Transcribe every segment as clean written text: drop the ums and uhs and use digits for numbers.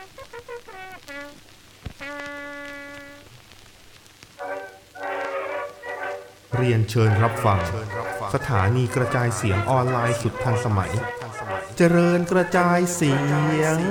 เรียนเชิญรับฟังสถานีกระจายเสียงออนไลน์สุดทันสมัยเจริญกระจายเสียง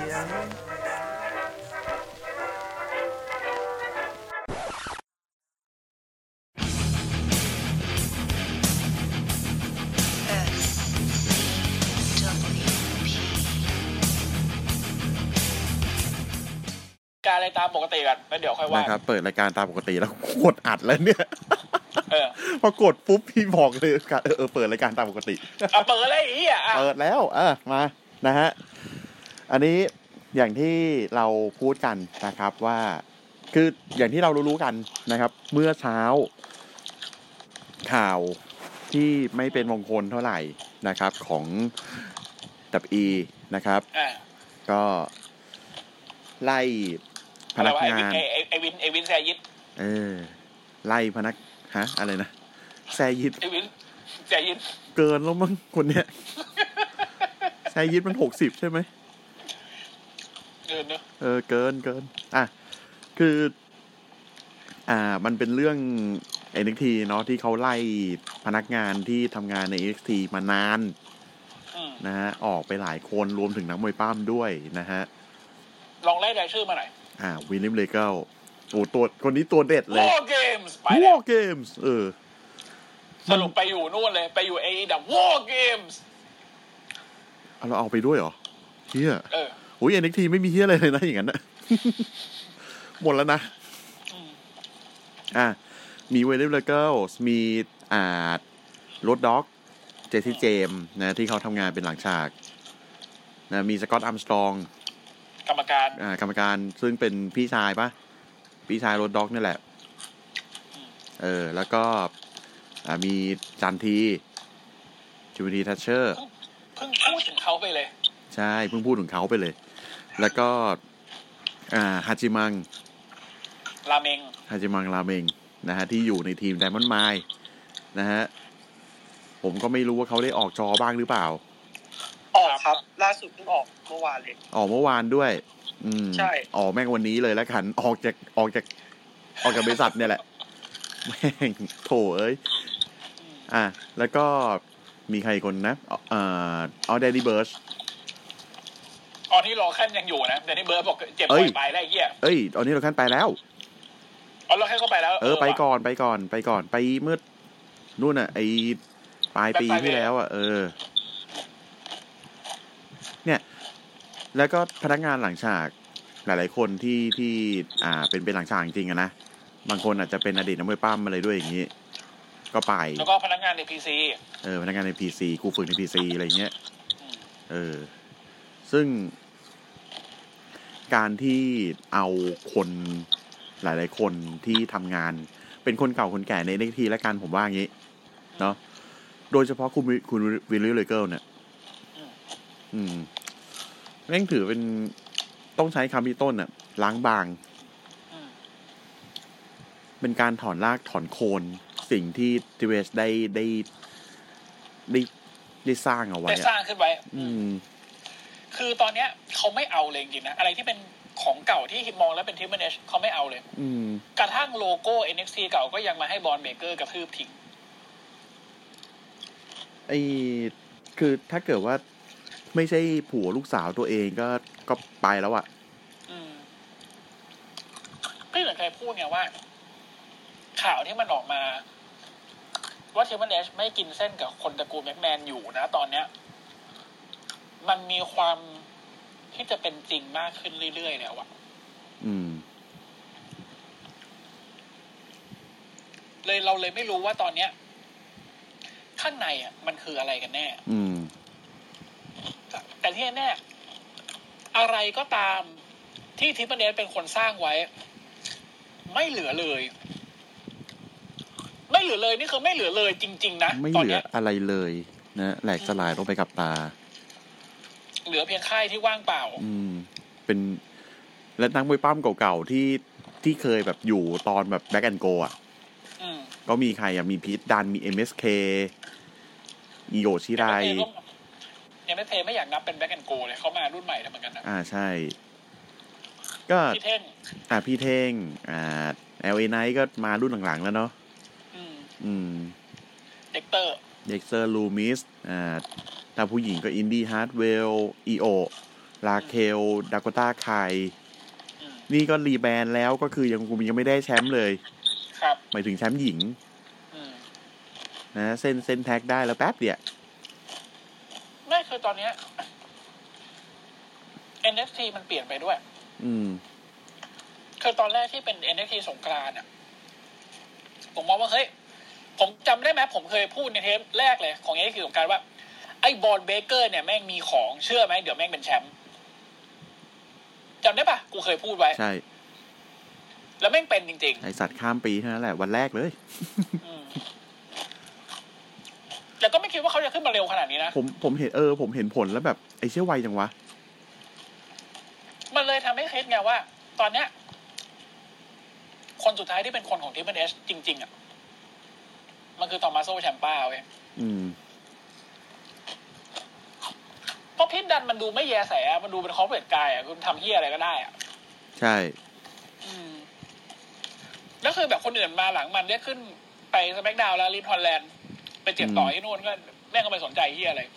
การอะไรตามปกติกันแล้วเดี๋ยวค่อยว่านะครับเปิดรายการตามปกติแล้วกดอัดแล้วเนี่ยพอกดปุ๊บพี่บอกเลยเปิดรายการตามปกติเปิดเลยอีอ่ะเปิดแล้วมานะฮะอันนี้อย่างที่เราพูดกันนะครับว่าคืออย่างที่เรารู้กันนะครับเมื่อเช้าข่าวที่ไม่เป็นมงคลเท่าไหร่นะครับของEนะครับก็ไล่พนักงานไอวินแซยิดไล่พนักอะไรนะแซยิดไอวินแซยิดเกินแล้วมั้งคนเนี้ยแซยิดมัน60ใช่ไหมเกินเนอะเกินคือมันเป็นเรื่อง NXT เนาะที่เขาไล่พนักงานที่ทำงานใน NXT มานานนะฮะออกไปหลายคนรวมถึงนักมวยปั้มด้วยนะฮะลองไล่รายชื่อมาหน่อยวิลเลียมเลเกิลโอ้ตัวคนนี้ตัวเด็ดเลย War Games ไปแล้ว War Games สรุปไปอยู่นู่นเลยไปอยู่ AE ดับ War Games เราเอาไปด้วยเหรอเหี้ยอุ้ย NXT ไม่มีเหี้ยอะไรเลยนะอย่างนั้นนะ หมดแล้วนะมีวิลเลียมเลเกิลมีโรดด็อกเจสซี่เจมส์นะที่เขาทำงานเป็นหลังฉากนะมีสกอตต์อาร์มสตรองกรรมการซึ่งเป็นพี่ชายโรดด็อกนี่แหละแล้วก็มีจันทีจูดีทัชเชอร์เพิ่งพูดถึงเขาไปเลยใช่เพิ่งพูดถึงเขาไปเลยแล้วก็ฮาจิมังราเมงนะฮะที่อยู่ในทีม Diamond Mine นะฮะผมก็ไม่รู้ว่าเขาได้ออกจอบ้างหรือเปล่าออกครับล่าสุดเพิ่งออกเมื่อวานเลยออกเมื่อวานด้วยใช่ออกแม่งวันนี้เลยแล้วกันออกจากบริษัทเนี่ยแหละแม่งโถเอ้ยแล้วก็มีใครคนนะแดนนี่เบิร์ชที่รอขั้นยังอยู่นะแดนนี่เบิร์ชบอกเจ็บป่วยไปแล้วไอ้เหี้ยนี่เราขั้นไปแล้วเราแค่เข้าไปแล้วไปก่อนไปเมื่อนู่นน่ะไอปลายปีที่แล้วเนี่ยแล้วก็พนักงานหลังฉากหลายๆคนที่เป็นหลังฉากจริงๆนะบางคนอาจจะเป็นอดีตนักมวยปั้มอะไรด้วยอย่างนี้ก็ไปแล้วก็พนักงานใน PC พนักงานใน PC ครูฝึกใน PC อะไรเงี้ยซึ่งการที่เอาคนหลายๆคนที่ทำงานเป็นคนเก่าคนแก่ใน NXT และกันผมว่าอย่างนี้เนาะโดยเฉพาะคุณวิลเลียมเลเกิลเนี่ยแม่งถือเป็นต้องใช้คำที่ต้นล้างบางเป็นการถอนรากถอนโคนสิ่งที่ทีเวสได้สร้างเอาไว้ได้สร้างขึ้นไว้คือตอนเนี้ยเขาไม่เอาเลยจริงๆนะอะไรที่เป็นของเก่าที่มองแล้วเป็นทิมเบอร์เนชเขาไม่เอาเลยกระทั่งโลโก้ NXT เก่าก็ยังมาให้บรอนเบเกอร์กระทืบทิ้งคือถ้าเกิดว่าไม่ใช่ผัวลูกสาวตัวเองก็ไปแล้วพี่เหมือนเคยพูดไงว่าข่าวที่มันออกมาว่าทิมเบอร์เนชไม่กินเส้นกับคนตระกูลแม็กแมนอยู่นะตอนเนี้ยมันมีความที่จะเป็นจริงมากขึ้นเรื่อยๆแล้วเราเลยไม่รู้ว่าตอนเนี้ยข้างในมันคืออะไรกันแน่แต่ที่แน่อะไรก็ตามที่ทิปเปอร์เนสเป็นคนสร้างไว้ไม่เหลือเลยนี่คือไม่เหลือเลยจริงๆนะไม่เหลืออะไรเลยนะแหลกสลายลงไปกับตาเหลือเพียงค่ายที่ว่างเปล่าเป็นและนักมวยปั้มเก่าๆที่เคยแบบอยู่ตอนแบบแบ็คแอนด์โกก็มีใครมีพีทดันมี MSK อีโยชิไร MSK ไม่อยากนับเป็นแบ็คแอนด์โกเลยเขามารุ่นใหม่แล้วเหมือนกันนะใช่ก็พี่เท่งพี่เท่งLA Knight ก็มารุ่นหลังๆแล้วเนาะเด็กเตอร์ลูมิสถ้าผู้หญิงก็อินดี้ฮาร์ดเวลอีโอลาเคลดาโกต้าไคนี่ก็รีแบรนด์แล้วก็คือยังไม่ได้แชมป์เลยครับหมายถึงแชมป์หญิงนะเส้นแท็กได้แล้วแป๊บเดียวไม่คือตอนเนี้ย NXT มันเปลี่ยนไปด้วยคือตอนแรกที่เป็น NXT สงกรานต์อ่ะผมมองว่าเฮ้ยผมจำได้ไหมผมเคยพูดในเทปแรกเลยของ NXT สงกรานต์ว่าไอ้บอลเบเกอร์เนี่ยแม่งมีของเชื่อไหมเดี๋ยวแม่งเป็นแชมป์จำได้ปะกูเคยพูดไว้ใช่แล้วแม่งเป็นจริงๆไอสัตว์ข้ามปีเท่านั้นแหละวันแรกเลยแต่ก็ไม่คิดว่าเขาจะขึ้นมาเร็วขนาดนี้นะผมเห็นผมเห็นผลแล้วแบบไอ้เชี่ยไวจังวะมันเลยทำให้คิดไงว่าตอนเนี้ยคนสุดท้ายที่เป็นคนของทีมเอชจริงๆอ่ะมันคือทอมัสโซแชมป้าเว้ยเพราะพิษดันมันดูไม่แยแสมันดูเป็นคอร์เปอเรทกายอ่ะคุณทำเหี้ยอะไรก็ได้อ่ะใช่แล้วคือแบบคนอื่นมาหลังมันได้ขึ้นไปสแมคดาวน์แล้วรีทอนแลนด์ไปเจ็บต่อที่นู่นก็แม่งก็ไม่สนใจเหี้ยอะไร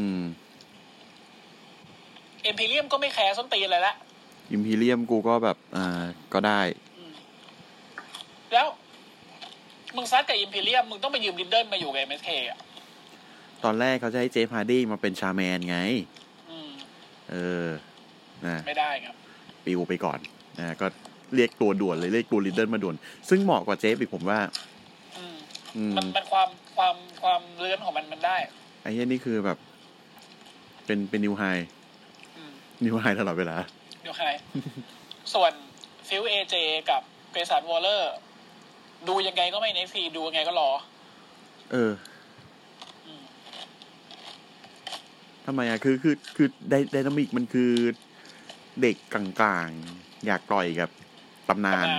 เอ็มพีเรียมก็ไม่แคร์ส้นตีนอะไรละอิมพีเรียมกูก็แบบก็ได้แล้วมึงซัดกับอิมพีเรียมมึงต้องไปยืมลินเดิลมาอยู่กับ MSK อ่ะตอนแรกเขาจะให้เจฟฮาร์ดี้มาเป็นชาแมนไงนะไม่ได้ครับปิวไปก่อนนะก็เรียกตัวด่วนเลยเรียกตัวลินเดิลมาด่วนซึ่งเหมาะกว่าเจฟอีกผมว่ามันความเลื้อนของมันได้ไอ้เหี้ยนี่คือแบบเป็นนิวไฮตลอดเวลานิวไฮส่วนฟิล AJ กับเกรสันวอลเลอร์ดูยังไงก็ไม่ในฟีดูยังไงก็รอทำไมอ่ะคือไดนามิกมันคือเด็กกลางๆอยากปล่อยกับตำนาน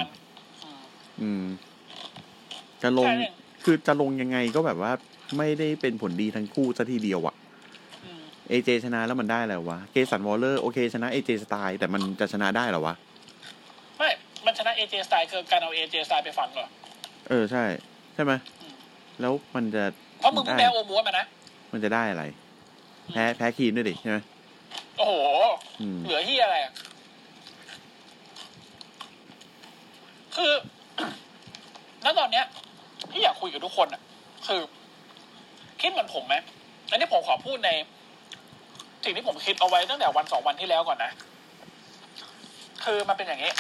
จะลงคือจะลงยังไงก็แบบว่าไม่ได้เป็นผลดีทั้งคู่ซะทีเดียวอ่ะAJ ชนะแล้วมันได้อะไรวะเกสันวอลเลอร์โอเคชนะ AJ สไตล์แต่มันจะชนะได้เหรอวะไม่มันชนะ AJ สไตล์คือการเอา AJ สไตล์ไปฝังเหรอใช่ไหมแล้วมันจะเพราะมึงแพ้โอมัวมานะมันจะได้อะไรแพ้คีนด้วยดิใช่ไหมโอ้โหเหลือเหี้ยอะไรคือณตอนเนี้ยที่อยากคุยกับทุกคนอ่ะคือคิดเหมือนผมไหมอันนี้ผมขอพูดในสิ่งที่ผมคิดเอาไว้ตั้งแต่วัน2 วันที่แล้วก่อนนะคือมันเป็นอย่างนี้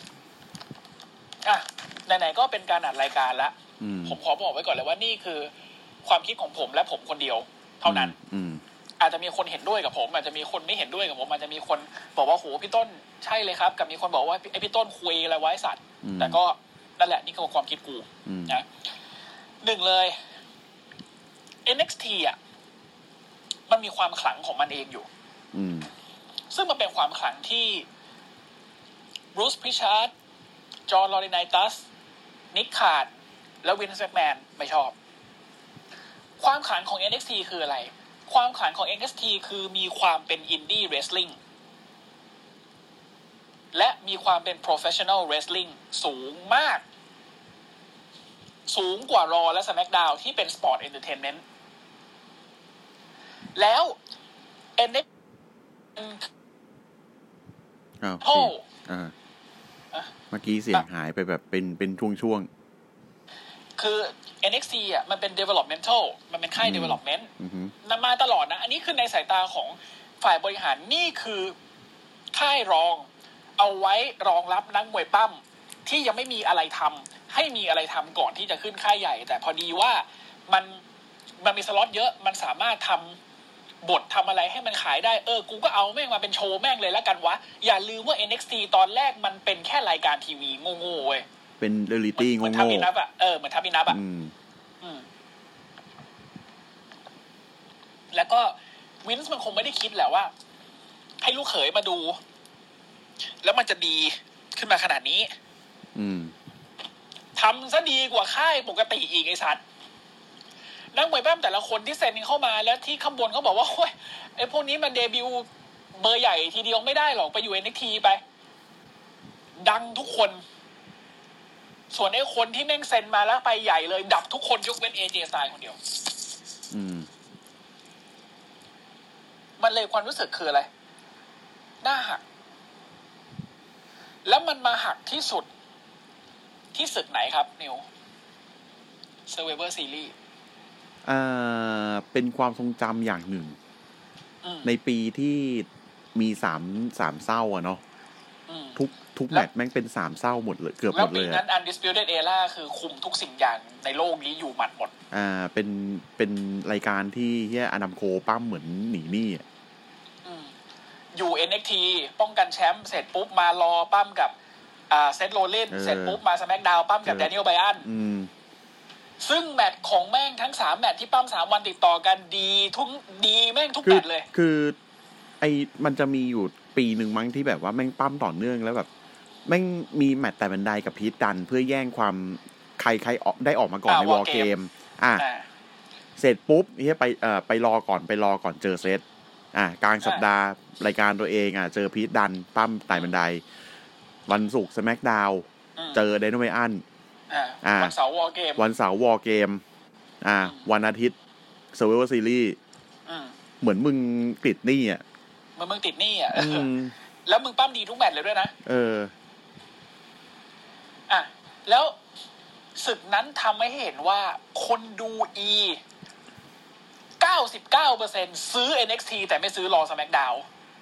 ไหนๆก็เป็นการอัดรายการละผมขอบอกไว้ก่อนเลยว่านี่คือความคิดของผมและผมคนเดียวเท่านั้นอาจจะมีคนเห็นด้วยกับผมอาจจะมีคนไม่เห็นด้วยกับผมอาจจะมีคนบอกว่าโหพี่ต้นใช่เลยครับกับมีคนบอกว่าไอพี่ต้นคุยอะไรไว้สัตว์แต่ก็นั่นแหละนี่คือความคิดกูนะหนึ่งเลย NXT อ่ะมันมีความขลังของมันเองอยู่ซึ่งมันเป็นความขลังที่บรูซ พริชาร์ดจอห์น ลอริไนตัสนิก คาร์ดและวินส์ แม็กแมนไม่ชอบความขลังของ NXT คืออะไรความขลังของ NXT คือมีความเป็นอินดี้เรสลิงและมีความเป็นโปรเฟสชั่นอลเรสลิงสูงมากสูงกว่า Raw และ SmackDown ที่เป็นสปอร์ตเอนเตอร์เทนเมนต์แล้ว NXT เมื่อกี้เสียงหายไปแบบเป็นช่วงๆคือ NXT อ่ะมันเป็น developmental มันเป็นค่าย development นำมาตลอดนะอันนี้คือในสายตาของฝ่ายบริหารนี่คือค่ายรองเอาไว้รองรับนักมวยปั้มที่ยังไม่มีอะไรทำให้มีอะไรทำก่อนที่จะขึ้นค่ายใหญ่แต่พอดีว่ามันมีสล็อตเยอะมันสามารถทำบททำอะไรให้มันขายได้กูก็เอาแม่งมาเป็นโชว์แม่งเลยแล้วกันวะอย่าลืมว่า NXT ตอนแรกมันเป็นแค่รายการทีวีโง่ๆเว้ยเป็นเรียลลิตี้โง่ๆเหมือนทับอินับเหมือนทับอินับแล้วก็วินส์มันคงไม่ได้คิดแหละว่าให้ลูกเขยมาดูแล้วมันจะดีขึ้นมาขนาดนี้ทำซะดีกว่าค่ายปกติอีกไอ้สัตว์นักมวยปั้มแต่ละคนที่เซ็นเข้ามาแล้วที่ข้างบนเขาบอกว่าโอ้ยไอ้พวกนี้มันเดบิวต์เบอร์ใหญ่ทีเดียวไม่ได้หรอกไปอยู่ NXT ไปดังทุกคนส่วนไอ้คนที่แม่งเซ็นมาแล้วไปใหญ่เลยดับทุกคนยกเว้น AJ Styles คนเดียวมันเลยความรู้สึกคืออะไรหน้าหักแล้วมันมาหักที่สุดที่ศึกไหนครับนิว Survivor Series เป็นความทรงจำอย่างหนึ่งในปีที่มีสามเศร้าอะเนาะทุกแมตช์แม่งเป็นสามเศร้าหมดเลยเกือบหมดเลยแล้วปีนั้น Undisputed Era คือคุมทุกสิ่งอย่างในโลกนี้อยู่หมัดหมดเป็นรายการที่เฮียอดัมโคปั้มเหมือนหนีหนี้อยู่ NXT ป้องกันแชมป์เสร็จปุ๊บมารอปั้มกับเซธโรลลินเสร็จปุ๊บมา SmackDown ปั้มกับแดเนียลไบรอันซึ่งแมตช์ของแม่งทั้ง3แมตช์ที่ปั้ม3วันติดต่อกันดีแม่งทุกแมตช์เลยคือมันจะมีอยู่ปีนึงมั้งที่แบบว่าแม่งปั้มต่อเนื่องแล้วแบบแม่งมีแมตช์แต่บันไดกับพีทดันเพื่อแย่งความใครออกได้ออกมาก่อนในวอร์เกมเสร็จปุ๊บเฮียไปรอก่อนเจอเซธกลางสัปดาห์รายการตัวเองเจอพีทดันปั้มไต่บันไดวันศุกร์ SmackDown เจอไดโนไมอันวันเสาร์วอร์เกมวันอาทิตย์ Survivor Series เหมือนมึงติดหนี้มึงติดหนี้แล้วมึงปั้มดีทุกแมตช์เลยด้วยนะแล้วศึกนั้นทำให้เห็นว่าคนดู 99% ซื้อ NXT แต่ไม่ซื้อ Raw SmackDown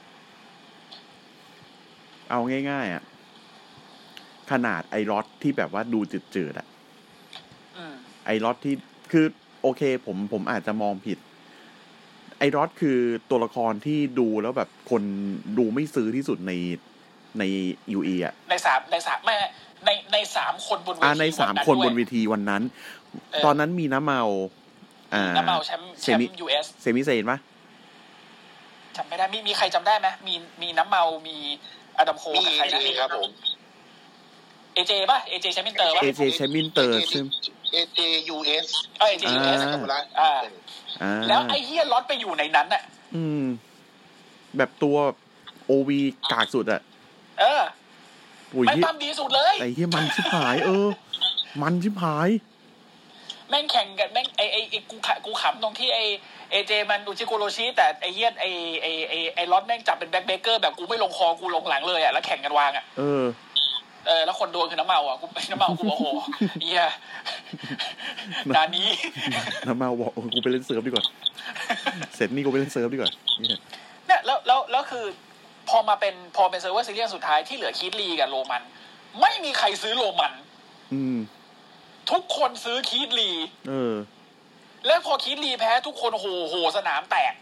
เอาง่ายๆขนาดไอ้ล็อตที่แบบว่าดูจืดๆไอ้ล็อตที่คือโอเคผมอาจจะมองผิดไอ้ล็อตคือตัวละครที่ดูแล้วแบบคนดูไม่ซื้อที่สุดใน UE ใน3ไม่ใน3คนบนเวทีใน3คนบนเวทีวันนั้นตอนนั้นมีน้ำเมาแชมป์ US เซมิเซนป่ะจำไม่ได้มีใครจำได้ไหมมีน้ำเมามีอดัมโคกับใครนะครับผม AJ ป่ะ AJ แชมป์อินเตอร์ป่ะ AJ แชมป์อินเตอร์ซึ่ง AJ US AJ US แล้วไอ้เหี้ยล็อตไปอยู่ในนั้นแบบตัว OV กากสุดไม่ปั้มดีสุดเลยไอ้เหี้ยมันชิบหายมันชิบหายแม่งแข่งกันแม่งไอ้กูขำตรงที่ไอ้AJ มันอุจิโกโรชิแต่ไอ้เหี้ยไอ้ล็อตแม่งจับเป็นแบ็คเบเกอร์แบบกูไม่ลงคอกูลงหลังเลยแล้วแข่งกันวางแล้วคนโดนคือน้ำเมากูบอกโหเหี้ยดานี้น้ำเมาบอกกูไปเล่นเซิร์ฟดีกว่าเสร็จนี่กูไปเล่นเซิร์ฟดีกว่าเนี่ยแล้วคือพอเป็นเซิร์ฟเวอร์ซีรีส์สุดท้ายที่เหลือคีธลีกับโรมันไม่มีใครซื้อโรมันทุกคนซื้อคีธลีแล้วพอคีธลีแพ้ทุกคนโหสนามแตก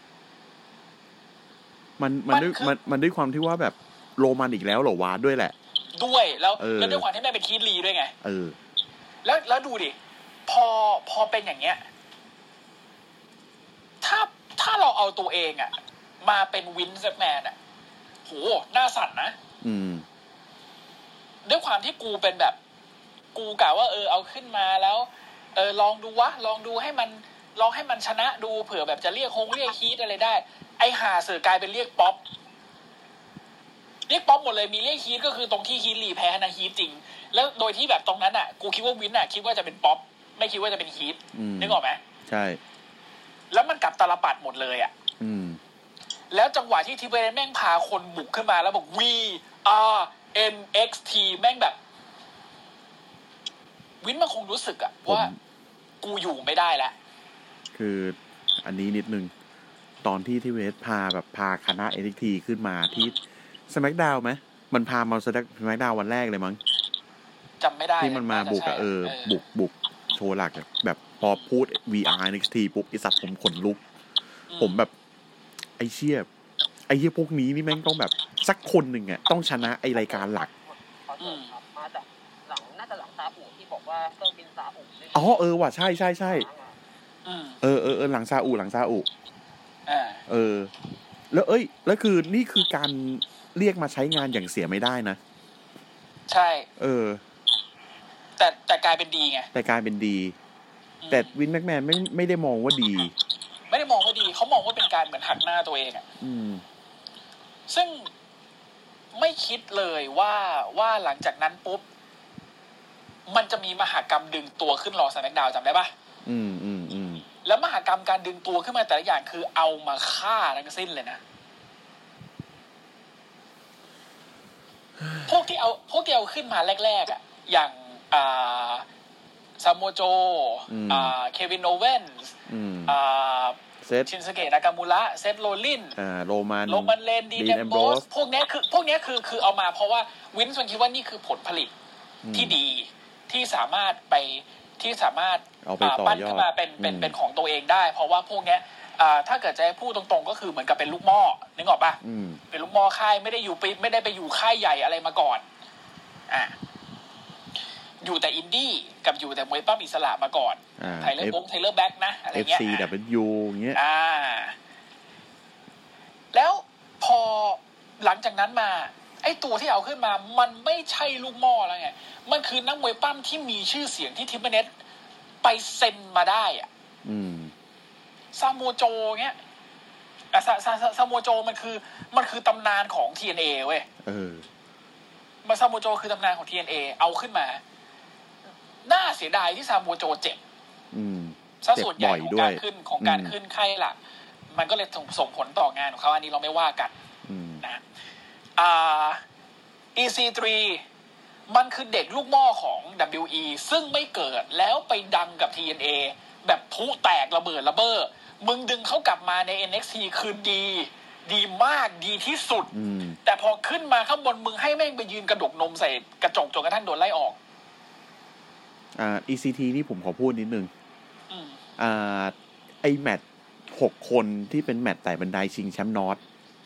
มันด้วยความที่ว่าแบบโรมันอีกแล้วเหรอวะด้วยแหละด้วยแล้วด้วยความที่แม่เป็นคีธลีด้วยไงแล้วดูดิพอเป็นอย่างเงี้ยถ้าเราเอาตัวเองมาเป็นวินส์แมนโหหน้าสั่นนะด้วยความที่กูเป็นแบบกูกะว่าเอาขึ้นมาแล้วลองดูให้มันชนะดูเผื่อแบบจะเรียกฮีทอะไรได้ไอ้ห่าเสือกลายเป็นเรียกป๊อปหมดเลยมีเรียกฮีทก็คือตรงที่ฮีทลีแพ้นะฮีทจริงแล้วโดยที่แบบตรงนั้นกูคิดว่าวินคิดว่าจะเป็นป๊อปไม่คิดว่าจะเป็นฮีทนึกออกไหมใช่แล้วมันกลับตาลปัดหมดเลยแล้วจังหวะที่ทีเวแม่งพาคนบุกขึ้นมาแล้วบอก We are NXT แม่งแบบวินมันคงรู้สึกว่ากูอยู่ไม่ได้แล้วคืออันนี้นิดนึงตอนที่เวสพาคณะ NXT ขึ้นมาที่ SmackDown ไหมมันพามา SmackDown วันแรกเลยมั้งจำไม่ได้ที่มันมาบุกบุกโชว์หลักแบบพอพูด VR NXT ปุ๊บไอ้สัตว์ผมขนลุกผมแบบไอ้เชี่ยพวกนี้นี่แม่งต้องแบบสักคนหนึ่งต้องชนะไอ้รายการหลักมาจากน่าจะหลังซาอุที่บอกว่าเครื่องบินซาอุว่ะใช่หลังซาอุแล้วแล้วคือนี่คือการเรียกมาใช้งานอย่างเสียไม่ได้นะใช่แต่กลายเป็นดีไงแต่วินแม็กแมนไม่ได้มองว่าดีเขามองว่าเป็นการเหมือนหักหน้าตัวเองซึ่งไม่คิดเลยว่าหลังจากนั้นปุ๊บมันจะมีมหกรรมดึงตัวขึ้นรอสแมคดาวน์จำได้ปะแล้วมหกรรมการดึงตัวขึ้นมาแต่ละอย่างคือเอามาฆ่าทั้งสิ้นเลยนะพวกที่เอาขึ้นมาแรกๆอ่ะอย่างซาโมโจเควินโอเวนส์ชินสเกะนากามูระเซธโรลินโรมันเลนดีเดมโบสพวกนี้คือเอามาเพราะว่าวินส์มันคิดว่านี่คือผลผลิตที่ดีที่สามารถปั้นขึ้นมาเป็นของตัวเองได้เพราะว่าพวกนี้ถ้าเกิดจะพูดตรงๆก็คือเหมือนกับเป็นลูกหม้อนึกออกป่ะเป็นลูกหม้อค่ายไม่ได้ไปอยู่ค่ายใหญ่อะไรมาก่อนอยู่แต่อินดี้กับอยู่แต่มวยปั้มอิสระมาก่อนไทเลอร์แบ็คนะอะไรเงี้ย FCW อย่างเงี้ยแล้วพอหลังจากนั้นมาไอ้ตัวที่เอาขึ้นมามันไม่ใช่ลูกหม้อแล้วไงมันคือนักมวยปั้มที่มีชื่อเสียงที่ทิมเบเนสไปเซ็นมาได้อ่ะซาโมโจเงี้ยซาโมโจมันคือตำนานของ TNA เว้ยมาซาโมโจคือตำนานของ TNA เอาขึ้นมาน่าเสียดายที่ซาโมโจเจ็บซะส่วนใหญ่ของการขึ้นค่ายหลักมันก็เลยส่งผลต่องานของเขาอันนี้เราไม่ว่ากันนะEC3 มันคือเด็กลูกหม้อของ WE ซึ่งไม่เกิดแล้วไปดังกับ TNA แบบพุแตกระเบิดระเบ้อมึงดึงเขากลับมาใน NXT คืนดีมากดีที่สุดแต่พอขึ้นมาข้างบนมึงให้แม่งไปยืนกระดกนมใส่กระจกจนกระทั่งโดนไล่ออก ECT นี่ผมขอพูดนิดนึงไอแมตช์6คนที่เป็นแมตช์ไต่บันไดชิงแชมป์นอต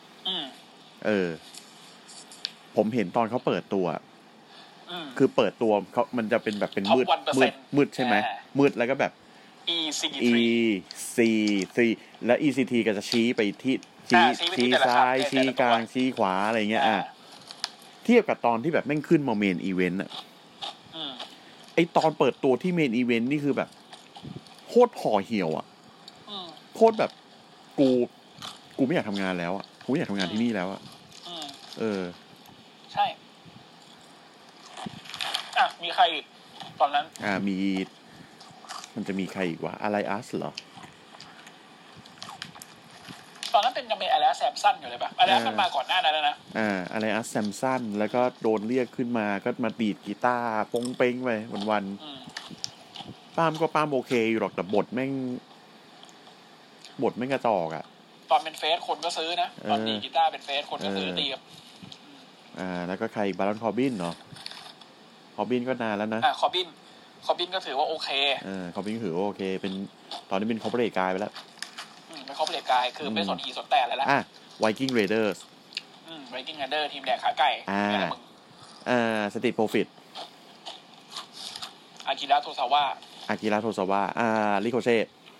ผมเห็นตอนเขาเปิดตัวคือเปิดตัวเขามันจะเป็นแบบเป็นมืดใช่ไหมมืดแล้วก็แบบ EC3 และ ECT ก็จะชี้ไปที่ชี้ซ้ายชี้กลางชี้ขวาอะไรเงี้ยเทียบกับตอนที่แบบแม่งขึ้นมาเมนอีเวนต์ไอตอนเปิดตัวที่เมนอีเวนต์นี่คือแบบโคตรห่อเหี่ยวโคตรแบบกูไม่อยากทำงานแล้วกูไม่อยากทำงานที่นี่แล้วใช่มีใครอีกตอนนั้นมีมันจะมีใครอีกวะอะไรอัสเหรอตอนนั้นเป็นยังเป็นอะไรแซมสันอยู่เลยป่ะอะไรมันมาก่อนหน้านั้นแล้วนะอะไรอัสแซมสันแล้วก็โดนเรียกขึ้นมาก็มาดีดกีตาร์ปงเป้งไปวันป้ามก็ป้ามโอเคอยู่หรอกแต่บทแม่งกระจอกตอนเป็นเฟสคนก็ซื้อนะตอนดีกีตาร์เป็นเฟสคนก็ซื้อตีกับแล้วก็ใครบารอนคอร์บินเนาะคอร์บินก็นานแล้วนะคอร์บินก็ถือว่าโอเคคอร์บินถือว่าโอเคเป็นตอนนี้เป็นคอร์ปอเรทกายไปแล้วเป็นคอร์ปอเรทกายคือไม่สนหีสนแต่อะไรแล้วไวกิ้งเรเดอร์สไวกิ้งเรเดอร์ทีมแดกขาไก่สตรีทโปรฟิตอากิระโทซาวะริโคเช่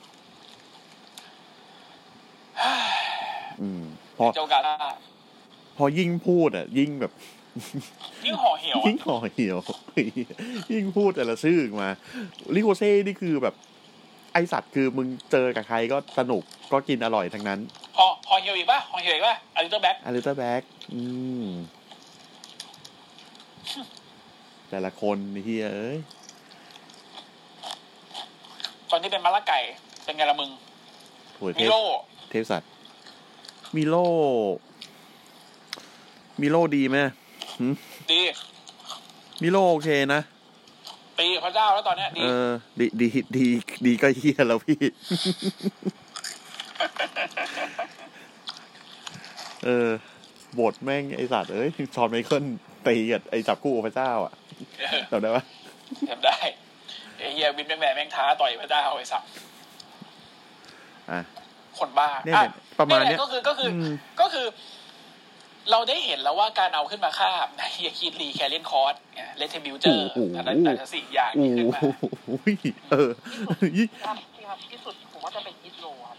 พอยิ่งพูดยิ่งแบบยิ่งห่อเหี่ยวยิ่งพูดแต่ละชื่อมาริโคเช่นี่คือแบบไอสัตว์คือมึงเจอกับใครก็สนุกก็กินอร่อยทั้งนั้นห่อเหี่ยวอีกป่ะอลิตเติ้ลแบ็คแต่ละคนนี่เฮ้ยเอ้ยตอนที่เป็นมะละไก่เป็นไงละมึงมิโลเทพสัตว์มิโลดีไหมดีมิโลโอเคนะตีพระเจ้าแล้วตอนนี้ดีก็เหี้ยแล้วพี่บทแม่งไอสัตว์ชอนไมเคิลตีกับไอจับคู่พระเจ้าจำได้ปะจำได้ไอเฮียวินแม่งท้าต่อยพระเจ้าไอสัตว์คนบ้าประมาณนี้ก็คือเราได้เห็นแล้วว่าการเอาขึ้นมาฆ่าเฮียคีดลีแคเรียนคอร์สเลทเทบิวเจอร์แต่ละสิ่งอย่างนี้ขึ้นมาที่สุดผมว่าจะเป็นคิดโลครับ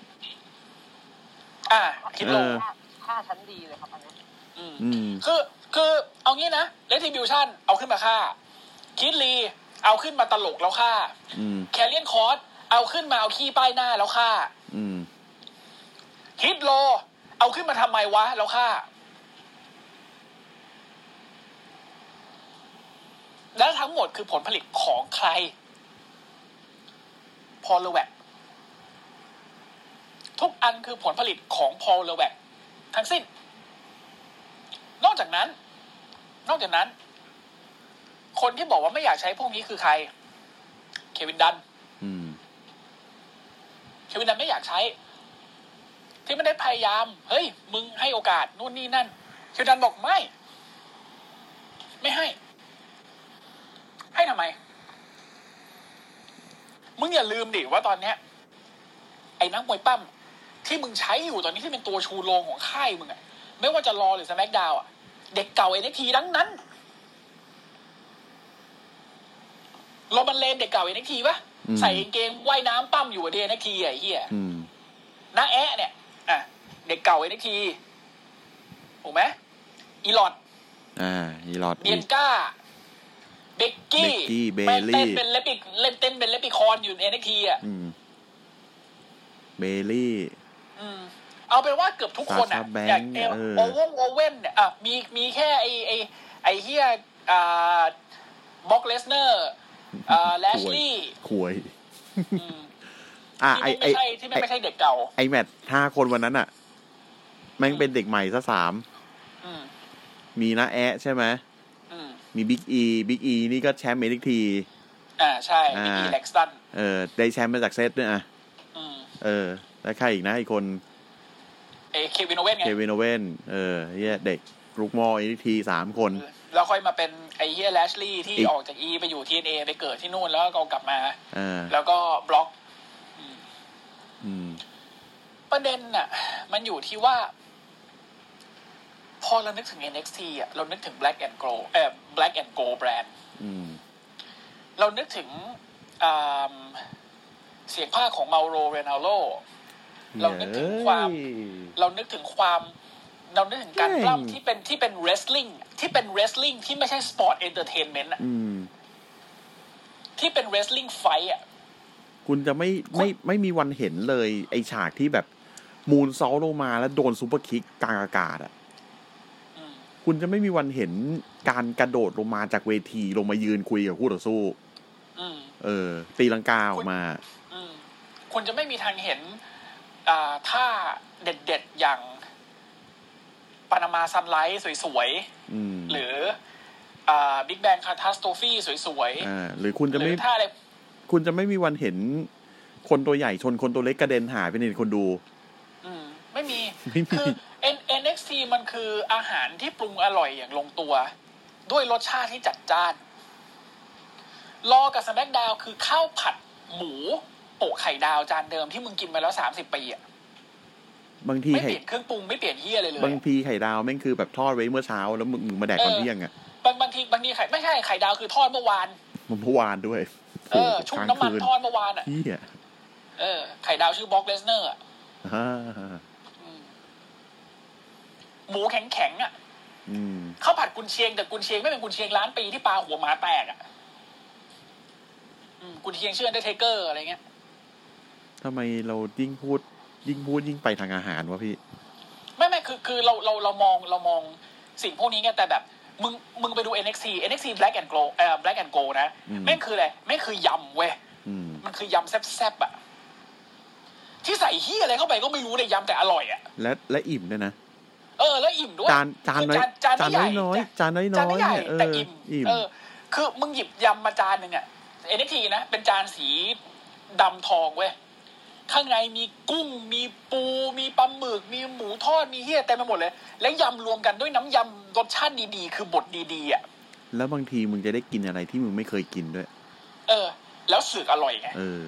คิดโลฆ่าชั้นดีเลยครับอันนี้คือเอางี้นะเลทเทบิวชั่นเอาขึ้นมาฆ่าคีดลีเอาขึ้นมาตลกแล้วฆ่าแคเรียนคอร์สเอาขึ้นมาเอาขี้ป้ายหน้าแล้วฆ่าคิดโลเอาขึ้นมาทำไมวะแล้วฆ่าและทั้งหมดคือผลผลิตของใครพอลเลแวกทุกอันคือผลผลิตของพอลเลแวกทั้งสิ้นนอกจากนั้นคนที่บอกว่าไม่อยากใช้พวกนี้คือใครเควินดันเควินดันไม่อยากใช้ที่ไม่ได้พยายามเฮ้ยมึงให้โอกาสนู่นนี่นั่นเควินดันบอกไม่ให้ทำไมมึงอย่าลืมดิว่าตอนเนี้ยไอ้นักมวยปั้มที่มึงใช้อยู่ตอนนี้ที่เป็นตัวชูโรงของค่ายมึงอะไม่ว่าจะรอหรือสแมกดาวน์อะเด็กเก่า NXT ทั้งนั้นโรมันเลนเด็กเก่า NXT ป่ะใส่กางเกงว่ายน้ำปั้มอยู่กับ NXT ไอ้เหี้ยน้าแอะเนี่ยอ่ะเด็กเก่า NXT ถูกไหมอีลอดเบียนก้าเบกกี้เบลลี่เต้นเป็นเลปิคอนอยู่ NXT อ่ะเบลลี่เอาเป็นว่าเกือบทุกคนอ่ะอย่างโอเว่นเนี่ยอ่ะมีแค่ไอเฮียบ็อกเลสเนอร์แลชลี่ขวยที่ไม่ใช่เด็กเก่าไอแมตช์5 คนวันนั้นอ่ะแม่งเป็นเด็กใหม่ซะ3มีนะแอะใช่ไหมมีบิ๊กอีนี่ก็แชมป์NXT ใช่บิ๊กอีเล็กซันได้แชมป์มาจากเซตด้วยอ่ะแล้วใครอีกนะอีกคนเควินโอเว่นไงเควินโอเว่นเฮียเด็กลูกมอ NXT 3 คนแล้วค่อยมาเป็นไอเฮียแลชลี่ที่ออกจาก ไปอยู่ TNA ไปเกิดที่นู่นแล้วก็กลับมาแล้วก็บล็อกประเด็นน่ะมันอยู่ที่ว่าพอเรานึกถึง NXT อ่ะเรานึกถึง Black and Gold brand เรานึกถึงเสียงภาคของ Mauro Ranallo เรานึกถึงการปล้ำที่เป็น wrestling ที่ไม่ใช่ sport entertainment อ่ะที่เป็น wrestling fight อ่ะคุณจะไม่มีวันเห็นเลยไอฉากที่แบบมูนซอลลงมาแล้วโดนซุปเปอร์คิกกลางอากาศอ่ะคุณจะไม่มีวันเห็นการกระโดดลงมาจากเวทีลงมายืนคุยกับคู่ต่อสู้ตีลังกาออกมาคุณจะไม่มีทางเห็นท่าเด็ดๆอย่างปานามาซันไลท์สวยๆหรือบิ๊กแบงคาทาสโตฟีสวยๆหรือคุณจะไม่มีวันเห็นคนตัวใหญ่ชนคนตัวเล็กกระเด็นหายไปในคนดูไม่มีคือ NXT มันคืออาหารที่ปรุงอร่อยอย่างลงตัวด้วยรสชาติที่จัดจ้านรอกับ SmackDown คือข้าวผัดหมูโปะไข่ดาวจานเดิมที่มึงกินมาแล้ว30 ปีอ่ะบางทีไม่เปลี่ยนเครื่องปรุงไม่เปลี่ยนเหี้ยเลยบางทีไข่ดาวแม่งคือแบบทอดไว้เมื่อเช้าแล้วมึงมาแดกตอนเที่ยงอ่ะบางทีไม่ใช่ไข่ดาวคือทอดเมื่อวานด้วยชุบน้ำมันทอดเมื่อวานอ่ะไข่ดาวชื่อบ็อกเลสเนอร์อ่ะหมูแข็งๆอ่ะข้าวผัดกุนเชียงแต่กุนเชียงไม่เป็นกุนเชียงล้านปีที่ปลาหัวหมาแตกอ่ะกุนเชียงชื่อ Undertaker อะไรเงี้ยทำไมเรายิ่งพูดยิ่งไปทางอาหารวะพี่ไม่คือเรามองสิ่งพวกนี้ไงแต่แบบมึงไปดู NXT Black and Gold นะแม่งคืออะไรแม่งคือยำเว้ยมันคือยำแซ่บๆอ่ะที่ใส่เหี้ยอะไรเข้าไปก็ไม่รู้เลยยำแต่อร่อยอ่ะและอิ่มด้วยนะแล้วอิ่มด้วยจานน้อยแต่อิ่มคือมึงหยิบยำมาจานนึงอ่ะ NXT นะเป็นจานสีดำทองเว้ยข้างในมีกุ้งมีปูมีปลาหมึกมีหมูทอดมีเหี้ยเต็มไปหมดเลยแล้วยำรวมกันด้วยน้ำยำรสชาติดีๆคือบดดีๆอ่ะแล้วบางทีมึงจะได้กินอะไรที่มึงไม่เคยกินด้วยแล้วสึกอร่อยไง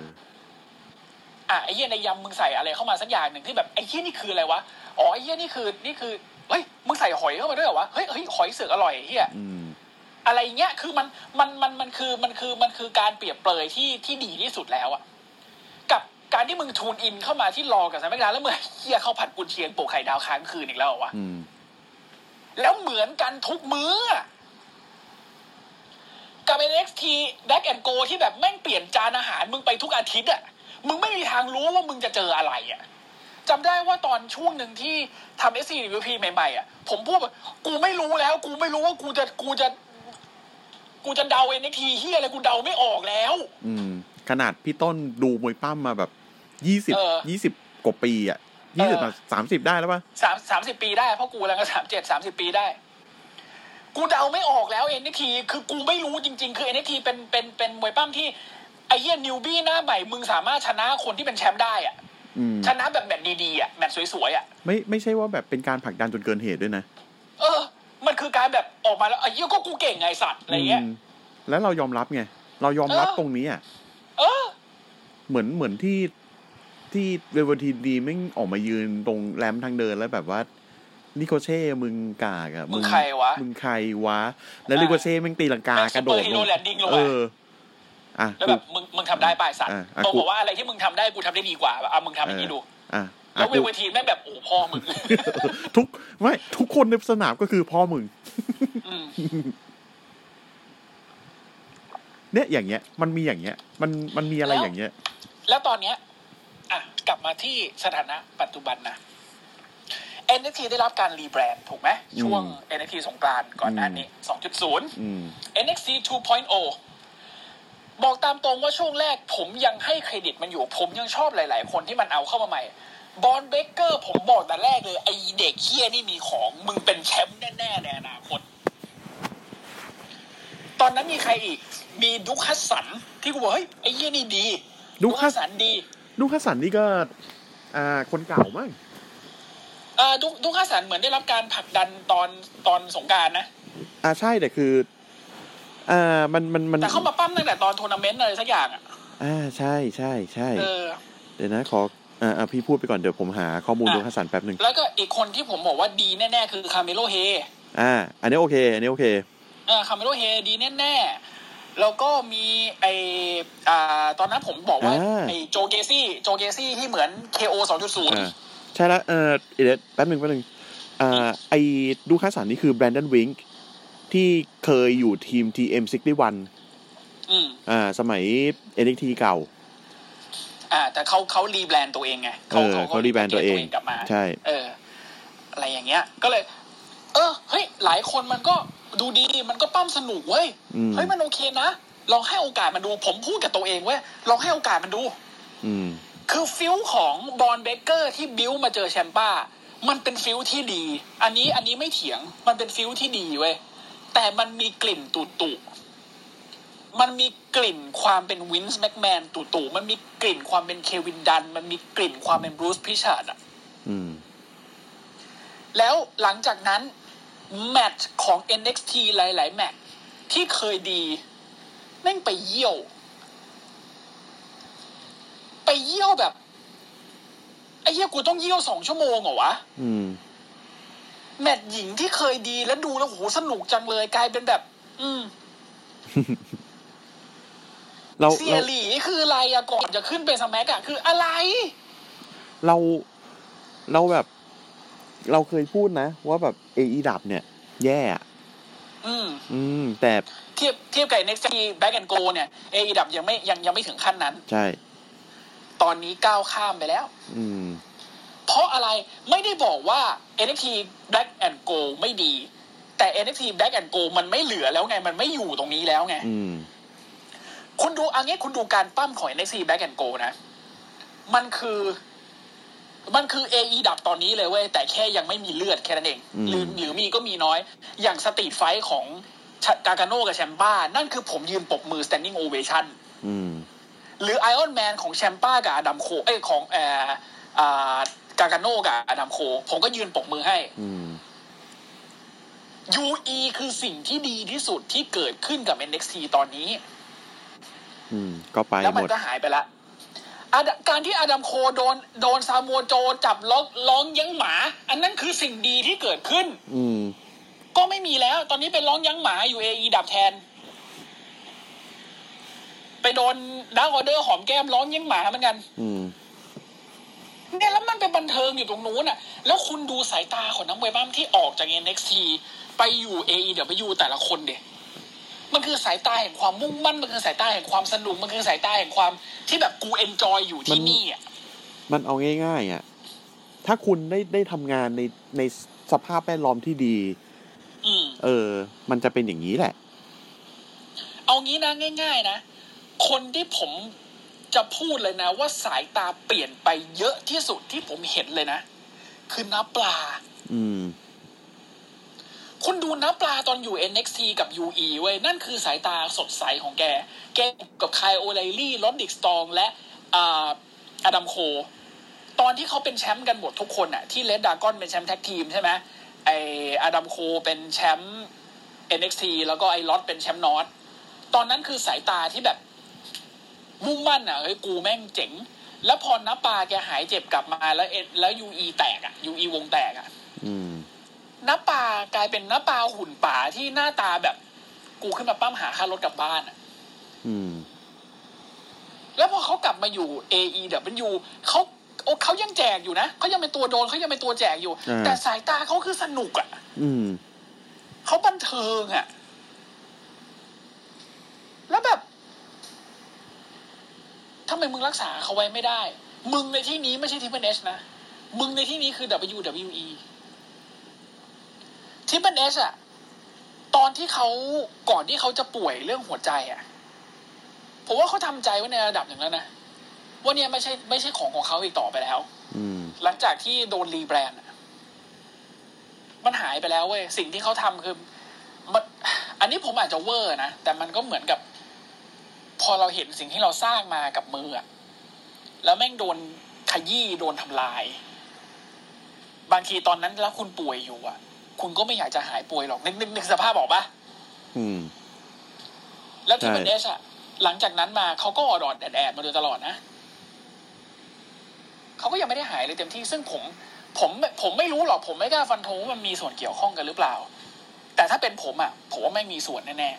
ไอ้เหี้ยในยำมึงใส่อะไรเข้ามาสักอย่างหนึ่งที่แบบไอ้เหี้ยนี่คืออะไรวะอ๋อไอ้เหี้ยนี่คือเฮ้ยมึงใส่หอยเข้ามาด้วยเหรอวะเฮ้ยหอยสึกอร่อยไอ้เหี้ยอะไรเงี้ยคือมันคือการเปรียบเปรยที่ดีที่สุดแล้วอะกับการที่มึงทูนอินเข้ามาที่รอกับสมัยนั้นแล้วมึงเหี้ยข้าวผัดกุนเชียงโปะไข่ดาวค้างคืนอีกแล้ววะแล้วเหมือนกันทุกมื้อกับ NXT Black and Gold ที่แบบแม่งเปลี่ยนจานอาหารมึงไปทุกอาทิตย์อะมึงไม่มีทางรู้ว่ามึงจะเจออะไรอ่ะจำได้ว่าตอนช่วงหนึ่งที่ทำ SCWP ใหม่ๆอ่ะผมพูดแบบกูไม่รู้ว่ากูจะกูจะเดา NXT เฮียอะไรกูเดาไม่ออกแล้วขนาดพี่ต้นดูมวยปั้มมาแบบ20กว่าปีอ่ะ30ได้แล้วป่ะ 30 ปีได้เพราะกูแล้วก็30 ปีได้กูเดาไม่ออกแล้ว NXT คือกูไม่รู้จริงๆคือ NXT เป็นมวยปั้มที่ไอ้เหี้ยนิวบี้หน้าใหม่มึงสามารถชนะคนที่เป็นแชมป์ได้อ่ะชนะแบบดีๆอ่ะแมตช์สวยๆอ่ะไม่ใช่ว่าแบบเป็นการผลักดันจนเกินเหตุด้วยนะมันคือการแบบออกมาแล้วไอ้เหี้ยก็กูเก่งไงสัตว์อะไรเงี้ยแล้วเรายอมรับไงเรายอมรับตรงนี้อ่ะเหมือนที่เวลเวอร์ทีดีแม่งออกมายืนตรงแรมทางเดินแล้วแบบว่านิโคเช่มึงกากอ่ะมึงใครวะแล้วนิโคเช่แม่งตีลังกากระโดดลงแล้วแบบมึงทำได้ป่ะสัตว์บอกว่าอะไรที่มึงทำได้กูทำได้ดีกว่ามึงทำอย่างนี้ดูแล้วเวลเวอร์ทีแม่งแบบโอ้พ่อมึงทุกคนในสนามก็คือพ่อมึงเนี่ยอย่างเงี้ยมันมีอย่างเงี้ยมันมีอะไรอย่างเงี้ยแล้วตอนเนี้ยกลับมาที่สถานะปัจจุบันนะ NXT ได้รับการรีแบรนด์ถูกไหมช่วง NXT สงกรานต์ก่อนหน้านี้ 2.0 NXT 2.0 บอกตามตรงว่าช่วงแรกผมยังให้เครดิตมันอยู่ผมยังชอบหลายๆคนที่มันเอาเข้ามาใหม่บอนเบเกอร์ผมบอกแต่แรกเลยไอเด็กเหี้ยนี่มีของมึงเป็นแชมป์แน่ๆในอนาคตตอนนั้นมีใครอีกมีดุคฮัสสันที่กูบอกเฮ้ยไอ้เหี้ยนี่ดีดุคฮัสสันดีดุคฮัสสันนี่ก็คนเก่ามั้งดุคฮัสสันเหมือนได้รับการผลักดันตอนสงกรานต์นะใช่แต่คือมันแต่เข้ามาปั้มตั้งแต่ตอนทัวร์นาเมนต์อะไรสักอย่างใช่เดี๋ยวนะขอพี่พูดไปก่อนเดี๋ยวผมหาข้อมูลดุคฮัสสันแป๊บนึงแล้วก็อีกคนที่ผมบอกว่าดีแน่ๆคือคาเมโลเฮอันนี้โอเคคาเมโลเฮดีแน่ๆแล้วก็มีไอตอนนั้นผมบอกว่าไอโจเกซี่ที่เหมือน KO 2.0 ใช่แล้วแป๊บนึงไอดูคาสันนี่คือแบรนดอนวิงค์ที่เคยอยู่ทีม TM61 สมัย NXT เก่าแต่เขารีแบรนด์ตัวเองไงเขารีแบรนด์ตัวเองกลับมาใช่อะไรอย่างเงี้ยก็เลยเฮ้ยหลายคนมันก็ดูดีมันก็ปั้มสนุกเว้ยเฮ้ยมันโอเคนะลองให้โอกาสมันดูผมพูดกับตัวเองเว้ยลองให้โอกาสมันดูคือฟิลของบอนเบเกอร์ที่บิวมาเจอแชมป้ามันเป็นฟิลที่ดีอันนี้ไม่เถียงมันเป็นฟิลที่ดีเว้ยแต่มันมีกลิ่นตุมันมีกลิ่นความเป็นวินส์แม็กแมนตุมันมีกลิ่นความเป็นเควินดันมันมีกลิ่นความเป็นบรูซพริชาร์ดแล้วหลังจากนั้นแมตช์ของ NXT หลายๆแมตช์ที่เคยดีแม่งไปเยี่ยวแบบไอ้เหี้ยกูต้องเยี่ยว2 ชั่วโมงเหรอวะแมตช์หญิงที่เคยดีแล้วดูแล้วโหสนุกจังเลยกลายเป็นแบบเสียหลีคืออะไรอะก่อนจะขึ้นเป็นสแม็กอะคืออะไรเราแบบเราเคยพูดนะว่าแบบAE ดับเนี่ยแย่แต่เทียบกับ NXT Back and Go เนี่ยAE ดับยังไม่ถึงขั้นนั้นใช่ตอนนี้ก้าวข้ามไปแล้วเพราะอะไรไม่ได้บอกว่า NXT Back and Go ไม่ดีแต่ NXT Back and Go มันไม่เหลือแล้วไงมันไม่อยู่ตรงนี้แล้วไงคุณดูคุณดูการปั้มของ NXT Back and Go นะมันคือ AE ดับตอนนี้เลยเว้ยแต่แค่ยังไม่มีเลือดแค่นั้นเองหรือมีก็มีน้อยอย่างสตรีทไฟท์ของกาการโน่กับแชมป้านั่นคือผมยืนปรบมือ standing ovation หรือ Iron Man ของแชมป้ากับอดัมโคของกาการโน่กับอดัมโคผมก็ยืนปรบมือให้UE คือสิ่งที่ดีที่สุดที่เกิดขึ้นกับ NXT ตอนนี้ก็ไปแล้วมันก็หายไปละการที่อดัมโคโดนซามัวโจจับร้องยั้งหมาอันนั้นคือสิ่งดีที่เกิดขึ้นก็ไม่มีแล้วตอนนี้เป็นร้องยั้งหมาอยู่ AE ดับแทนไปโดนดาร์กออเดอร์หอมแก้มร้องยั้งหมาเหมือนกันเนี่ยแล้วมันเป็นบันเทิงอยู่ตรงนู้นอ่ะแล้วคุณดูสายตาของนักมวยปั้มที่ออกจาก NXT ไปอยู่ AEW แต่ละคนเด็มันคือสายตาแห่งความมุ่งมั่นมันคือสายตาแห่งความสนุกมันคือสายตาแห่งความที่แบบกูเอนจอยอยู่ที่นี่อ่ะมันเอาง่ายๆอ่ะถ้าคุณได้ทำงานในสภาพแวดล้อมที่ดีมันจะเป็นอย่างนี้แหละงี้นะง่ายๆนะคนที่ผมจะพูดเลยนะว่าสายตาเปลี่ยนไปเยอะที่สุดที่ผมเห็นเลยนะคือน้าปลาคุณดูน้าปลาตอนอยู่ NXT กับ UE เว้ยนั่นคือสายตาสดใสของแกกับไคล โอไลลี่ลอดดิกสตองและอดัมโคตอนที่เขาเป็นแชมป์กันหมดทุกคนน่ะที่เลดดากอนเป็นแชมป์แท็กทีมใช่ไหมไออดัมโคเป็นแชมป์ NXT แล้วก็ไอลอดเป็นแชมป์นอตตอนนั้นคือสายตาที่แบบมุ่งมั่นอ่ะเฮ้ยกูแม่งเจ๋งแล้วพอน้าปลาแกหายเจ็บกลับมาแล้ว UE แตกอ่ะ UE วงแตกอ่ะน้าปลากลายเป็นน้าปลาหุ่นป่าที่หน้าตาแบบกูขึ้นมาปั้มหาค่ารถกลับบ้านอ่ะแล้วพอเขากลับมาอยู่ AEW เขายังแจกอยู่นะเขายังเป็นตัวโดนเขายังเป็นตัวแจกอยู่แต่สายตาเขาคือสนุกอ่ะเขาบันเทิงอ่ะแล้วแบบทำไมมึงรักษาเขาไว้ไม่ได้มึงในที่นี้ไม่ใช่ Triple H นะมึงในที่นี้คือ WWE Triple H อ่ะตอนที่เขาก่อนที่เขาจะป่วยเรื่องหัวใจอ่ะผมว่าเขาทำใจไว้ในระดับหนึ่งแล้วนะว่าเนี่ยไม่ใช่ของเขาอีกต่อไปแล้วหลังจากที่โดนรีแบรนด์มันหายไปแล้วเว้ยสิ่งที่เขาทำคืออันนี้ผมอาจจะเวอร์นะแต่มันก็เหมือนกับพอเราเห็นสิ่งที่เราสร้างมากับมืออะแล้วแม่งโดนขยี้โดนทำลายบางทีตอนนั้นแล้วคุณป่วยอยู่อ่ะคุณก็ไม่อยากจะหายป่วยหรอกนึกสภาพออกปะแล้วที่มันเอชอะหลังจากนั้นมาเขาก็อดแอดมาโดยตลอดนะเขาก็ยังไม่ได้หายเลยเต็มที่ซึ่งผมไม่รู้หรอกผมไม่กล้าฟันธงว่ามันมีส่วนเกี่ยวข้องกันหรือเปล่าแต่ถ้าเป็นผมว่าไม่มีส่วนแน่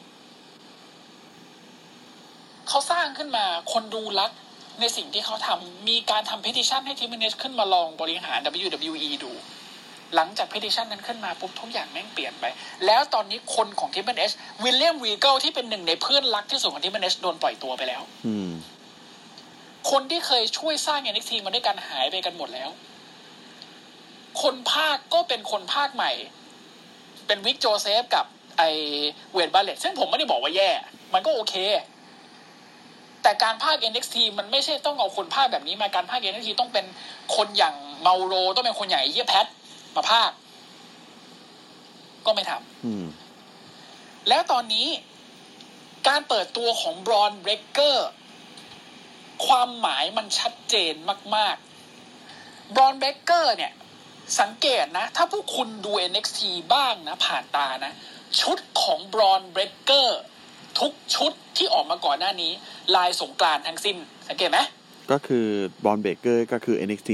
ๆเขาสร้างขึ้นมาคนดูรักในสิ่งที่เขาทำมีการทำ petition ให้ Triple H ขึ้นมาลองบริหาร WWE ดูหลังจาก petition นั้นขึ้นมาปุ๊บทุกอย่างแม่งเปลี่ยนไปแล้วตอนนี้คนของ Triple H วิลเลียมวีเกิลที่เป็นหนึ่งในเพื่อนรักที่สุดของ Triple H โดนปล่อยตัวไปแล้วคนที่เคยช่วยสร้าง NXT มาด้วยกันหายไปกันหมดแล้วคนภาคก็เป็นคนภาคใหม่เป็นวิกโจเซฟกับไอเวดบาเลตซึ่งผมไม่ได้บอกว่าแย่มันก็โอเคแต่การภาค NXT มันไม่ใช่ต้องเอาคนภาคแบบนี้มาการภาค NXT ต้องเป็นคนอย่างเมาโรต้องเป็นคนใหญ่เยี่ยแพทมาภาคก็ไม่ทำแล้วตอนนี้การเปิดตัวของบรอนเบรกเกอร์ความหมายมันชัดเจนมากๆบรอนเบรกเกอร์เนี่ยสังเกตนะถ้าพวกคุณดู NXT บ้างนะผ่านตานะชุดของบรอนเบรกเกอร์ทุกชุดที่ออกมาก่อนหน้านี้ลายสงกรานต์ทั้งสิ้นสังเกตไหมก็คือบรอนเบรกเกอร์ก็คือ NXT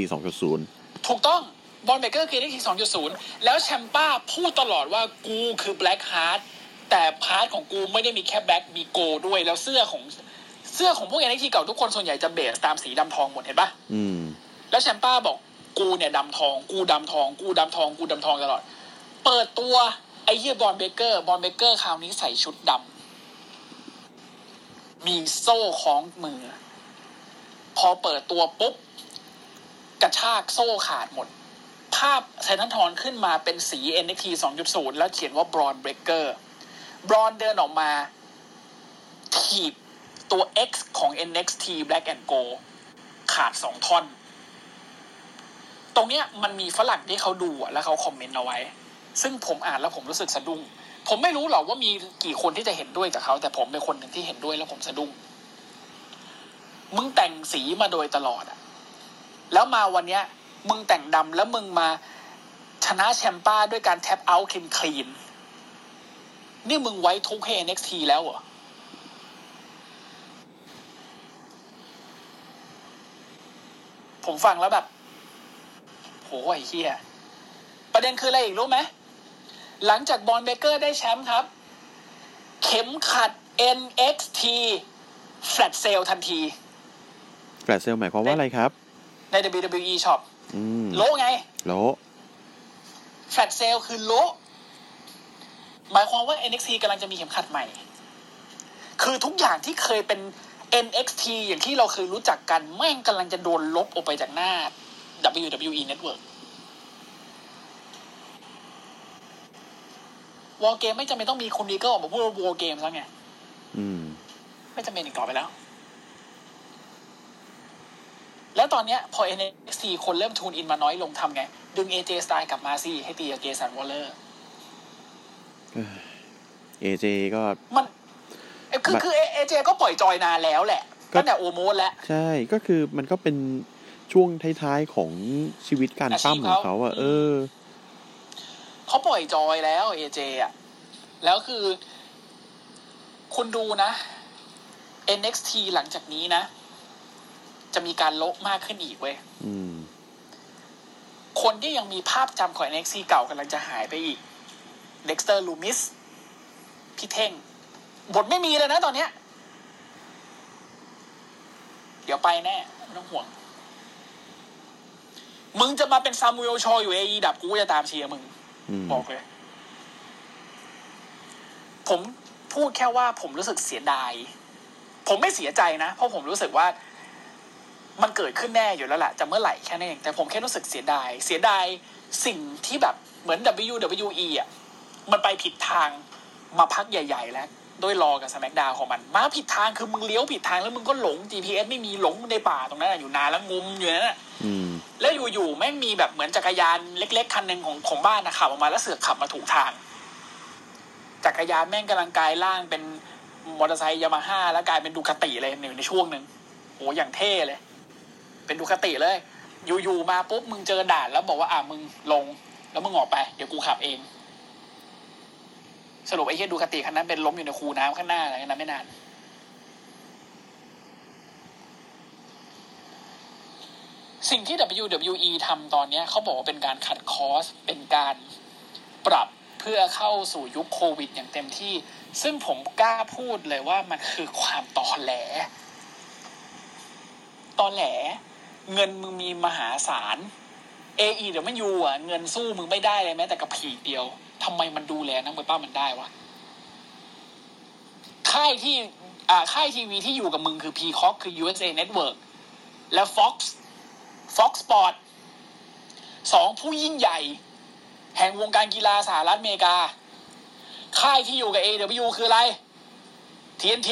2.0 ถูกต้องบรอนเบรกเกอร์คือ NXT 2.0 แล้วแชมป้าพูดตลอดว่ากูคือแบล็กฮาร์ดแต่พาร์ทของกูไม่ได้มีแค่แบล็กมีโกด้วยแล้วเสื้อของพวก NXT เก่าทุกคนส่วนใหญ่จะเบสตามสีดำทองหมดเห็นปะแล้วแชมป้าบอกกูเนี่ยดำทองกูดำทองกูดำทองกูดำทองตลอดเปิดตัวไอ้เหี้ยบรอนเบเกอร์คราวนี้ใส่ชุดดำมีโซ่คล้องมือพอเปิดตัวปุ๊บกระชากโซ่ขาดหมดภาพไททันทอนขึ้นมาเป็นสี NXT 2.0 แล้วเขียนว่าบรอนเบเกอร์บรอนเดินออกมาถีบตัว X ของ NXT Black and Gold ขาด2ท่อนตรงเนี้ยมันมีฝรั่งที่เขาดูแล้วเขาคอมเมนต์เอาไว้ซึ่งผมอ่านแล้วผมรู้สึกสะดุ้งผมไม่รู้หรอกว่ามีกี่คนที่จะเห็นด้วยกับเขาแต่ผมเป็นคนหนึ่งที่เห็นด้วยแล้วผมสะดุ้งมึงแต่งสีมาโดยตลอดแล้วมาวันเนี้ยมึงแต่งดำแล้วมึงมาชนะแชมป้าด้วยการแท็บเอาท์คลีนนี่มึงไว้ทุกให้ NXT แล้วเหรอผมฟังแล้วแบบโหไอ้เหี้ยประเด็นคืออะไรอีกรู้ไหมหลังจากบรอนเบเกอร์ได้แชมป์ครับเข็มขัด NXT แฟลตเซลทันทีแฟลตเซลหมายความว่าอะไรครับใน WWE Shop โลไงโลแฟลตเซลคือโลหมายความว่า NXT กำลังจะมีเข็มขัดใหม่คือทุกอย่างที่เคยเป็น NXT อย่างที่เราเคยรู้จักกันแม่งกำลังจะโดนลบออกไปจากหน้า WWE Network War Game ไม่จำเป็นต้องมีคนดีก็ออกมาพูดว่า War Game ซะไงไม่จำเป็นอีกต่อไปแล้วแล้วตอนเนี้ยพอ NXT คนเริ่มทูนอินมาน้อยลงทำไงดึง AJ Styles กลับมาสิให้ตีกับเกสันวอลเลอร์ AJ ก็มันคือ AJ ก็ปล่อยจอยนานแล้วแหละตั้งแต่โอโมสแล้วใช่ก็คือมันก็เป็นช่วงท้ายๆของชีวิตการปั้มของเขาอ่ะเขาปล่อยจอยแล้ว AJ อ่ะแล้วคือคุณดูนะ NXT หลังจากนี้นะจะมีการโละมากขึ้นอีกเว้ยคนที่ยังมีภาพจำของ NXT เก่ากำลังจะหายไปอีก Dexter Lumis พี่เท่งบทไม่มีเลยนะตอนเนี้ยเดี๋ยวไปแน่ไม่ต้องห่วงมึงจะมาเป็นซามูเอลชออยู่ AE ดับกูจะตามเชียร์มึงบอกเลยผมพูดแค่ว่าผมรู้สึกเสียดายผมไม่เสียใจนะเพราะผมรู้สึกว่ามันเกิดขึ้นแน่อยู่แล้วแหละจะเมื่อไหร่แค่นั้นเองแต่ผมแค่รู้สึกเสียดายสิ่งที่แบบเหมือน WWE อ่ะมันไปผิดทางมาพักใหญ่ๆแล้วด้วยรอกับ SmackDown ของมันมาผิดทางคือมึงเลี้ยวผิดทางแล้วมึงก็หลง GPS ไม่มีหลงในป่าตรงนั้นอยู่นานแล้วงมอยู่นั่นน่ะแล้วอยู่ๆแม่งมีแบบเหมือนจักรยานเล็กๆคันนึงของบ้านนะขับออกมาแล้วเสือกขับมาถูกทางจักรยานแม่งกำลังกลายร่างเป็นมอเตอร์ไซค์ยามาฮ่าแล้วกลายเป็นดูคาติเลยในช่วงนึงโหอย่างเท่เลยเป็นดูคาติเลยอยู่ๆมาปุ๊บมึงเจอด่านแล้วบอกว่ามึงลงแล้วมึงออกไปเดี๋ยวกูขับเองสรุปไอ้เหี้ยดูคาติคันนั้นเป็นล้มอยู่ในคูน้ำข้างหน้าอะไรนั้นไม่นานสิ่งที่ WWE ทำตอนนี้เขาบอกว่าเป็นการคัดคอสเป็นการปรับเพื่อเข้าสู่ยุคโควิดอย่างเต็มที่ซึ่งผมกล้าพูดเลยว่ามันคือความตอแหลเงินมึงมีมหาศาล AEW อ่ะเงินสู้มึงไม่ได้เลยแม้แต่กระผีเดียวทำไมมันดูแลนักมวยปั้มมันได้วะค่ายทีวีที่อยู่กับมึงคือ Peacock คือ USA Network และ Fox Sport 2ผู้ยิ่งใหญ่แห่งวงการกีฬาสหรัฐอเมริกาค่ายที่อยู่กับ AEW คืออะไร TNT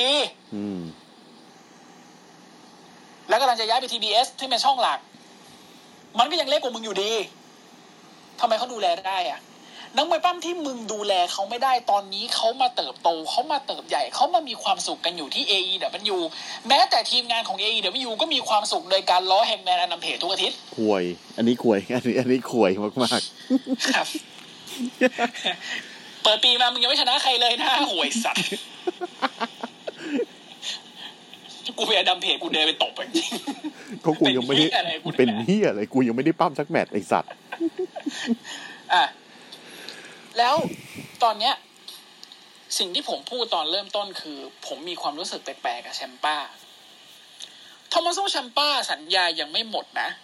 แล้วกำลังจะย้ายไป TBS ที่เป็นช่องหลักมันก็ยังเล็กกว่ามึงอยู่ดีทำไมเขาดูแลได้อะนักมวยปั้มที่มึงดูแลเขาไม่ได้ตอนนี้เขามาเติบโตเขามาเติบใหญ่เขามามีความสุขกันอยู่ที่ AEW แม้แต่ทีมงานของ AEW ก็มีความสุขโดยการล้อแฮงแมนอดัมเพจทุกอาทิตย์ควยอันนี้ควยมากๆครับเปิดปีมามึงยังไม่ชนะใครเลยนะโวยสัตว์กูเป็นอดัมเพจกูเดินไปตบไปจริงก็กูยังไม่ได้เป็นเหี้ยอะไรกูยังไม่ได้ปั้มสักแมตช์ไอ้สัตว์แล้วตอนเนี้ยสิ่งที่ผมพูดตอนเริ่มต้นคือผมมีความรู้สึกแปลกๆกับแชมป้าทอมัสโซแชมป้าสัญญายังไม่หมดนะ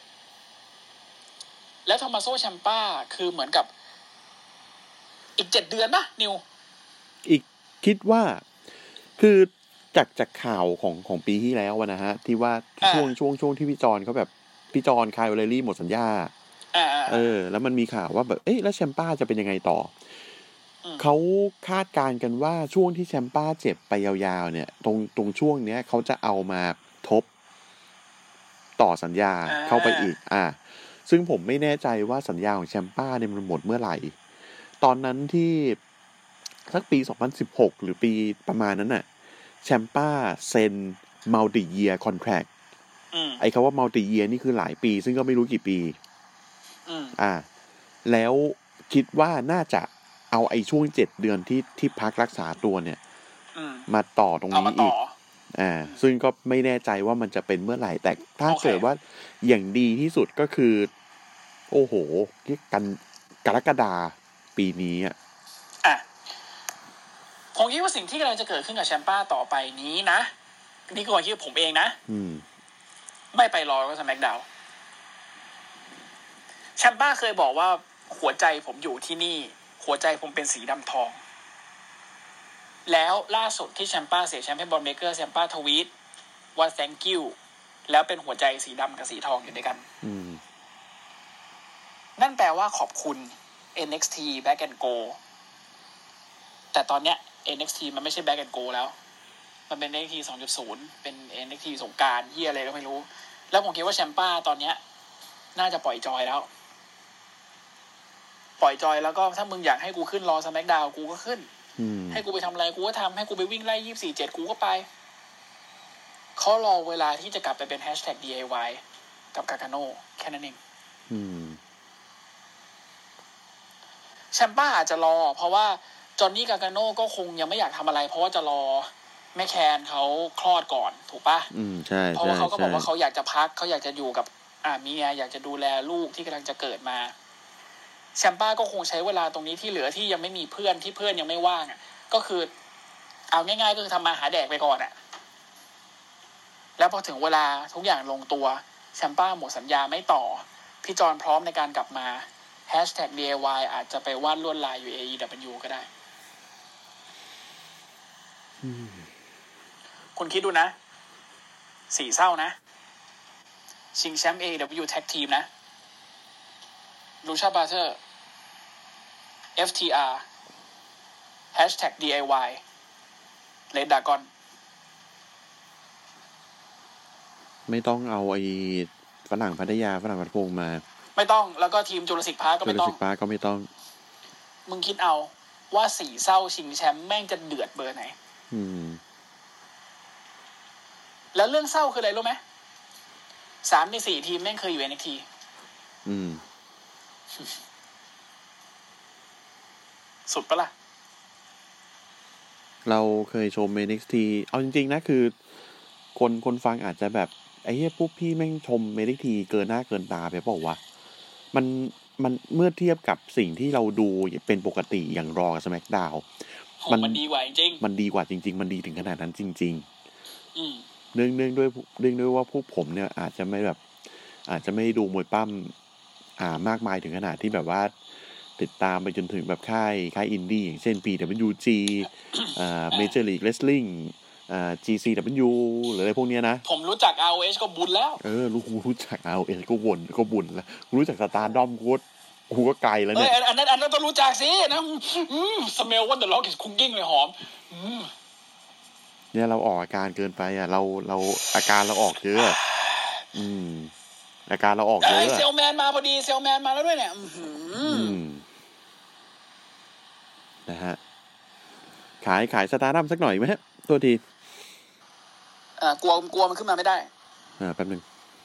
แล้วทอมัสโซแชมป้าคือเหมือนกับอีก7 เดือนป่ะนิวอีกคิดว่าคือจากข่าวของปีที่แล้วนะฮะที่ว่าช่วงที่พี่จอนเขาแบบพี่จอนคายโอเลรี่หมดสัญญาแล้วมันมีข่าวว่าแบบแล้วแชมป้าจะเป็นยังไงต่อเขาคาดการณ์กันว่าช่วงที่แชมป้าเจ็บไปยาวๆเนี่ยตรงช่วงเนี้ยเขาจะเอามาทบต่อสัญญาเข้าไปอีกซึ่งผมไม่แน่ใจว่าสัญญาของแชมป้าเนี่ยมันหมดเมื่อไหร่ตอนนั้นที่สักปี2016หรือปีประมาณนั้นน่ะแชมป้าเซ็น multi year contract ไอ้คำว่า multi year นี่คือหลายปีซึ่งก็ไม่รู้กี่ปีแล้วคิดว่าน่าจะเอาไอ้ช่วง7 เดือนที่พักรักษาตัวเนี่ยมาต่อตรงนี้อีกซึ่งก็ไม่แน่ใจว่ามันจะเป็นเมื่อไหร่แต่ถ้าเกิดว่าอย่างดีที่สุดก็คือโอ้โหกรกฎาปีนี้ผมคิดว่าสิ่งที่กำลังจะเกิดขึ้นกับแชมป้าต่อไปนี้นะนี่คือความคิดผมเองนะไม่ไปรอกับสแมคดาวน์แชมป้าเคยบอกว่าหัวใจผมอยู่ที่นี่หัวใจผมเป็นสีดำทองแล้วล่าสุดที่แชมป้าเสียแชมป์ให้บอลเมเกอร์แชมป้าทวีตว่า thank you แล้วเป็นหัวใจสีดำกับสีทองอยู่ด้วยกันนั่นแปลว่าขอบคุณ NXT Back and Go แต่ตอนเนี้ย NXT มันไม่ใช่ Back and Go แล้วมันมันเป็น NXT 2.0 เป็น NXT สงกรานต์เหี้ยอะไรก็ไม่รู้แล้วผมคิดว่าแชมป้าตอนเนี้ยน่าจะปล่อยจอยแล้วแล้วก็ถ้ามึงอยากให้กูขึ้นรอ SmackDown กูก็ขึ้นให้กูไปทำอะไรกูก็ทำให้กูไปวิ่งไล่ 24/7 กูก็ไปเขารอเวลาที่จะกลับไปเป็น #DIY กับกากาโน่แค่นั้นเองแชมป้าอาจจะรอเพราะว่าจอห์นนี่กากาโน่ก็คงยังไม่อยากทำอะไรเพราะว่าจะรอแม่แคนเขาคลอดก่อนถูกปะใช่เพราะว่าเขาก็บอกว่าเขาอยากจะพักเขาอยากจะอยู่กับเมียอยากจะดูแลลูกที่กำลังจะเกิดมาแชมป้าก็คงใช้เวลาตรงนี้ที่เหลือที่ยังไม่มีเพื่อนที่เพื่อนยังไม่ว่างก็คือเอาง่ายๆก็คือทำมาหาแดกไปก่อนแล้วพอถึงเวลาทุกอย่างลงตัวแชมป้าหมดสัญญาไม่ต่อพี่จอนพร้อมในการกลับมา #DIY อาจจะไปวาดลวดลายอยู่ AEW ก็ได้คุณคิดดูนะสี่เศร้านะชิงแชมป์ AEW Tag Team นะลูชาบาเทอร์ FTR #DIY เลดดากอนไม่ต้องเอาไอ้ฝรั่งพัทยาฝรั่งพัทพงมาไม่ต้องแล้วก็ทีมจูราสสิกพาร์คก็ไม่ต้องจูราสสิกพาร์คก็ไม่ต้องมึงคิดเอาว่าสี่เศร้าชิงแชมป์แม่งจะเดือดเบอร์ไหนแล้วเรื่องเศร้าคืออะไรรู้ไหม3 ใน 4ทีมแม่งเคยอยู่ NXT สุดปะล่ะเราเคยชม NXT เอาจริงๆนะคือคนฟังอาจจะแบบไอ้เหี้ยพวกพี่แม่งชม NXT เกินหน้าเกินตาไปเปล่าวะมันเมื่อเทียบกับสิ่งที่เราดูเป็นปกติอย่างรอกับ SmackDown มันดีกว่าจริงมันดีกว่าจริงๆมันดีถึงขนาดนั้นจริงๆเนื่องด้วยว่าพวกผมเนี่ยอาจจะไม่ดูมวยปั้มมากมายถึงขนาดที่แบบว่าติดตามไปจนถึงแบบค่ายอินดี้อย่างเช่น PWG Major League Wrestling GCW หรืออะไรพวกเนี้ยนะผมรู้จัก ROH ก็บุญแล้วรู้จัก ROH ก็บุญแล้วรู้จัก Stardom กูก็ไกลแล้วเนี่ยอันนั้นต้องรู้จักสินะsmell what the rock is cooking เลยหอมเนี่ยเราออกอาการเกินไปเราอาการเราออกเยอะอาการเราออกเยอะเซลแมนมาพอดีเซลแมนมาแล้วด้วยเนี่ยนะฮะขายสตาร์ดัมสักหน่อยไหมฮะตัวทีกลัวมันขึ้นมาไม่ได้แป๊บนึง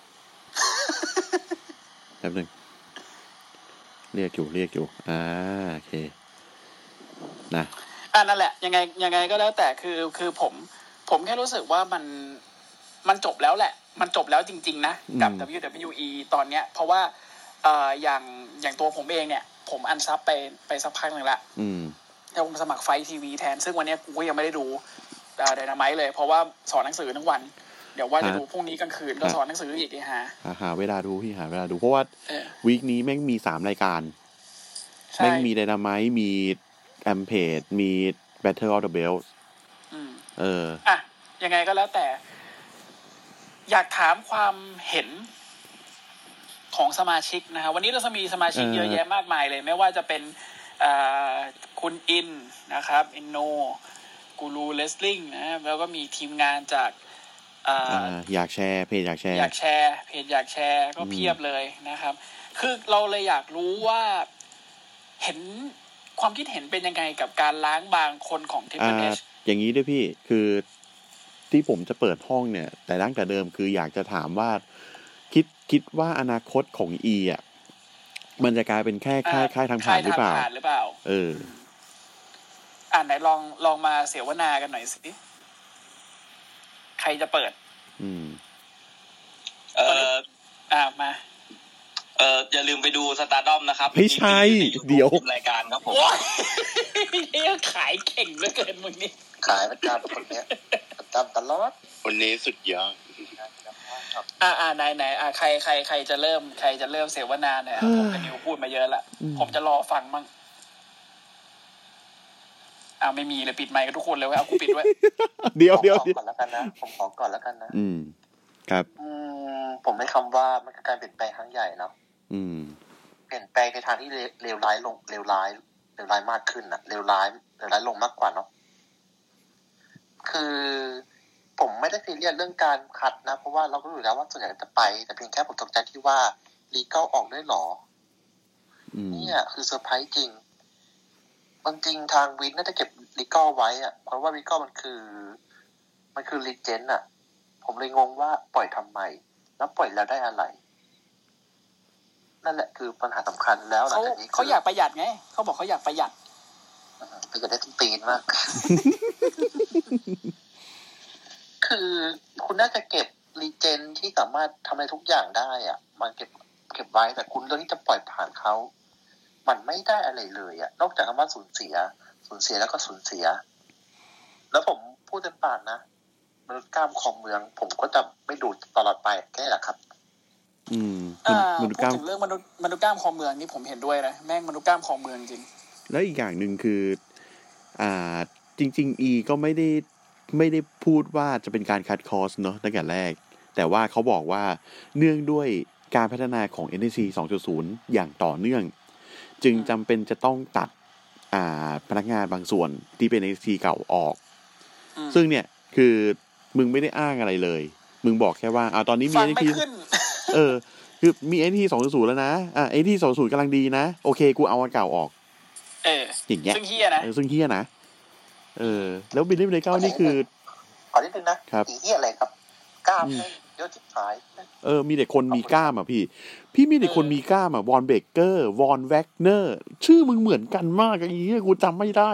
เรียกอยู่โอเคนะนั่นแหละยังไงก็แล้วแต่คือผมแค่รู้สึกว่ามันจบแล้วแหละมันจบแล้วจริงๆนะกับ WWE ตอนเนี้ยเพราะว่าอย่างตัวผมเองเนี่ยผมอันซับไปสักพักนึงละแล้วผมสมัครไฟทีวีแทนซึ่งวันนี้กูก็ยังไม่ได้ดูDynamite เลยเพราะว่าสอนหนังสือทั้งวันเดี๋ยวว่าจะดูพรุ่งนี้กลางคืนก็สอนหนังสืออีกหาเวลาดูพี่หาเวลาดูเพราะว่าวีคนี้แม่งมี3รายการแม่งมี Dynamite มี Rampage มี Battle of the Belts ยังไงก็แล้วแต่อยากถามความเห็นของสมาชิกนะครับวันนี้เราจะมีสมาชิกเยอะแยะมากมายเลยไม่ว่าจะเป็นคุณอินนะครับอินโนกูรูเลสลิงนะแล้วก็มีทีมงานจากอยากแชร์เพจอยากแชร์เพจอยากแชร์ก็เพียบเลยนะครับคือเราเลยอยากรู้ว่าเห็นความคิดเห็นเป็นยังไงกับการล้างบางคนของ Triple H อย่างนี้ด้วยพี่คือที่ผมจะเปิดห้องเนี่ยแต่ตั้งแต่เดิมคืออยากจะถามว่าคิดว่าอนาคตของ E มันจะกลายเป็นแค่ค่ายทางผ่านหรือเปล่าไหนลองมาเสวนากันหน่อยสิใครจะเปิดมาอย่าลืมไปดู Stardom นะครับไม่ใช่เดี๋ยวรายการครับผมขายเก่งเหลือเกินมึงนี่ขายประจำคนเนี้ยประจำตลอดคนนี้สุดยอดไหนใครจะเริ่มเสวนาเนี่ยผมกับนิวพูดมาเยอะละผมจะรอฟังมั่งไม่มีเลยปิดไมค์กันทุกคนเลยเอากูปิดไว้เดี๋ยวก่อนแล้วกันนะผมขอก่อนแล้วกันนะครับผมให้คำว่ามันคือการเปลี่ยนแปลงครั้งใหญ่เนาะเปลี่ยนแปลงในทางที่เลวร้ายลงเลวร้ายมากขึ้นเลวร้ายลงมากกว่าเนาะคือผมไม่ได้ซีเรียสเรื่องการคัดนะเพราะว่าเราก็รู้อยู่แล้วว่าส่วนใหญ่จะไปแต่เพียงแค่ผมตกใจที่ว่าลีเก้าออกด้วยหรอเนี่ยคือเซอร์ไพรส์จริงบางจริงทางวินน่าจะเก็บลีเก้าไว้อะเพราะว่าลีเก้ามันคือลีเจนด์อะผมเลยงงว่าปล่อยทำไมแล้วปล่อยแล้วได้อะไรนั่นแหละคือปัญหาสำคัญแล้วหลังจากนี้เขาอยากประหยัดไงเขาบอกเขาอยากประหยัดได้ทุกตีนมาก คือคุณน่าจะเก็บรีเจนที่สามารถทำอะไรทุกอย่างได้อ่ะมันเก็บไว้แต่คุณเรื่องที่จะปล่อยผ่านเขามันไม่ได้อะไรเลยอ่ะนอกจากคำว่าสูญเสียแล้วก็สูญเสียแล้วผมพูดเต็มปากนะมนุษย์กล้ามของเมืองผมก็จะไม่ดูตลอดไปแค่แหละครับพูดถึงเรื่องมนุษย์กล้ามคอเมืองนี่ผมเห็นด้วยนะแม่งมนุษย์กล้ามคอเมืองจริงแล้วอีกอย่างหนึ่งคือจริงๆอีก็ไม่ได้พูดว่าจะเป็นการคัดคอสเนาะตั้งแต่แรกแต่ว่าเขาบอกว่าเนื่องด้วยการพัฒนาของ NSC 2.0 อย่างต่อเนื่องจึงจำเป็นจะต้องตัดพนักงานบางส่วนที่เป็น NSC เก่าออกซึ่งเนี่ยคือมึงไม่ได้อ้างอะไรเลยมึงบอกแค่ว่าตอนนี้มี NSC คือมี NSC 2.0 แล้วนะNSC 2.0 กำลังดีนะโอเคกูเอาอันเก่าออกอย่างเงี้ยซึ่งเฮี้ยนะแล้วบิลลี่เบลเก้านี่คือขอนิดนึงนะเฮี้ยอะไรครับกล้ามเยอะจิบหายมีแต่คนมีกล้ามอ่ะพี่มีแต่คนมีกล้ามอ่ะวอนเบเกอร์วอนแวกเนอร์ชื่อมึงเหมือนกันมากไอ้เหี้ยกูจำไม่ได้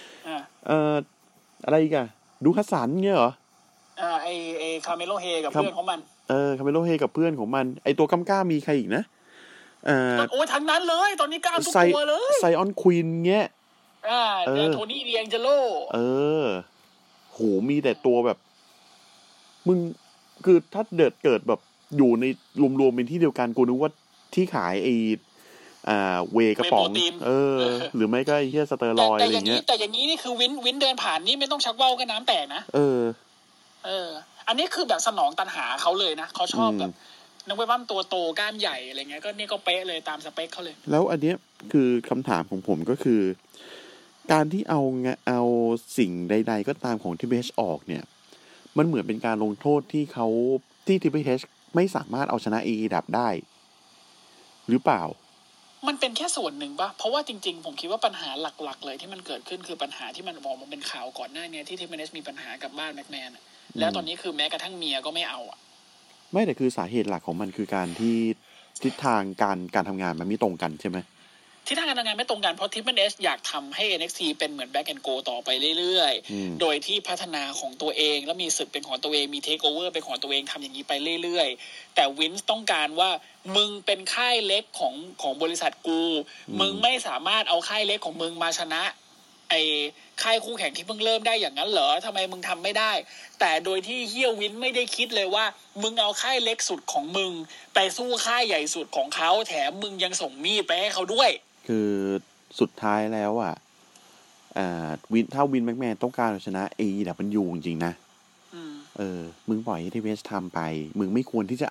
อะไรอีกอะดูคัสสันเงี้ยเหรอไอคาเมโลเฮกับเพื่อนของมันคาเมโลเฮกับเพื่อนของมันไอตัวกล้ามมีใครอีกนะโอ้ยทั้งนั้นเลยตอนนี้กล้ามทุกตัวเลยไซออนควีนเงี้ยโทนี่เดียงเจโลโหมีแต่ตัวแบบมึงคือถ้าเกิดแบบอยู่ในรวมๆเป็นที่เดียวกันกูนึกว่าที่ขายไอเวกระป๋องหรือไม่ก็ไอเหี้ยสเตอรอยอะไรเงี้ยแต่อย่างนี้นี่คือวินเดินผ่านนี่ไม่ต้องชักว่าวก็น้ำแตกนะอันนี้คือแบบสนองตัณหาเขาเลยนะเขาชอบแบบนักเวทบ้ามตัวโตกล้ามใหญ่อะไรเงี้ยก็นี่ก็เป๊ะเลยตามสเปคเขาเลยแล้วอันเนี้ยคือคำถามของผมก็คือการที่เอาสิ่งใดๆก็ตามของ TBH ออกเนี่ยมันเหมือนเป็นการลงโทษที่ TBH ไม่สามารถเอาชนะ AE ดับได้หรือเปล่ามันเป็นแค่ส่วนหนึ่งป่ะเพราะว่าจริงๆผมคิดว่าปัญหาหลักๆเลยที่มันเกิดขึ้นคือปัญหาที่มันออกมาเป็นข่าวก่อนหน้านี้ที่ TBH มีปัญหากับบ้านแม็กแมนแล้วตอนนี้คือแม้กระทั่งเมียก็ไม่เอาไม่แต่คือสาเหตุหลักของมันคือการที่ทิศทางการทำงานมันไม่ตรงกันใช่ไหมทิศทางการทำงานไม่ตรงกันเพราะ TBS อยากทำให้ NXT เป็นเหมือน Back and Go ต่อไปเรื่อยๆโดยที่พัฒนาของตัวเองแล้วมีศึกเป็นของตัวเองมี Take Over เป็นของตัวเองทำอย่างนี้ไปเรื่อยๆแต่วินส์ต้องการว่ามึงเป็นค่ายเล็กของบริษัทกูมึงไม่สามารถเอาค่ายเล็กของมึงมาชนะไอ้ค่ายคู่แข่งที่เพิ่งเริ่มได้อย่างนั้นเหรอทำไมมึงทำไม่ได้แต่โดยที่เฮียวินไม่ได้คิดเลยว่ามึงเอาค่ายเล็กสุดของมึงไปสู้ค่ายใหญ่สุดของเขาแถมมึงยังส่งมีดไปให้เขาด้วยคือสุดท้ายแล้วถ้าวินแม็กแมนต้องการชนะ AEW จริงๆนะมึงปล่อยให้ TBS ทำไปมึงไม่ควรที่จะ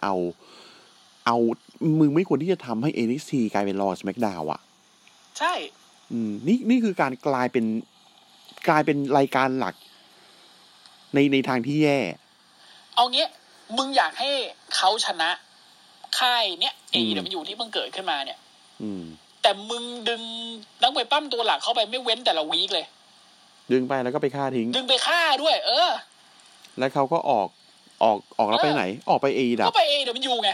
มึงไม่ควรที่จะทำให้ NXT กลายเป็น Raw SmackDown ใช่นี่คือการกลายเป็นรายการหลักในทางที่แย่เอางี้มึงอยากให้เขาชนะค่ายเนี้ย AEW ที่เพิ่งเกิดขึ้นมาเนี่ยแต่มึงดึงนักมวยปั้มตัวหลักเข้าไปไม่เว้นแต่ละวีคเลยดึงไปแล้วก็ไปฆ่าทิ้งดึงไปฆ่าด้วยแล้วเขาก็ออกแล้วไปไหนออกไป AEW ก็ไป AEW ไง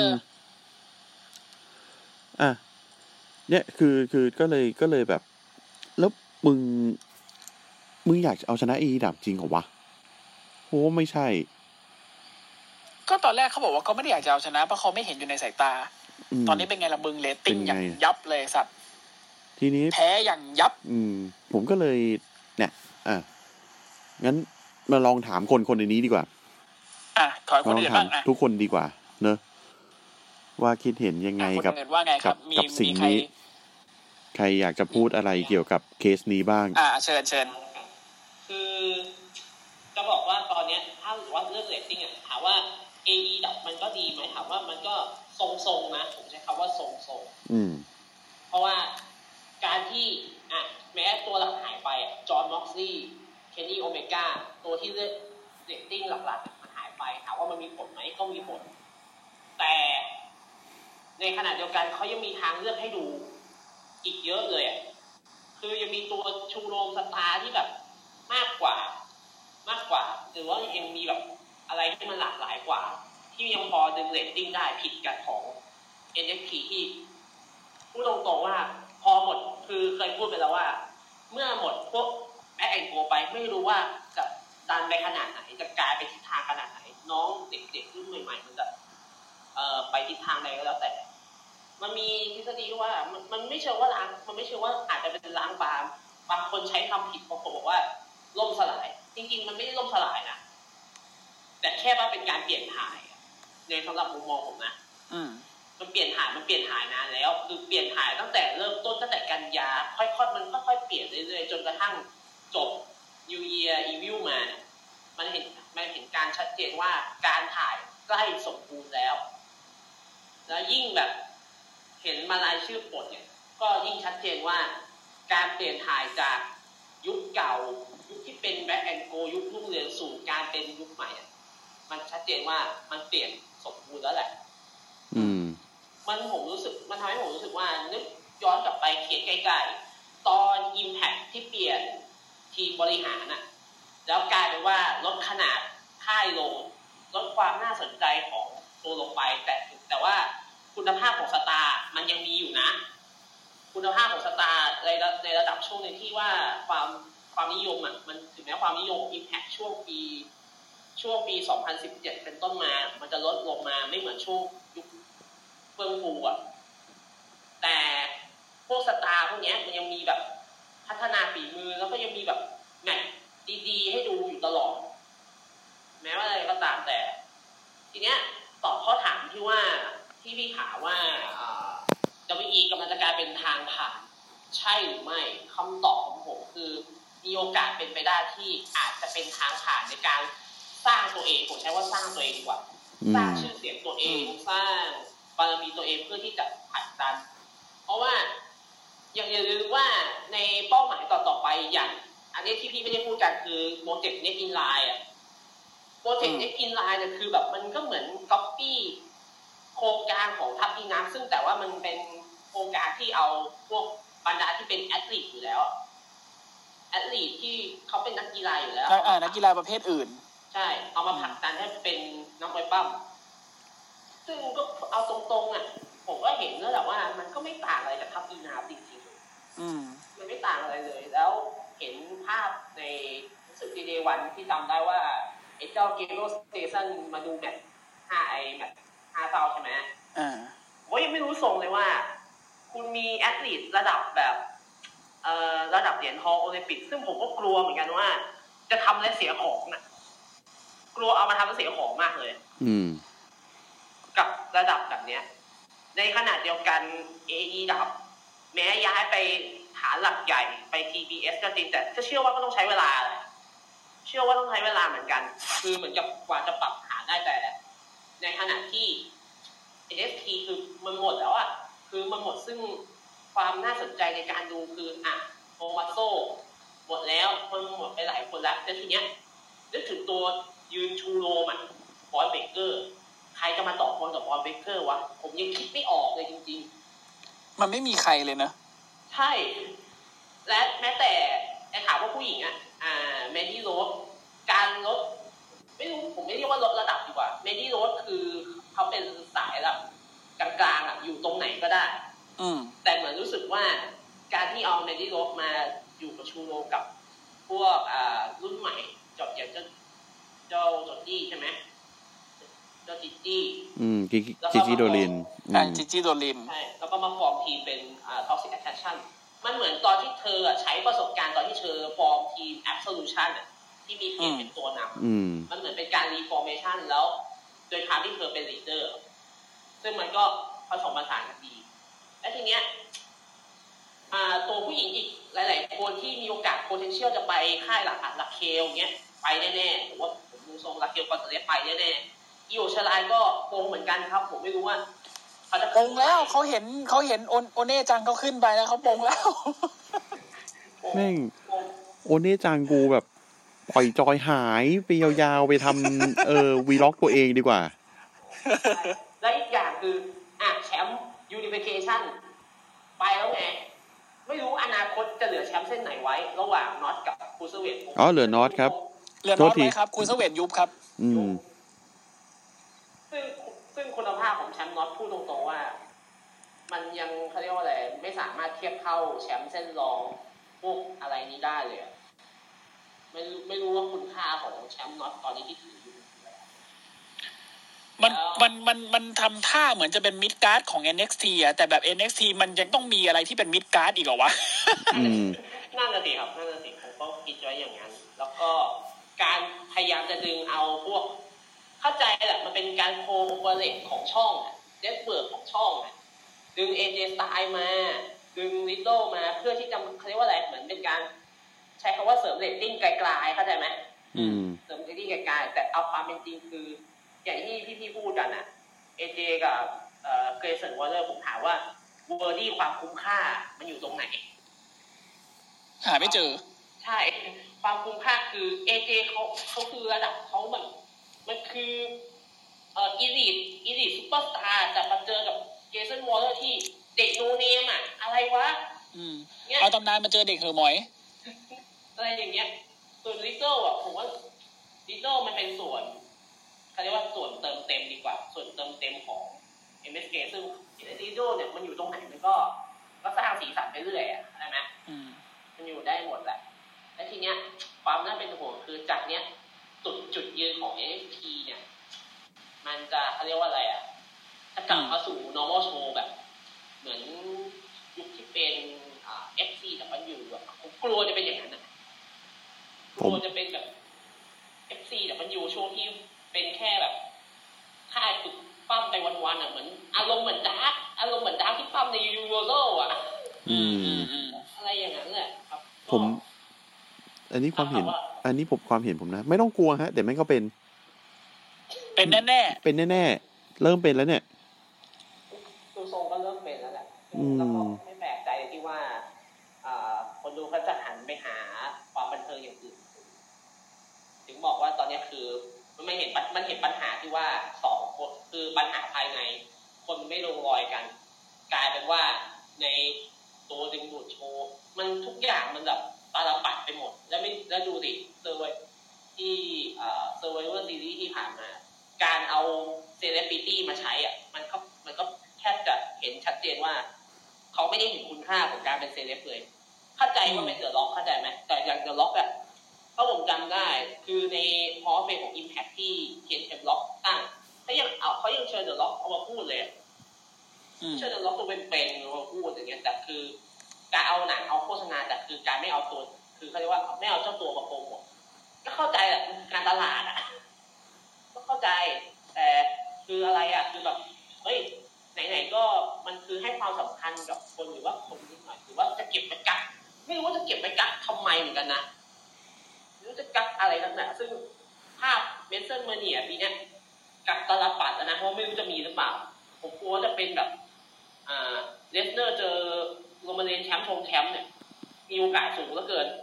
เนี่ยคือก็เลยแบบแล้วมึงอยากเอาชนะ AEW จริงเหรอวะโอ้ไม่ใช่ก็ตอนแรกเขาบอกว่าเขาไม่ได้อยากจะเอาชนะเพราะเขาไม่เห็นอยู่ในสายตาตอนนี้เป็นไงล่ะมึงเรตติ้งอย่างยับเลยสัตว์ทีนี้แพ้อย่างยับผมก็เลยเนี่ยงั้นมาลองถามคนในนี้ดีกว่าถอยคนอื่นบ้างทุกคนดีกว่าเนอะว่าคิดเห็นยังไงกับสิ่งนี้ใครอยากจะพูดอะไรเกี่ยวกับเคสนี้บ้างเชิญคือจะบอกว่าตอนนี้ถ้าว่าเรื่องเรตติ้งถามว่า AE ดับมันก็ดีไหมถามว่ามันก็ทรงๆนะผมใช้คำว่าทรงๆเพราะว่าการที่แม้ตัวหลักหายไปจอห์นม็อกซี่เคนนี่โอเมก้าตัวที่เรตติ้งหลักๆมันหายไปถามว่ามันมีผลไหมก็มีผลแต่ในขณะเดียวกันเขายังมีทางเลือกให้ดูอีกเยอะเลยคือยังมีตัวชูโรงสตาร์ที่แบบมากกว่าหรือว่ายังมีแบบอะไรที่มันหลากหลายกว่าที่ยังพอดึงเรตติ้งได้ผิดกับของ NXT ที่พูดตรงๆว่าพอหมดคือเคยพูดไปแล้วว่าเมื่อหมดพวกแบ็คแอนด์โกไปไม่รู้ว่าจะดันไปขนาดไหนจะกลายไปทิศทางขนาดไหนน้องเด็กๆรุ่นใหม่ๆมันจะไปทิศทางใดก็แล้วแต่มันมีทฤษฎีว่ามันไม่เชื่อว่าล้างมันไม่เชื่อว่าอาจจะเป็นล้างบางคนใช้คำผิดบางคนบอกว่าล่มสลายจริงๆมันไม่ได้ล่มสลายนะแต่แค่ว่าเป็นการเปลี่ยนถ่ายในสำหรับมุมมองผมนะมันเปลี่ยนถ่ายนานแล้วคือเปลี่ยนถ่ายตั้งแต่เริ่มต้นตั้งแต่กันยาค่อยๆมันค่อยๆเปลี่ยนเรื่อยๆจนกระทั่งจบ New Year Evil มาเนี่ยมันเห็นการชัดเจนว่าการถ่ายใกล้สมบูรณ์แล้วยิ่งแบบเห็นมารายชื่อปลดเนี่ยก็ยิ่งชัดเจนว่าการเปลี่ยนถ่ายจากยุคเก่ายุคที่เป็นแบ็คแอนด์โกยุครุ่งเรืองสู่การเป็นยุคใหม่มันชัดเจนว่ามันเปลี่ยนสมบูรณ์แล้วแหละมันทำให้ผมรู้สึกว่านึกย้อนกลับไปเขียนใกล้ๆตอน Impact ที่เปลี่ยนทีมบริหารน่ะแล้วกลายเป็นว่าลดขนาดค่ายลงลดความน่าสนใจของตัวลงไปแต่ว่าคุณภาพของสตาร์มันยังมีอยู่นะคุณภาพของสตาร์ในระดับช่วงนึงที่ว่าความนิยมมันถึงแม้ความนิยมของ Impact ช่วงปี 2017 เป็นต้นมามันจะลดลงมาไม่เหมือนช่วงยุคเฟิร์มฟูแต่พวกสตาร์พวกนี้มันยังมีแบบพัฒนาฝีมือแล้วก็ยังมีแบบแมตช์ดีๆให้ดูอยู่ตลอดแม้ว่าอะไรก็ตามแต่ทีเนี้ยตอบข้อถามที่พี่ถามว่าWWE กำลังจะกลายเป็นทางผ่านใช่หรือไม่คำตอบของผมคือมีโอกาสเป็นไปได้ที่อาจจะเป็นทางผ่านในการสร้างตัวเองผมใช้ว่าสร้างตัวเองดีกว่าสร้างชื่อเสียงตัวเองสร้างบารมีตัวเองเพื่อที่จะผลักดันเพราะว่าอย่าลืมว่าในเป้าหมายต่อไปอย่างอันนี้ที่พี่ไม่ได้พูดกันคือโปรเจกต์ Net Inline โปรเจกต์ Net Inline เนี่ยคือแบบมันก็เหมือนก๊อปปี้โครงการของทัพอีน้ำซึ่งแต่ว่ามันเป็นโครงการที่เอาพวกบรรดาที่เป็นแอทลีตอยู่แล้วแอทลีตที่เขาเป็นนักกีฬาอยู่แล้วนักกีฬาประเภทอื่นใช่เอามาผลักดันให้เป็นนักมวยปั้มซึ่งก็เอาตรงๆผมก็เห็นแล้วแหละว่ามันก็ไม่ต่างอะไรจากทัพอีน้ำจริงๆมันไม่ต่างอะไรเลยแล้วเห็นภาพในรู้สึกดีเดย์วันที่จำได้ว่าไอ้เจ้าเกโรสเตชันมาดูแมตช์5เซาใช่ไหมผมยังไม่รู้ทรงเลยว่าคุณมีแอทลีตระดับแบบระดับเหรียญทองโอลิมปิกซึ่งผมก็กลัวเหมือนกันว่าจะทำอะไรเสียของกลัวเอามาทำแล้วเสียของมากเลยกับระดับแบบเนี้ยในขณะเดียวกัน AEW แม้ย้ายไปฐานหลักใหญ่ไป TBS ก็จริงแต่ก็เชื่อว่าก็ต้องใช้เวลาเชื่อว่าต้องใช้เวลาเหมือนกันคือเหมือนกับกว่าจะปรับฐานได้แต่ในขณะที่ NXT คือมันหมดแล้วคือมันหมดซึ่งความน่าสนใจในการดูคือโอมาโซหมดแล้วมันหมดไปหลายคนแล้วแต่ทีเนี้ยนึกถึงตัวยืนชูโรมบอยเบเกอร์ใครจะมาต่อกรกับบอยเบเกอร์วะผมยังคิดไม่ออกเลยจริงๆมันไม่มีใครเลยนะใช่และแม้แต่ถามว่าผู้หญิงแมนดี้โรสการลดไม่รู้ผมไม่เรียกว่าลดระดับดีกว่าแมนดี้โรสคือเขาเป็นสายแบบกลางๆอยู่ตรงไหนก็ได้แต่เหมือนรู้สึกว่าการที่เอาแมนดี้โรสมาอยู่กับชูโรกับพวกรุ่นใหม่อย่างเจ้าจอร์จี้ใช่ไหมเจ้าจิจี้จิโดลินจิโดลินใช่แล้วก็มาฟอร์มทีมเป็นToxic Attraction มันเหมือนตอนที่เธอใช้ประสบการณ์ตอนที่เธอฟอร์มทีม Absolution ที่มีเพียงเป็นตัวนำมันเหมือนเป็นการรีฟอร์เมชันแล้วโดยการที่เธอเป็นลีดเดอร์ซึ่งมันก็ผสมผสานกันดีและทีเนี้ยตัวผู้หญิงอีกหลายๆคนที่มีโอกาส potential จะไปค่ายหลักเคลเงี้ยไปแน่ๆผมว่าผมดูทรงลักเคลก็จะได้ไปแน่ๆอิโอชลายก็โกงเหมือนกันครับผมไม่รู้ว่าเขาจะโกงแล้วเขาเห็นโอเน่จังเขาขึ้นไปแล้วเขาโกงแล้วแม่งโอเน่จังกูแบบปล่อยจอยหายไปยาวๆไปทำวีล็อกตัวเองดีกว่าและอีกอย่างคือแชมป์ยูนิฟิเคชั่นไปแล้วไงไม่รู้อนาคตจะเหลือแชมป์เส้นไหนไว้ระหว่างน็อตกับคูเซเวตเหลือน็อตครับเหลือน็อตไหมครับคูเซเวตยุบครับซึ่งคุณภาพของแชมป์น็อตพูดตรงๆว่ามันยังเขาเรียกว่าอะไรไม่สามารถเทียบเท่าแชมป์เส้นรองพวกอะไรนี้ได้เลยไม่รู้ว่าคุณค่าของแชมป์น็อตตอนนี้ที่ถืออยู่มันทำท่าเหมือนจะเป็นมิดการ์ดของ NXT อะแต่แบบ NXT มันยังต้องมีอะไรที่เป็นมิดการ์ดอีกเหรอวะนั่นน่ะสิครับนั่นน่ะสิผมก็คิดไว้อย่างนั้นแล้วก็การพยายามจะดึงเอาพวกเข้าใจแหละมันเป็นการโคเวอร์เรทของช่องเน็ตเวิร์คของช่องดึง AJ Styles มาดึง Riddle มาเพื่อที่จะเขาเรียกว่าอะไรเหมือนเป็นการใช้คำว่าเสริมเรตติ้งไกลๆเข้าใจไหมเสริมเรตติ้งไกลๆแต่เอาความเป็นจริงคืออย่างที่พี่ๆพูดกันอ่ะ AJ กับเกรสันวอลเลอร์ผมถามว่าเวอร์ดี้ความคุ้มค่ามันอยู่ตรงไหนหาไม่เจอใช่ความคุ้มค่าคือ AJ เขาคือระดับเขามันคืออีลิทซุปเปอร์สตาร์แต่มาเจอกับเกรสันวอลเลอร์ที่เด็กโนเนมอะไรวะเอาตำนานมาเจอเด็กเหอหมอยอะไรอย่างเงี้ยส่วนลิตเติ้ลผมว่าลิตเติ้ลมันเป็นส่วนเขาเรียกว่าส่วนเติมเต็มดีกว่าส่วนเติมเต็มของ MSK ซึ่งลิตเติ้ลเนี่ยมันอยู่ตรงไหนมันก็สร้างสีสันไปเรื่อยใช่ไหมมันอยู่ได้หมดแหละและทีเนี้ยความน่าเป็นห่วงคือจากเนี้ยจุดยืนของ NXT เนี่ยมันจะเขาเรียกว่าอะไรจะกลับมาสู่ normal show แบบเหมือนยุคที่เป็นFCW ผมกลัวจะเป็นอย่างนั้นกลัวจะเป็นแบบ FCW ช่วงที่เป็นแค่แบบค่ายฝึกปั้มไปวันๆเหมือนอารมณ์เหมือนดาร์กที่ปั้มใน Universal อะไรอย่างนั้นแหละครับผมอันนี้ความเห็นความเห็นผมนะไม่ต้องกลัวฮะเดี๋ยวแม่งก็เป็นแน่ๆเป็นแน่ๆเริ่มเป็นแล้วเนี่ยดูทรงก็เริ่มเป็นแล้วแหละแล้วก็ไม่แปลกใจที่ว่าคนดูเขาจะหันไปหาความบันเทิงอย่างอื่นถึงบอกว่าตอนนี้คือมันเห็นปัญหาที่ว่า2คนคือปัญหาภายในคนไม่ลงรอยกันกลายเป็นว่าในตัวดึงดูดโชว์มันทุกอย่างมันแบบตาลปัดไปหมดแล้วดูดิเซอร์ไวที่เซอร์ไวเวอร์ซีรีส์ที่ผ่านมาการเอาเซเลบริตี้มาใช้มันก็แทบจะเห็นชัดเจนว่าเขาไม่ได้เห็นคุณค่าของการเป็นเซเลบเลยเข้าใจว่าเป็นเดอะล็อกเข้าใจไหมแต่อย่างเดอะล็อกถ้าผมจำได้คือในฮอลล์เฟมของ Impact ที่เขียนเอ็มล็อกตั้งเขายังเชิญเดอะล็อกเอามาพูดเลยเชิญเดอะล็อกตัวเป็นๆมาพูดอย่างเงี้ยแต่คือการเอาหนังเอาโฆษณาแต่คือการไม่เอาตัวคือเขาเรียกว่าไม่เอาเจ้าตัวมาโปรโมทก็เข้าใจการตลาดก็เข้าใจแต่คืออะไรคือแบบเฮ้ยไหนๆก็มันคือให้ความสำคัญกับคนหรือว่าคนนิดหน่อยหรือว่าจะเก็บไปกักไม่รู้ว่าจะเก็บไปกักทำไมเหมือนกันนะไม่รู้จะกักอะไรนักหนาซึ่งภาพเมสเซอร์เมเนียปีนี้กักตลปัดนะเพราะไม่รู้จะมีหรือเปล่าผมกลัวจะเป็นแบบเลสเนอร์เจอโรมาเรนแชมป์ชงแชมป์เนี่ยมีโอกาสสูงเหลือเกิน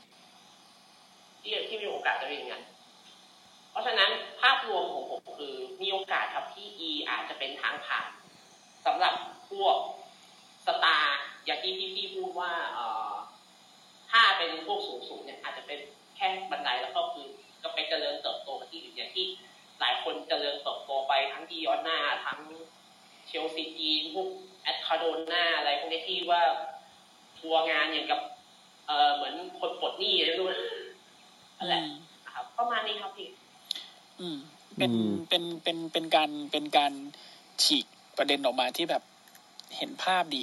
ที่มีโอกาสจะเป็นอย่างนั้นเพราะฉะนั้นภาพรวมของผมคือมีโอกาสครับที่ E อาจจะเป็นทางผ่านสำหรับพวกสตาร์อย่างที่พี่พูดว่าถ้าเป็นพวกสูงเนี่ยอาจจะเป็นแค่บันไดแล้วก็คือก็ไปเจริญเติบโตไปที่อื่นอย่างที่หลายคนเจริญเติบโตไปทั้งดิออนนาทั้งเชลซีจีนพวกแอดคาโดน่าอะไรพวกนี้ที่ว่าทัวร์งานอย่างกับเหมือนคนปลดหนี้อะไรไม่รู้นั่นแหละนะครับประมาณนี้ครับพี่เป็นการฉีกประเด็นออกมาที่แบบเห็นภาพดี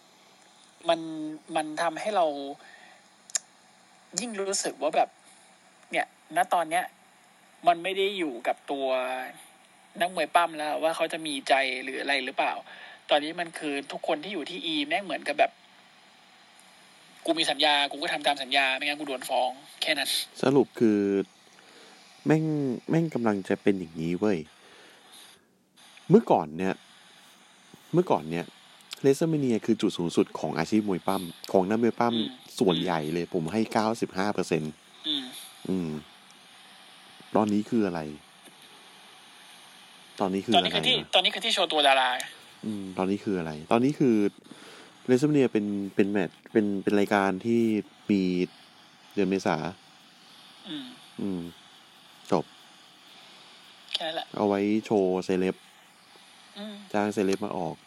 มันทำให้เรายิ่งรู้สึกว่าแบบเนี่ยณตอนเนี้ยมันไม่ได้อยู่กับตัวนักมวยปั้มแล้วว่าเขาจะมีใจหรืออะไรหรือเปล่าตอนนี้มันคือทุกคนที่อยู่ที่ E แม่งเหมือนกับแบบกูมีสัญญากูก็ทำตามสัญญาไม่งั้นกูโดนฟ้องแค่นั้นสรุปคือแม่งกำลังจะเป็นอย่างนี้เว้ยเมื่อก่อนเนี่ยเลเซอร์เมเนียคือจุดสูงสุดของอาชีพมวยปั้มของนักมวยปั้มส่วนใหญ่เลยผมให้ 95% ตอนนี้คืออะไรตอนนี้คือที่โชว์ตัวดาราตอนนี้คืออะไรตอนนี้คือเรซเมียเป็นแมตช์เป็นรายการที่มีเดือนเมษาจบแค่นั้นแหละเอาไว้โชว์เซเลบจ้างเซเลบมาออก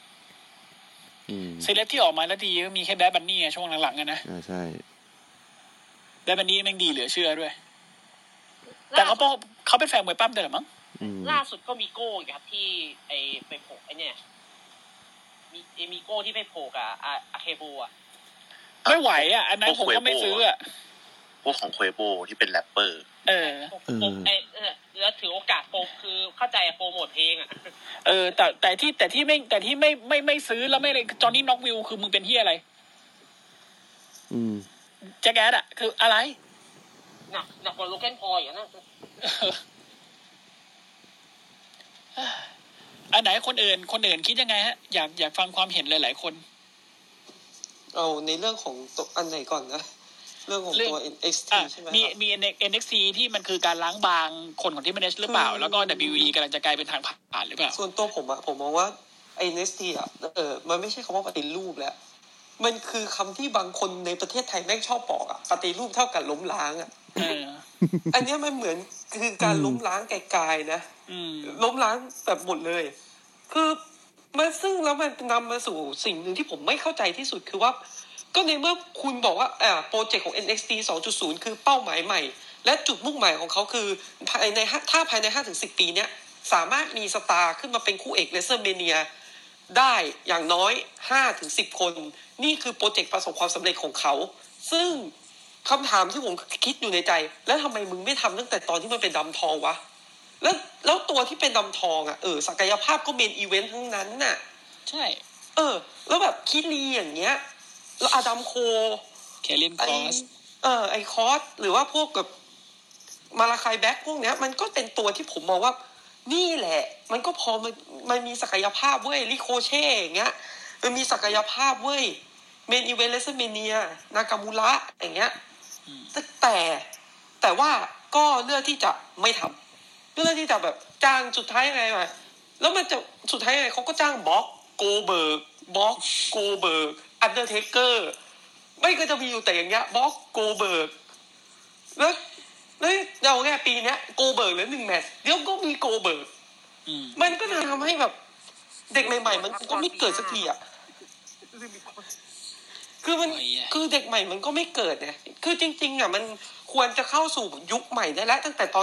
เซเลบที่ออกมาแล้วดีก็มีแค่แบดบันนี่ช่วงหลังๆนะใช่แบดบันนี่แม่งดีเหลือเชื่อด้วยแต่เขาเป็นแฟนมวยปั้มด้วยหรอมั้งล่าสุดก็มีโก้ครับที่ไปโผล่เนี่ยมีโก้ที่ไปโผล่กับอาเคโบไม่ไหวอันนั้นผมก็ไม่ซื้อพวกของเควโบที่เป็นแรปเปอร์แล้วถือโอกาสโปรคือเข้าใจโปรโมทเพลงแต่ที่ไม่ซื้อแล้วไม่เลยจอห์นนี่น็อกวิลคือมึงเป็นเหี้ยอะไรแจ็คแอดคืออะไรหนักกว่าโลแกนพอลอย่างนั้นอันไหนคนอื่นคิดยังไงฮะอยากฟังความเห็นหลายๆคนเอาในเรื่องของตัวอันไหนก่อนนะเรื่องของตัว NXT ใช่ไหมมี NXT ที่มันคือการล้างบางคนของที่มันหรือเปล่าแล้วก็ WWE กำลังจะกลายเป็นทางผ่านหรือเปล่าส่วนตัวผมมองว่า NXT มันไม่ใช่คำว่าปฏิรูปแล้วมันคือคำที่บางคนในประเทศไทยแม่งชอบบอกปฏิรูปเท่ากับล้มล้างอันนี้มันเหมือนคือการล้มล้างไกลๆนะล้มล้างแบบหมดเลยคือมันซึ่งแล้วมันนำมาสู่สิ่งหนึ่งที่ผมไม่เข้าใจที่สุดคือว่าก็ในเมื่อคุณบอกว่าโปรเจกต์ของ NXT 2.0 คือเป้าหมายใหม่และจุดมุ่งหมายของเขาคือภายใน 5-10 ปีเนี้ยสามารถมีสตาร์ขึ้นมาเป็นคู่เอก WrestleMania ได้อย่างน้อย 5-10 คนนี่คือโปรเจกต์ประสบความสำเร็จของเขาซึ่งคำถามที่ผมคิดอยู่ในใจแล้วทำไมมึงไม่ทำตั้งแต่ตอนที่มันเป็นดำทองวะแล้วตัวที่เป็นดำทองศักยภาพก็เมนอีเวนต์ทั้งนั้นน่ะใช่แล้วแบบคิรีอย่างเงี้ยแล้วอดัมโคแคเลียนคอสไอคอสหรือว่าพวกกับมาลาคายแบ็คพวกเนี้ยมันก็เป็นตัวที่ผมมองว่านี่แหละมันก็พอมันมีศักยภาพเว้ยริโคเช่อย่างเงี้ยมันมีศักยภาพเว้ยเมนอีเวนต์เลสเมเนียนากามูระอย่างเงี้ยแต่ว่าก็เลือกที่จะไม่ทำเลือกที่จะแบบจ้างสุดท้ายยังไงมาแล้วมันจะสุดท้ายยังไงเขาก็จ้างบ็อกโกเบิร์กอันเดอร์เทเกอร์ไม่ก็จะมีอยู่แต่อย่างเงี้ยบ็อกโกเบิร์กแล้วเราแค่ปีเนี้ยโกเบิร์กเหลือ1แมตช์เดี๋ยวก็มีโกเบิร์กมันก็จะทำให้แบบเด็กใหม่ๆมันก็ไม่เกิดสักทีคือเด็กใหม่มันก็ไม่เกิดเนี่ยคือจริงๆมันควรจะเข้าสู่ยุคใหม่ได้แล้วตั้งแต่ตอน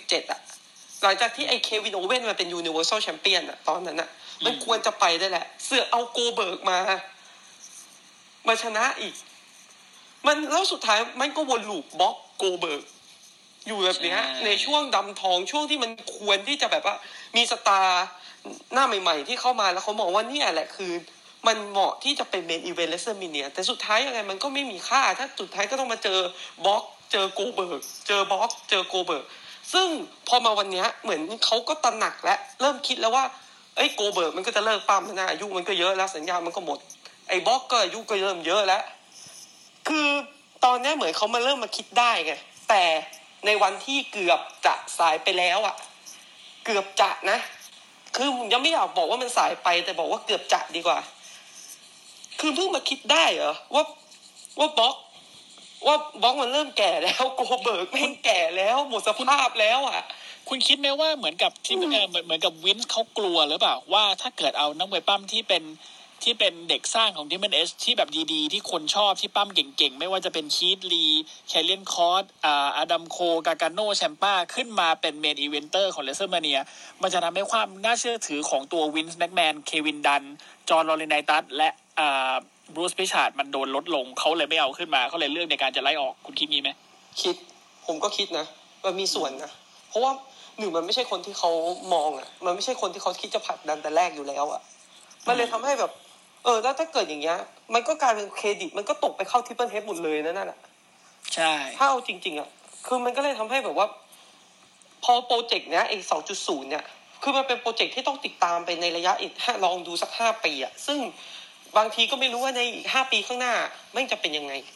2017หลังจากที่ไอ้เควินโอเว่นมาเป็น Universal Champion ตอนนั้นมันควรจะไปได้แหละเสือเอาโกเบิร์กมาชนะอีกมันแล้วสุดท้ายมันก็วนลูปบล็อกโกเบิร์กอยู่แบบเนี้ยในช่วงดำทองช่วงที่มันควรที่จะแบบว่ามีสตาร์หน้าใหม่ๆที่เข้ามาแล้วเขามองว่านี่แหละคือมันเหมาะที่จะเป็นเมนอีเวนต์เลสเตอร์มิเนียแต่สุดท้ายยังไงมันก็ไม่มีค่าถ้าสุดท้ายก็ต้องมาเจอบล็อกเจอโกเบิร์กเจอบล็อกเจอโกเบิร์กซึ่งพอมาวันนี้เหมือนเขาก็ตระหนักและเริ่มคิดแล้วว่าโกเบิร์กมันก็จะเลิกปั้มนะอายุมันก็เยอะแล้วสัญญามันก็หมดไอ้บล็อกก็อายุก็เริ่มเยอะแล้วคือตอนนี้เหมือนเขามาเริ่มมาคิดได้ไงแต่ในวันที่เกือบจะสายไปแล้วเกือบจะนะคือยังไม่อยากบอกว่ามันสายไปแต่บอกว่าเกือบจะดีกว่าคือเพิ่งมาคิดได้เหรอว่าบล็อกมันเริ่มแก่แล้วโกเบิร์กแม่งแก่แล้วหมดสภาพแล้วคุณคิดไหมว่าเหมือนกับที่เหมือนกับวินส์เขากลัวหรือเปล่าว่าถ้าเกิดเอานักมวยปั้มที่เป็นเด็กสร้างของทีมเอสที่แบบดีๆที่คนชอบที่ปั้มเก่งๆไม่ว่าจะเป็นคีธลีแคเลียนคอสอดัมโคกาการโนแชมป้าขึ้นมาเป็นเมนอีเวนเตอร์ของเลสเตอร์มาเนียมันจะทำให้ความน่าเชื่อถือของตัววินส์แม็กแมนเควินดันจอห์นลอเรนไนตัสและบรูซพิชาร์ดมันโดนลดลงเขาเลยไม่เอาขึ้นมาเขาเลยเลือกในการจะไล่ออกคุณคิดงี้ไหมคิดผมก็คิดนะมันมีส่วนนะเพราะว่าหนึ่งมันไม่ใช่คนที่เขามองมันไม่ใช่คนที่เขาคิดจะผลักดันแต่แรกอยู่แล้วมันเลยทำให้แบบแล้วถ้าเกิดอย่างเงี้ยมันก็กลายเป็นเครดิตมันก็ตกไปเข้าทริปเปิลเฮดหมดเลยนั่นแหละใช่ถ้าเอาจริงๆคือมันก็เลยทำให้แบบว่าพอโปรเจกต์เนี้ยไอ้ 2.0 เนี่ยคือมันเป็นโปรเจกต์ที่ต้องติดตามไปในระยะอีกลองดูสัก5ปีซึ่งบางทีก็ไม่รู้ว่าในอีก5ปีข้างหน้าแม่งจะเป็นยังไง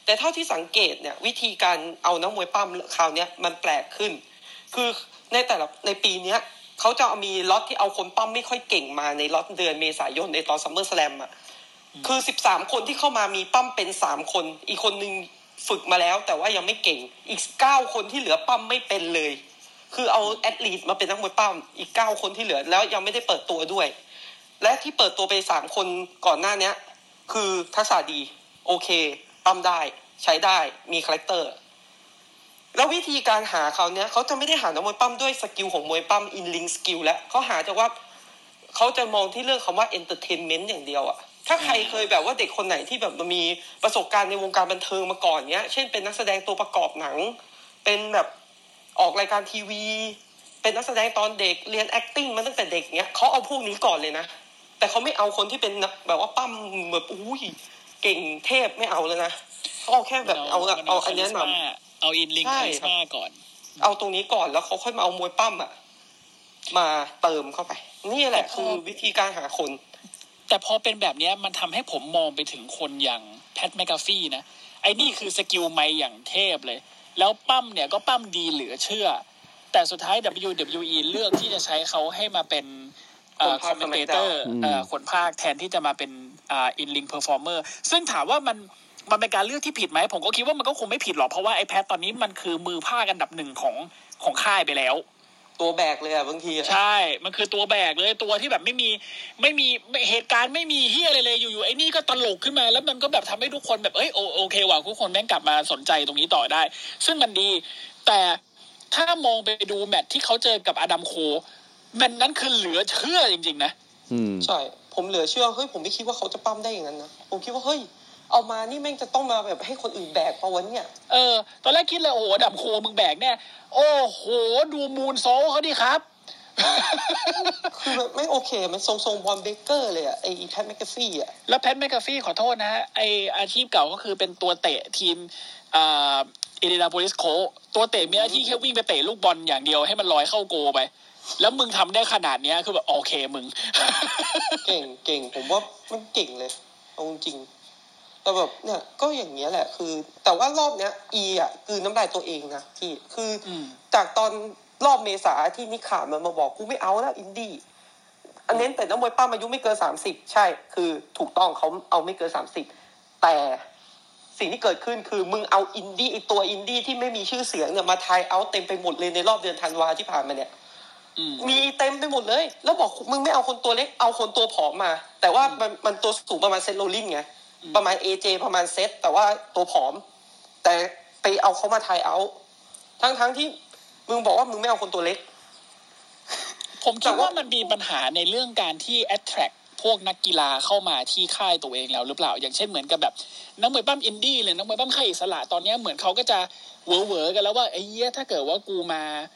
แต่เท่าที่สังเกตเนี่ยวิธีการเอานักมวยปั้มคราวนี้มันแปลกขึ้นคือในปีนี้เขาจะมีล็อตที่เอาคนปั้มไม่ค่อยเก่งมาในล็อตเดือนเมษายนในตอนซัมเมอร์สแลมอ่ะคือ13คนที่เข้ามามีปั้มเป็น3คนอีกคนนึงฝึกมาแล้วแต่ว่ายังไม่เก่งอีก9คนที่เหลือปั้มไม่เป็นเลยคือเอาแอทลีทมาเป็นนักมวยปั้มอีก9คนที่เหลือแล้วยังไม่ได้เปิดตัวด้วยและที่เปิดตัวไป3คนก่อนหน้านี้คือทักษะดีโอเคปั้มได้ใช้ได้มีคาแรคเตอร์แล้ววิธีการหาเขาเนี้ยเขาจะไม่ได้หานักมวยปั้มด้วยสกิลของมวยปั้มอินลิงสกิลแล้วเขาหาจากว่าเขาจะมองที่เรื่องคำว่าเอนเตอร์เทนเมนต์อย่างเดียวอะถ้าใครเคยแบบว่าเด็กคนไหนที่แบบมีประสบการณ์ในวงการบันเทิงมาก่อนเนี้ยเช่นเป็นนักแสดงตัวประกอบหนังเป็นแบบออกรายการทีวีเป็นนักแสดงตอนเด็กเรียน acting มาตั้งแต่เด็กเนี้ยเขาเอาพวกนี้ก่อนเลยนะแต่เขาไม่เอาคนที่เป็นแบบว่าปั้มแบบอุ้ยเก่งเทพไม่เอาเลยนะเอาแค่แบบเอาอันนี้มาเอาอินลิงคาริสม่าก่อนเอาตรงนี้ก่อนแล้วเขาค่อยมาเอามวยปั้มอ่ะมาเติมเข้าไปนี่แหละคือวิธีการหาคนแต่พอเป็นแบบนี้มันทำให้ผมมองไปถึงคนอย่างแพทแมคกาฟี่นะไอ้นี่คือสกิลไมค์อย่างเทพเลยแล้วปั้มเนี่ยก็ปั้มดีเหลือเชื่อแต่สุดท้าย WWE เลือกที่จะใช้เขาให้มาเป็นคอมเมนเตอร์คนภาคแทนที่จะมาเป็นอินลิงเพอร์ฟอร์เมอร์ซึ่งถามว่ามันเป็นการเลือกที่ผิดไหมผมก็คิดว่ามันก็คงไม่ผิดหรอกเพราะว่าไอ้แพทตอนนี้มันคือมือภาคอันดับหนึ่งของค่ายไปแล้วตัวแบกเลยอ่ะบางทีใช่มันคือตัวแบกเลยตัวที่แบบไม่มีเหตุการณ์ไม่มีเหี้ยอะไรเลยอยู่ๆไอ้นี่ก็ตลกขึ้นมาแล้วมันก็แบบทำให้ทุกคนแบบโอเคว่ะทุกคนแม่งกลับมาสนใจตรงนี้ต่อได้ซึ่งมันดีแต่ถ้ามองไปดูแมตช์ที่เขาเจอกับอดัมโคมันนั้นคือเหลือเชื่อจริงๆนะใช่ผมเหลือเชื่อเฮ้ยผมไม่คิดว่าเขาจะปั้มได้อย่างนั้นนะผมคิดว่าเฮ้ยเอามานี่แม่งจะต้องมาแบบให้คนอื่นแบกเพราะวันเนี่ยตอนแรกคิดเลยโอ้โหอดัมโคมึงแบกแน่โอ้โหดูมูนโซเขาดิครับคือแบบไม่โอเคมันทรงบอลเบเกอร์เลยอ่ะไอ้แพทแมคกาฟี่อ่ะแล้วแพทแมคกาฟี่ขอโทษนะฮะไออาชีพเก่าก็คือเป็นตัวเตะทีมอินเดียนาโพลิสโคตัวเตะมีหน้าที่แค่วิ่งไปเตะลูกบอลอย่างเดียวให้มันลอยเข้าโกไปแล้วมึงทำได้ขนาดนี้คือแบบโอเคมึงเก่งผมว่ามันเก่งเลยเอาจริงแต่แบบเนี่ยก็อย่างเงี้ยแหละคือแต่ว่ารอบเนี้ยอ่ะคือน้ำลายตัวเองนะพี่คือจากตอนรอบเมษาที่นิขามันมาบอกกูไม่เอาแล้วอินดี้อันเน้นแต่นักมวยปั้มอายุไม่เกิน30ใช่คือถูกต้องเขาเอาไม่เกิน30แต่สิ่งที่เกิดขึ้นคือมึงเอาอินดี้ไอตัวอินดี้ที่ไม่มีชื่อเสียงเนี่ยมาทายเอาเต็มไปหมดเลยในรอบเดือนธันวาที่ผ่านมาเนี่ยมีเต็มไปหมดเลยแล้วบอกมึงไม่เอาคนตัวเล็กเอาคนตัวผอมมาแต่ว่ามันตัวสูงประมาณเซโรลินไงประมาณ AJ ประมาณเซตแต่ว่าตัวผอมแต่ไปเอาเขามาทายเอาทั้งที่มึงบอกว่ามึงไม่เอาคนตัวเล็กผมคิดว่ามันมีปัญหาในเรื่องการที่ attract พวกนักกีฬาเข้ามาที่ค่ายตัวเองแล้วหรือเปล่าอย่างเช่นเหมือนกับแบบนักมวยปั้มอินดี้หรือนักมวยปั้มค่ายอิสระตอนนี้เหมือนเขาก็จะเวอกันแล้วว่าไอ้เหี้ยถ้าเกิดว่ากูมา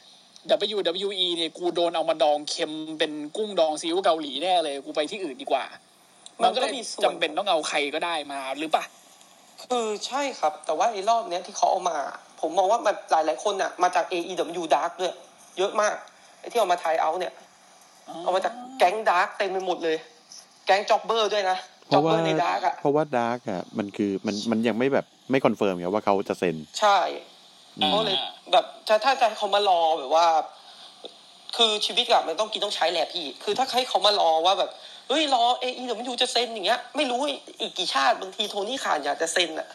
WWE เนี่ยกูโดนเอามาดองเค็มเป็นกุ้งดองซีอิ๊วเกาหลีแน่เลยกูไปที่อื่นดีกว่ามันก็มีจำเป็นต้องเอาใครก็ได้มาหรือปะคือใช่ครับแต่ว่าไอ้รอบเนี้ยที่เขาเอามาผมมองว่ามันหลายคนน่ะมาจาก AEW Dark ด้วยเยอะมากไอ้ที่เอามาทายเอาเนี่ยเอามาจากแก๊ง Dark เต็มไปหมดเลยแก๊งจ็อบเบอร์ด้วยนะจ็อบเบอร์ใน Dark อ่ะเพราะว่า Dark อ่ะมันคือมันยังไม่แบบไม่คอนเฟิร์มไงว่าเขาจะเซ็นใช่เขาเลยแบบถ้าจะเขามารอแบบว่าคือชีวิตอะมันต้องกินต้องใช้แหละพี่คือถ้าให้เขามารอว่าแบบเฮ้ยรอAEWจะเซ็นอย่างเงี้ยไม่รู้อีกกี่ชาติบางทีโทนี่ข่านอยากจะเซ็นอ่ะ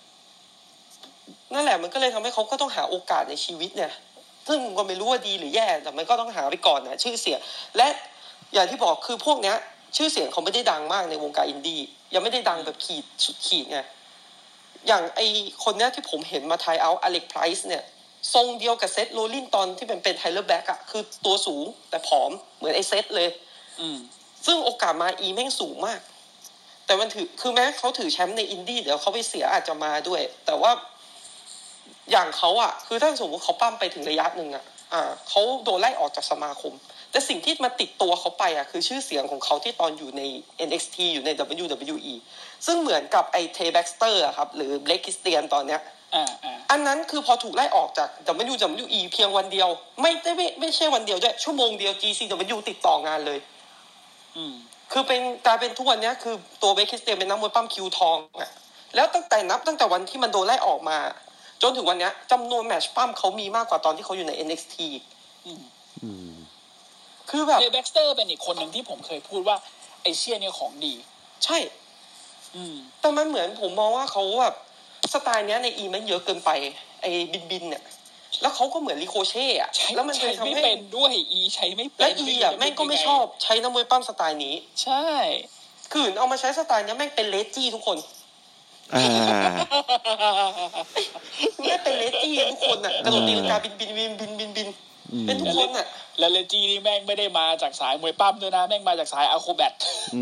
นั่นแหละมันก็เลยทำให้เขาก็ต้องหาโอกาสในชีวิตเนี่ยซึ่งก็ไม่รู้ว่าดีหรือแย่แต่มันก็ต้องหาไปก่อนนะชื่อเสียงและอย่างที่บอกคือพวกเนี้ยชื่อเสียงเขาไม่ได้ดังมากในวงการอินดี้ยังไม่ได้ดังแบบขีดสุดขีดไงอย่างไอคนเนี้ยที่ผมเห็นมาทายเอาอเล็กไพรส์เนี่ยทรงเดียวกับเซธโรลลินตอนที่เป็นไทเลอร์แบ็กอะคือตัวสูงแต่ผอมเหมือนไอเซธเลยซึ่งโอกาสมาแม่งสูงมากแต่มันถือคือแม้เขาถือแชมป์ในอินดี้เดี๋ยวเขาไปเสียอาจจะมาด้วยแต่ว่าอย่างเขาอะคือถ้าสมมติเขาปั้มไปถึงระยะหนึ่งอะเขาโดนไล่ออกจากสมาคมแต่สิ่งที่มาติดตัวเขาไปอะคือชื่อเสียงของเขาที่ตอนอยู่ใน NXT อยู่ใน WWE ซึ่งเหมือนกับไอ้เทย์แบ็กสเตอร์อะครับหรือเบลคคริสเตียนตอนเนี้ยอันนั้นคือพอถูกไล่ออกจาก WWE เพียงวันเดียวไม่ใช่วันเดียวด้วยชั่วโมงเดียว GCW ติดต่องานเลยคือเป็นกลายเป็นทุกวันนี้คือตัวเบคคริสเตียนเป็นนักมวยปั้มคิวทองอ่ะแล้วตั้งแต่วันที่มันโดนไล่ออกมาจนถึงวันนี้จำนวนแมตช์ปั้มเขามีมากกว่าตอนที่เขาอยู่ใน NXT คือแบบเจแบ็กสเตอร์เป็นอีกคนหนึ่งที่ผมเคยพูดว่าไอเชี่ยเนี่ยของดีใช่แต่มันเหมือนผมมองว่าเขาแบบสไตล์เนี้ยในอีมันเยอะเกินไปไอ้บินเนี่ยแล้วเขาก็เหมือนริโคเช่อะแล้วมันใช้ไม่เป็นด้วยอีใช้ไม่เป็นและอีอ่ะแม่งก็ไม่ชอบใช้นักมวยปั้มสไตล์นี้ใช่คือเอามาใช้สไตล์เนี้ยแม่งเป็นเลจี้ทุกคนเนี่ยเป็นเลจี้ทุกคนอ่ะกระโดดตีลังกาบินเป็นทุกคนอ่ะแล้วเลจี้นี่แม่งไม่ได้มาจากสายมวยปั้มด้วยนะแม่งมาจากสายอะโครแบท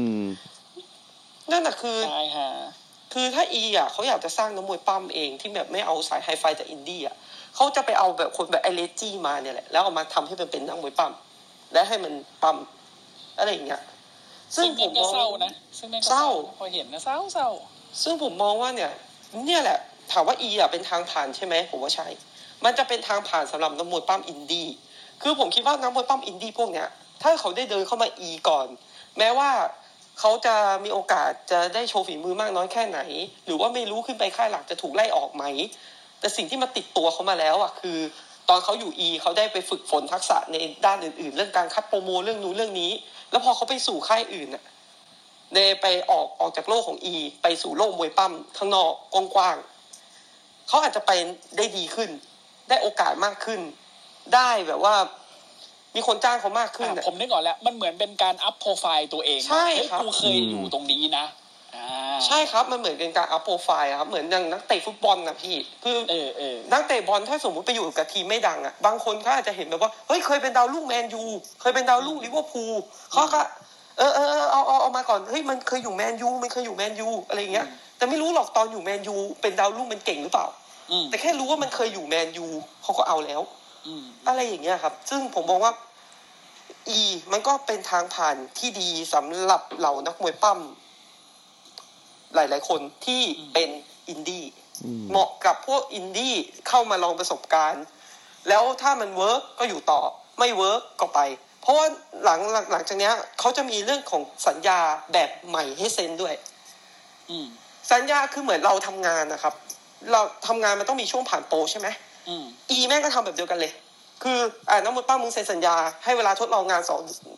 นั่นน่ะคือถ้าอีอ่ะเขาอยากจะสร้างนักมวยปั้มเองที่แบบไม่เอาสายไฮไฟจากอินดี้อ่ะเขาจะไปเอาแบบคนแบบไอเลจี้มาเนี่ยแหละแล้วเอามาทำให้มันเป็นนักมวยปั้มและให้มันปั้มอะไรอย่างเงี้ยซึ่งผมมองเศร้านะซึ่งแม่งเศร้าพอเห็นนะเศร้าซึ่งผมมองว่าเนี่ยแหละถามว่าอีอ่ะเป็นทางผ่านใช่ไหมผมว่าใช่มันจะเป็นทางผ่านสำหรับนักมวยปั้มอินดี้คือผมคิดว่านักมวยปั้มอินดี้พวกเนี้ยถ้าเขาได้เดินเข้ามาอีก่อนแม้ว่าเขาจะมีโอกาสจะได้โชว์ฝีมือมากน้อยแค่ไหนหรือว่าไม่รู้ขึ้นไปค่ายหลักจะถูกไล่ออกไหมแต่สิ่งที่มาติดตัวเขามาแล้วอ่ะคือตอนเขาอยู่อีเขาได้ไปฝึกฝนทักษะในด้านอื่นๆเรื่องการคัดโปรโมเรื่องนู้นเรื่องนี้แล้วพอเขาไปสู่ค่ายอื่นอ่ะไปออกจากโลกของอีไปสู่โลกมวยปั้มข้างนอกกว้างๆเขาอาจจะไปได้ดีขึ้นได้โอกาสมากขึ้นได้แบบว่ามีคนจ้างเขามากขึ้นผมนึกออกแล้วมันเหมือนเป็นการอัพโปรไฟล์ตัวเองใช่ครับกูเคยอยู่ตรงนี้นะใช่ครับมันเหมือนเป็นการอัพโปรไฟล์ครับเหมือนอย่างนักเตะฟุตบอลนะพี่คือนักเตะบอลถ้าสมมติไปอยู่กับทีมไม่ดังอ่ะบางคนเขาอาจจะเห็นแบบว่าเฮ้ยเคยเป็นดาวรุ่งแมนยูเคยเป็นดาวรุ่งลิเวอร์พูลเขาก็เอามาก่อนเฮ้ยมันเคยอยู่แมนยูมันเคยอยู่แมนยูอะไรอย่างเงี้ยแต่ไม่รู้หรอกตอนอยู่แมนยูเป็นดาวรุ่งมันเก่งหรือเปล่าแต่แค่รู้ว่ามันเคยอยู่แมนยูเขาก็เอาแล้วอะไรอย่างเงี้ยครับซึ่งผมมองว่ามันก็เป็นทางผ่านที่ดีสำหรับเหล่านักมวยปั้มหลายๆคนที่เป็นอินดี้เหมาะกับพวกอินดี้เข้ามาลองประสบการณ์แล้วถ้ามันเวิร์กก็อยู่ต่อไม่เวิร์กก็ไปเพราะว่าหลังจากนี้เขาจะมีเรื่องของสัญญาแบบใหม่ให้เซ็นด้วยสัญญาคือเหมือนเราทำงานนะครับเราทำงานมันต้องมีช่วงผ่านโปรใช่ไหมแม่งก็ทำแบบเดียวกันเลยคือนักมวยปั้มมึงเซ็นสัญญาให้เวลาทดลองงาน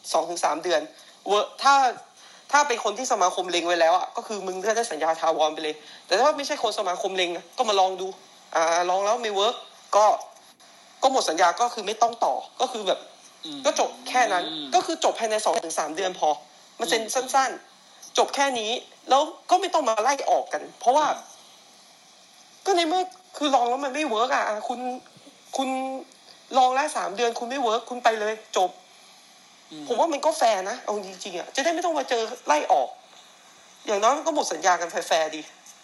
2-3 เดือนถ้าเป็นคนที่สมาคมเล็งไว้แล้วอ่ะก็คือมึงได้สัญญาถาวรไปเลยแต่ถ้าไม่ใช่คนสมาคมเล็งก็มาลองดูลองแล้วไม่เวิร์กก็หมดสัญญาก็คือไม่ต้องต่อก็คือแบบก็จบแค่นั้นก็คือจบภายใน 2-3 เดือนพอมาเซ็นสั้นๆจบแค่นี้แล้วก็ไม่ต้องมาไล่ออกกันเพราะว่าก็ในเมื่อคือลองแล้วมันไม่เวิร์กคุณลองแล้ว3 เดือนคุณไม่เวิร์กคุณไปเลยจบผมว่ามันก็แฟร์นะเอาจริงๆอ่ะจะได้ไม่ต้องมาเจอไล่ออกอย่างน้อยมันก็หมดสัญญากันแฟร์ๆดี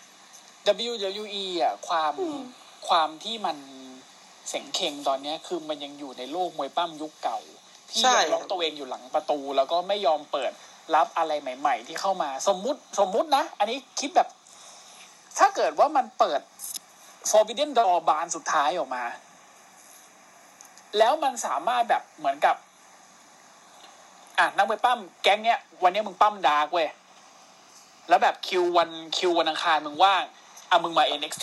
WWE อ่ะความที่มันเสงเข่งตอนนี้คือมันยังอยู่ในโลกมวยปั้มยุคเก่าที่ยังล็อกตัวเองอยู่หลังประตูแล้วก็ไม่ยอมเปิดรับอะไรใหม่ๆที่เข้ามาสมมุตินะอันนี้คิดแบบถ้าเกิดว่ามันเปิด Forbidden Door บานสุดท้ายออกมาแล้วมันสามารถแบบเหมือนกับนักมวยปั้มแก๊งเนี้ยวันนี้มึงปั้มดาร์กเว้ยแล้วแบบคิววันอังคารมึงว่างมึงมา NXT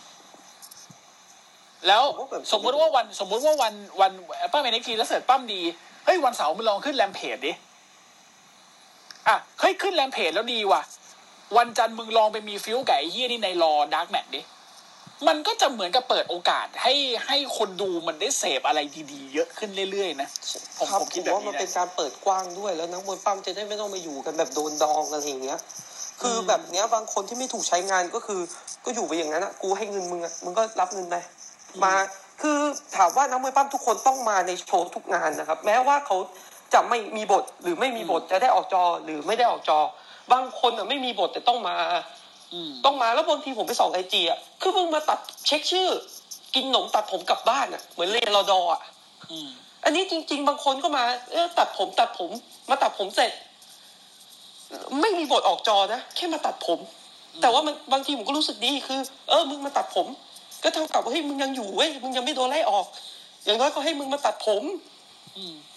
แล้วสมมุติว่าวันปั้ม NXT แล้วเสร็จปั้มดีเฮ้ยวันเสาร์มึงลองขึ้นแรมเพจดิเฮ้ยขึ้นแรมเพจแล้วดีว่ะวันจันทร์มึงลองไปมีฟิลกับไอ้เหี้ยนี่ในรอดาร์กแมตช์ดิมันก็จะเหมือนกับเปิดโอกาสให้คนดูมันได้เสพอะไรดีๆเยอะขึ้นเรื่อยๆนะผมคิดแบบนี้นะว่ามันเป็นการเปิดกว้างด้วยแล้วนักมวยปั้มจะได้ไม่ต้องมาอยู่กันแบบโดนดองอะไรอย่างเงี้ยคือแบบเนี้ยบางคนที่ไม่ถูกใช้งานก็อยู่ไปอย่างนั้นกูให้เงินมึงก็รับเงินไปมาคือถามว่านักมวยปั้มทุกคนต้องมาในโชว์ทุกงานนะครับแม้ว่าเขาจะไม่มีบทหรือไม่มีบทจะได้ออกจอหรือไม่ได้ออกจอบางคนไม่มีบทแต่ต้องมาแล้วบางทีผมไปส่อง IG คือมึงมาตัดเช็คชื่อกินขนมตัดผมกลับบ้านเหมือนเรียนรดอันนี้จริงๆบางคนก็มาตัดผมมาตัดผมเสร็จไม่มีบทออกจอนะแค่มาตัดผมแต่ว่ามันบางทีผมก็รู้สึกดีคือมึงมาตัดผมก็เท่ากับว่าเฮ้ยมึงยังอยู่เว้ยมึงยังไม่โดนไล่ออกอย่างน้อยก็ให้มึงมาตัดผม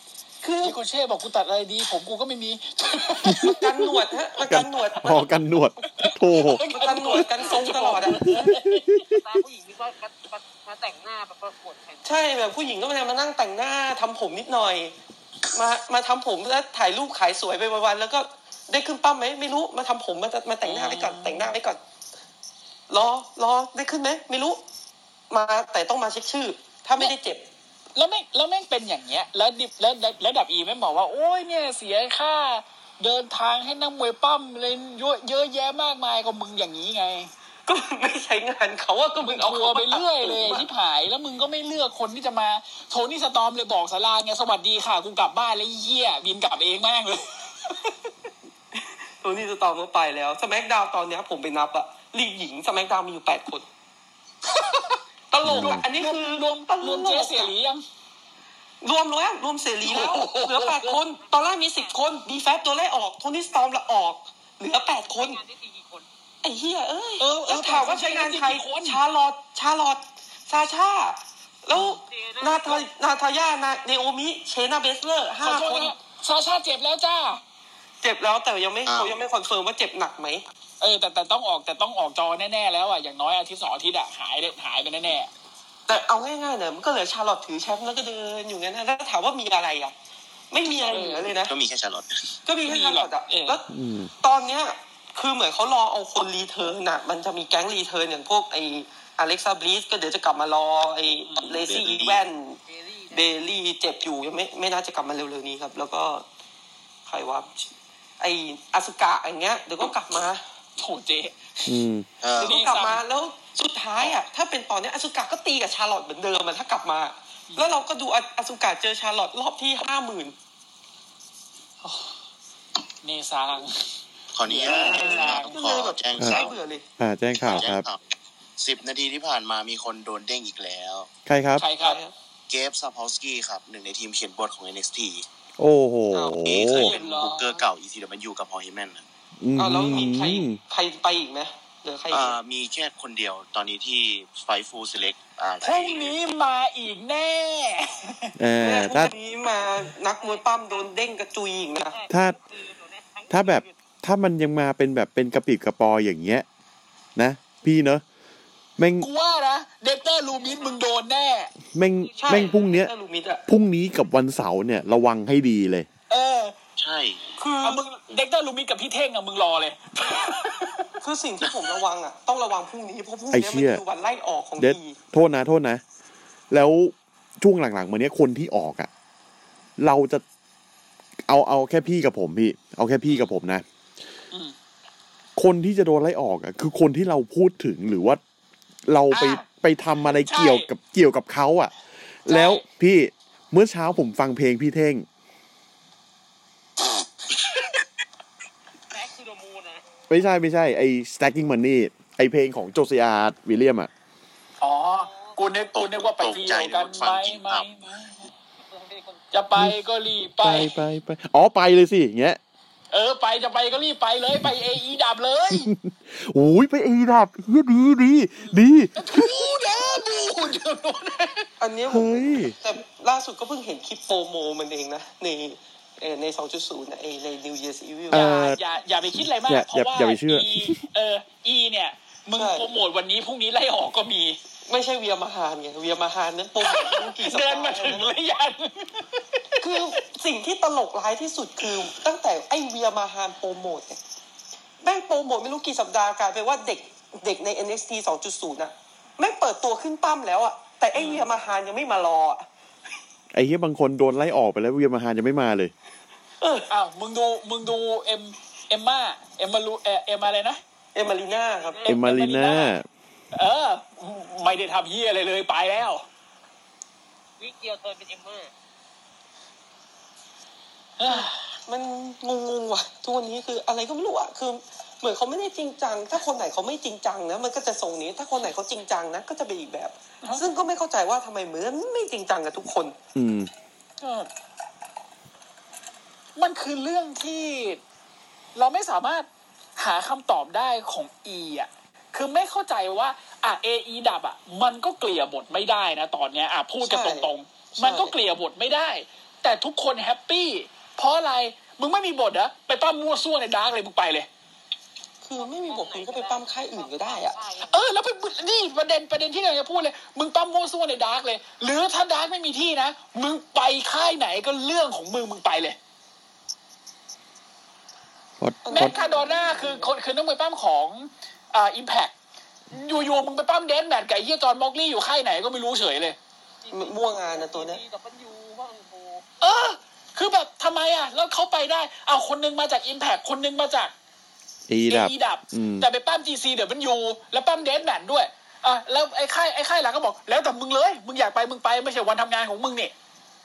คือนิโคเช่บอกกูตัดอะไรดีผมกูก็ไม่มีมากันหนวดฮะมากันหนวดกันหนวดโธ่มากันหนวดกันทรงตลอดอ่ะตาผู้หญิงนี่ก็มาแต่งหน้าประกวดใช่แบบผู้หญิงก็มานั่งแต่งหน้าทำผมนิดหน่อยมาทำผมแล้วถ่ายรูปขายสวยไปวันๆแล้วก็ได้ขึ้นปั้มไหมไม่รู้มาทำผมมาแต่งหน้าไว้ก่อนแต่งหน้าไว้ก่อนรอได้ขึ้นไหมไม่รู้มาแต่ต้องมาเช็คชื่อถ้าไม่ได้เจ็บแล้วแม่งเป็นอย่างเงี้ยแล้วดับอีแม่งบอกว่าโอ้ยเนี่ยเสียค่าเดินทางให้นักมวยปั้มเลยเยอะแยะมากมายก็มึงอย่างนี้ไงก็ไม่ใช้งานเขาว่าก็มึงเอาทัวร์ไปเรื่อยเลยที่ผายแล้วมึงก็ไม่เลือกคนที่จะมาโทนี่สตอร์มเลยบอกศาลาไงสวัสดีค่ะกูกลับบ้านแล้วเหี้ยบินกลับเองแม่งเลยโทนี่สตอร์มก็ไปแล้วสแมคดาวน์ตอนนี้ผมไปนับอะลีกหญิงสแมคดาวน์มีอยู่8คนตลกอ่ะอันนี้คือรวมเจเสียหลียังรวมเสรีแล้วเหลือ8คนตอนแรกมี10คนดีแฟตตัวแรกออกโทนี่สตอร์มละออกเหลือ8คนไอ้เหี้ยเอ้ยแล้วถามว่าใช้งานใครชาลอตซาชาแล้วนาทายาเนโอมิเชนาเบสเลอร์5คนซาชาเจ็บแล้วจ้าเจ็บแล้วแต่เขายังไม่คอนเฟิร์มว่าเจ็บหนักไหมแต่ต้องออกจอแน่ๆแล้วอ่ะอย่างน้อยอาทิตย์2อาทิตย์อ่ะหายไปแน่ๆแต่เอาง่ายๆเนี่ยมันก็เหลือชาร์ลอตถือแชมป์แล้วก็เดินอยู่งั้นนะแล้วถามว่ามีอะไรอ่ะไม่มีอะไรเหลือเลยนะก็มีแค่ชาร์ลอตอ่ะแล้วตอนเนี้ยคือเหมือนเขารอเอาคนรีเทิร์นน่ะมันจะมีแก๊งรีเทิร์นอย่างพวกไออเล็กซาบลีสก็เดี๋ยวจะกลับมารอไอเลซี่อีแวนเบลลี่เจ็บอยู่ยังไม่น่าจะกลับมาเร็วๆนี้ครับแล้วก็ใครวะไออาสึกะอย่างเงี้ยเดี๋ยวก็กลับมาโถเจ๊เดี๋ยวก็กลับมาแล้วสุดท้ายอ่ะถ้าเป็นตอนนี้อาสึกะก็ตีกับชาร์ลอตเหมือนเดิมมันถ้ากลับมาแล้วเราก็ดูอาสึกะเจอชาร์ลอตรอบที่ 50,000 เนซังขออนุญาตขอแจ้งข่าวแจ้งข่าวครับ 10 นาทีที่ผ่านมามีคนโดนเด้งอีกแล้วใครครับเกฟซาพอลสกี้ครับหนึ่งในทีมเขียนบทของ NXT โอ้โหเคยเป็นบุ๊กเกอร์เก่า ECW กับพอล เฮย์แมนนะแล้วมีใครไปอีกไหมหรือใครมีแค่คนเดียวตอนนี้ที่ไฟฟูลเซเล็กพรุ่งนี้มาอีกแน่พรุ่งนี้มานักมวยปั้มโดนเด้งกระจุยอีกนะถ้าแบบถ้ามันยังมาเป็นแบบเป็นกระปิกระปอยอย่างเงี้ยนะพี่เนอะแม่งกูว่านะเดกเตอร์ลูมิสมึงโดนแน่แม่งพรุ่งนี้กับวันเสาร์เนี่ยระวังให้ดีเลยใช่คือมึงเดกเตอร์ลูมิสกับพี่เท่งมึงรอเลยคือสิ่งที่ผมระวังต้องระวังพรุ่งนี้เพราะพรุ่งนี้มันคือวันไล่ออกของดีโทษนะแล้วช่วงหลังๆมาเนี้ยคนที่ออกเราจะเอาแค่พี่กับผมพี่เอาแค่พี่กับผมนะคนที่จะโดนไล่ออกคือคนที่เราพูดถึงหรือว่าเราไปทำอะไรเกี่ยวกับเขาแล้วพี่เมื่อเช้าผมฟังเพลงพี่เท่งไม่ใช่ไอ้ Stacking Money ไอ้เพลงของโจเซียวิลเลียมอ๋อกูนึกว่าไปเที่ยวกันไหมจะไปก็รีบไปอ๋อไปเลยสิอย่างเงี้ยไปจะไปก็รีบไปเลยไปAE ดับเลยโอ้ยไปAEดับเฮ้ยดีดูนะอันนี้เฮ้ยแต่ล่าสุดก็เพิ่งเห็นคลิปโปรโมมันเองนะใน 2.0 ใน New Year's Evil อย่าไปคิดอะไรมากเพราะว่าE เนี่ยมึงโปรโมทวันนี้พรุ่งนี้ไล่ออกก็มีไม่ใช่เวียมาฮานไงเวียมาฮานนั้นโปรโมทกี่สัปดาห์เดินมาถึงเลยยังคือสิ่งที่ตลกร้ายที่สุดคือตั้งแต่ไอ้เวียมาฮานโปรโมทเนี่ยแม่งโปรโมทไม่รู้กี่สัปดาห์กลายเป็นว่าเด็กใน NXT 2.0 น่ะแม่งเปิดตัวขึ้นปั้มแล้วแต่ไอ้เวียมาฮานยังไม่มารอไอ้เหี้ยบางคนโดนไล่ออกไปแล้วเวียมาฮานยังไม่มาเลยอ้าวมึงดูเอ็มมาอะไรนะเอมมารีน่าครับเอมมารีน่าไม่ได้ทำเหี้ยอะไรเลยไปแล้ววิกเดียวเทิร์นเป็นเอมเมอร์มันงงว่ะทุกวันนี้คืออะไรก็ไม่รู้คือเหมือนเขาไม่ได้จริงจังถ้าคนไหนเขาไม่จริงจังนะมันก็จะทรงนี้ถ้าคนไหนเขาจริงจังนะก็จะเป็นอีกแบบซึ่งก็ไม่เข้าใจว่าทำไมเหมือนไม่จริงจังกับทุกคนมันคือเรื่องที่เราไม่สามารถหาคำตอบได้ของ E คือไม่เข้าใจว่าAE ดับมันก็เกลี่ยบทไม่ได้นะตอนเนี้ยพูดกันตรงๆมันก็เกลี่ยบทไม่ได้แต่ทุกคนแฮปปี้เพราะอะไรมึงไม่มีบทเหรอไปปั้มมั่วซั่วในดาร์กเลยมึงไปเลยคือไม่มีบทมึงก็ไปปั้มค่ายอื่นก็ได้อะแล้วไปนี่ประเด็นที่เราจะพูดเลยมึงปั้มมั่วซั่วในดาร์กเลยหรือถ้าดาร์กไม่มีที่นะมึงไปค่ายไหนก็เรื่องของมึงไปเลยแมคคาโดน่าคือต้องไปปั้มของอิมแพคอยู่ๆมึงไปปั้มเดนแมทกับเฮียจอห์นม็อกลี่อยู่ค่ายไหนก็ไม่รู้เฉยเลยมั่วงานนะตัวเนี้ยคือแบบทำไมอ่ะแล้วเขาไปได้เอาคนนึงมาจากอิมแพคคนนึงมาจากอีดับแต่ไปปั้ม GCW แล้วปั้มเดนแมทด้วยแล้วไอ้ค่ายหลังก็บอกแล้วแต่มึงเลยมึงอยากไปมึงไปไม่ใช่วันทำงานของมึงนี่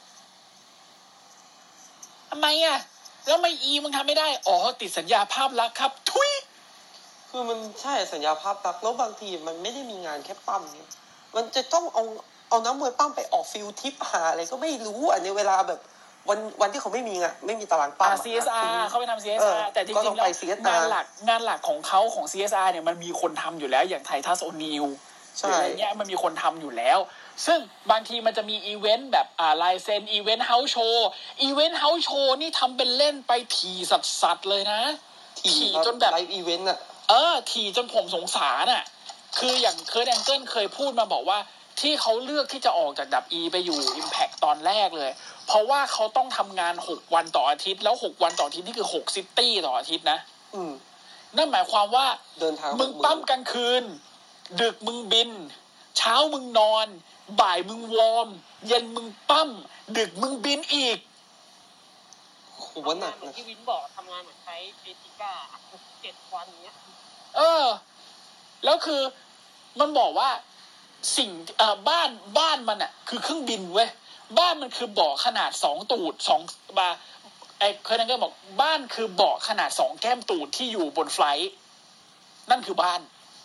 ทำไมอ่ะแล้วไม่มึงทำไม่ได้ติดสัญญาภาพลักษณ์ครับทุยคือมันใช่สัญญาภาพลักษณ์แล้วบางทีมันไม่ได้มีงานแค่ปั้มเนี่ยมันจะต้องเอาน้ำมวยปั้มไปออกฟิลทิปหาอะไรก็ไม่รู้ในเวลาแบบวันที่เขาไม่มีตารางปั้ม CSR เขาไปทำ CSR แต่จริงๆแล้วงานหลักของเขาของ CSR เนี่ยมันมีคนทำอยู่แล้วอย่างไททัสโอนิลอะไรเงี้ยมันมีคนทำอยู่แล้วซึ่งบางทีมันจะมีอีเวนต์แบบลายเซ็นอีเวนต์เฮาส์โชว์นี่ทำเป็นเล่นไปถี่สัสๆเลยนะถี่จนแบบไลฟ์อีเวนต์ถี่จนผมสงสารคืออย่างเคิร์ทแองเกิลเคยพูดมาบอกว่าที่เขาเลือกที่จะออกจากดับ E ไปอยู่ Impact ตอนแรกเลยเพราะว่าเขาต้องทำงาน6วันต่ออาทิตย์แล้ว6วันต่ออาทิตย์นี่คือ6ซิตี้ต่ออาทิตย์นะนั่นหมายความว่าเดินทางมึงปั้มกลางคืนดึกมึงบินเช้ามึงนอนบ่ายมึงวอร์มเย็นมึงปั้มดึกมึงบินอีกโหวันหนักที่วินบอกทำงานเหมือนใช้เอติก้า7 วันเงี้ยแล้วคือมันบอกว่าสิ่งบ้านมันคือเครื่องบินเว้ยบ้านมันคือเบาะขนาด2ตูด2บาเคยนั่นก็บอกบ้านคือเบาะขนาด2แก้มตูดที่อยู่บนไฟล์นั่นคือบ้าน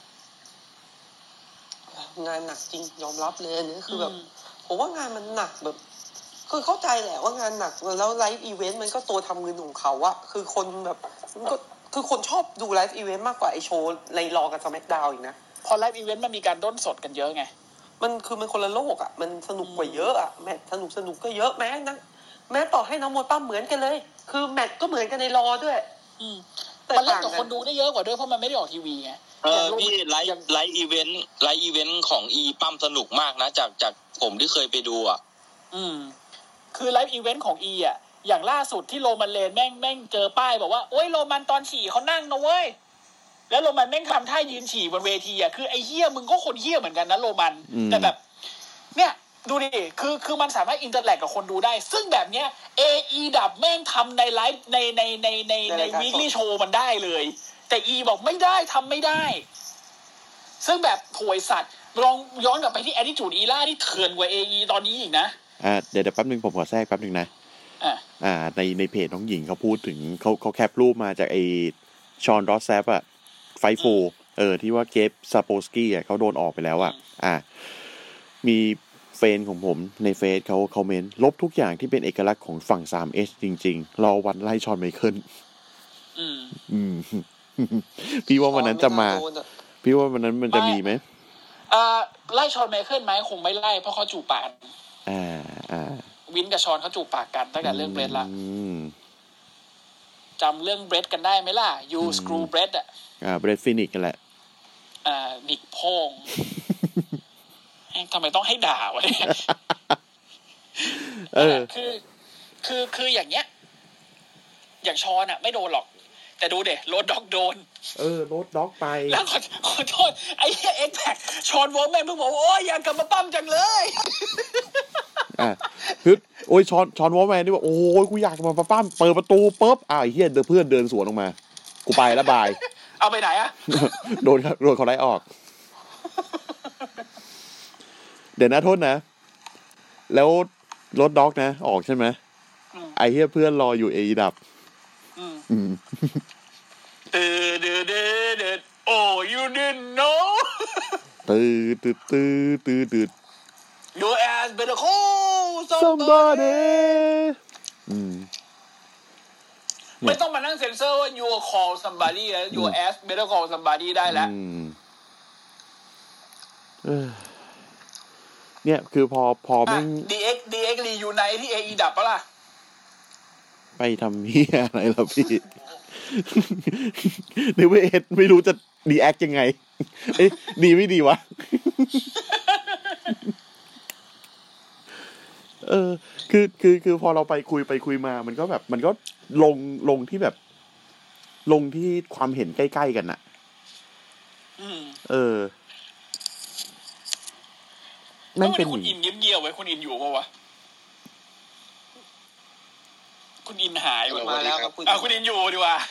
งานหนักจริงยอมรับเลยนี่คือแบบผมว่างานมันหนักแบบคือเข้าใจแหละว่างานหนักแล้วไลฟ์อีเวนต์มันก็ตัวทำเงินของเขาคือคนแบบมันก็คือคนชอบดูไลฟ์อีเวนต์มากกว่าไอโชว์ในรอกับสแมคดาวน์อีกนะพอไลฟ์อีเวนต์มันมีการด้นสดกันเยอะไงมันคนละโลกมันสนุกกว่าเยอะแมตช์สนุกก็เยอะแม้ต่อให้น้องมวยปั้มเหมือนกันเลยคือแมตช์ก็เหมือนกันในรอด้วยมันเล่นกับคนดูได้เยอะกว่าด้วยเพราะมันไม่ได้ออกทีวีไงพี่ไลฟ์อีเวนต์ของอีปั้มสนุกมากนะจากผมที่เคยไปดูคือไลฟ์อีเวนต์ของอีอย่างล่าสุดที่โรมันเลนแม่งเจอป้ายบอกว่าโอ๊ยโรมันตอนฉี่เขานั่งนะเว้ยแล้วโรมันแม่งทำท่ายืนฉี่บนเวทีคือไอ้เหี้ยมึงก็คนเหี้ยเหมือนกันนะโรมันแต่แบบเนี่ยดูดิคือมันสามารถอินเตอร์แลกกับคนดูได้ซึ่งแบบเนี้ย AE ดับแม่งทำในไลฟ์ในวีคลี่โชว์มันได้เลยแต่ E บอกไม่ได้ทำไม่ได้ซึ่งแบบโถยสัตว์ลองย้อนกลับไปที่ Attitude Era ที่เถื่อนกว่า AE ตอนนี้อีกนะเดี๋ยวแป๊บนึงผมขอแทรกแป๊บนึงนะในเพจน้องหญิงเขาพูดถึงเขาแคปรูปมาจากไอชอนรอสแซปไฟโฟที่ว่าเกฟซาโปสกี้เขาโดนออกไปแล้วมีเฟนของผมในเฟซเขาคอมเมนต์ลบทุกอย่างที่เป็นเอกลักษณ์ของฝั่ง 3H จริงๆรอวันไล่ชอนไมเคิลพี่ว่าวันนั้นจะมาพี่ว่าวันนั้นมันจะมีไหมไล่ชอนไมเคิลไหมคงไม่ไล่เพราะเขาจูบปากวินกับชอนเขาจูบปากกันตั้งแต่เรื่องเบรดละจำเรื่องเบรดกันได้ไหมล่ะยูสกรูเบรดเบรดฟินิกกันแหละนิกพงทำไมต้องให้ด่าวะเนี่ยคืออย่างเงี้ยอย่างชอนไม่โดนหรอกแต่ดูเด็โรดด็อกโดนโรดด็อกไปแล้วขอโทษไอ้เอ็กแพคชอนวอลแมนเพิ่งบอกโอ้ยอยากกลับมาปั้มจังเลยคือโอ้ยชอนวอลแมนนี่ว่าโอ้ยกูอยากมาปั้มเปิดประตูปุ๊บไอ้เหี้ยเพื่อนเดินสวนออกมากูไปแล้วบายเอาไปไหนโดนเขาไล่ออกเดี๋ยวนะโทษนะแล้วรถด็อกนะออกใช่ไหมไอ้เหี้ยเพื่อนรออยู่ดับโอ้ you didn't know your ass better call somebody ไม่ต้องมานั่งเซ็นเซอร์ว่า your call somebody แล้ว your ass better call somebody ได้แล้วเนี่ยคือพอแม่ง DX reunite ที่ AE ดับปะล่ะไปทำเหี้ยอะไรล่ะพี่เนเวเอสไม่รู้จะรีแอคยังไงดีไม่ดีวะคือพอเราไปคุยมามันก็แบบมันก็ลงที่แบบลงที่ความเห็นใกล้ๆกันน่ะนั่นเป็นคุณอินเงียบๆไว้คุณอินอยู่ป่าววะคุณอินหายมาแล้วครับคุณอินอยู่ดีกว่า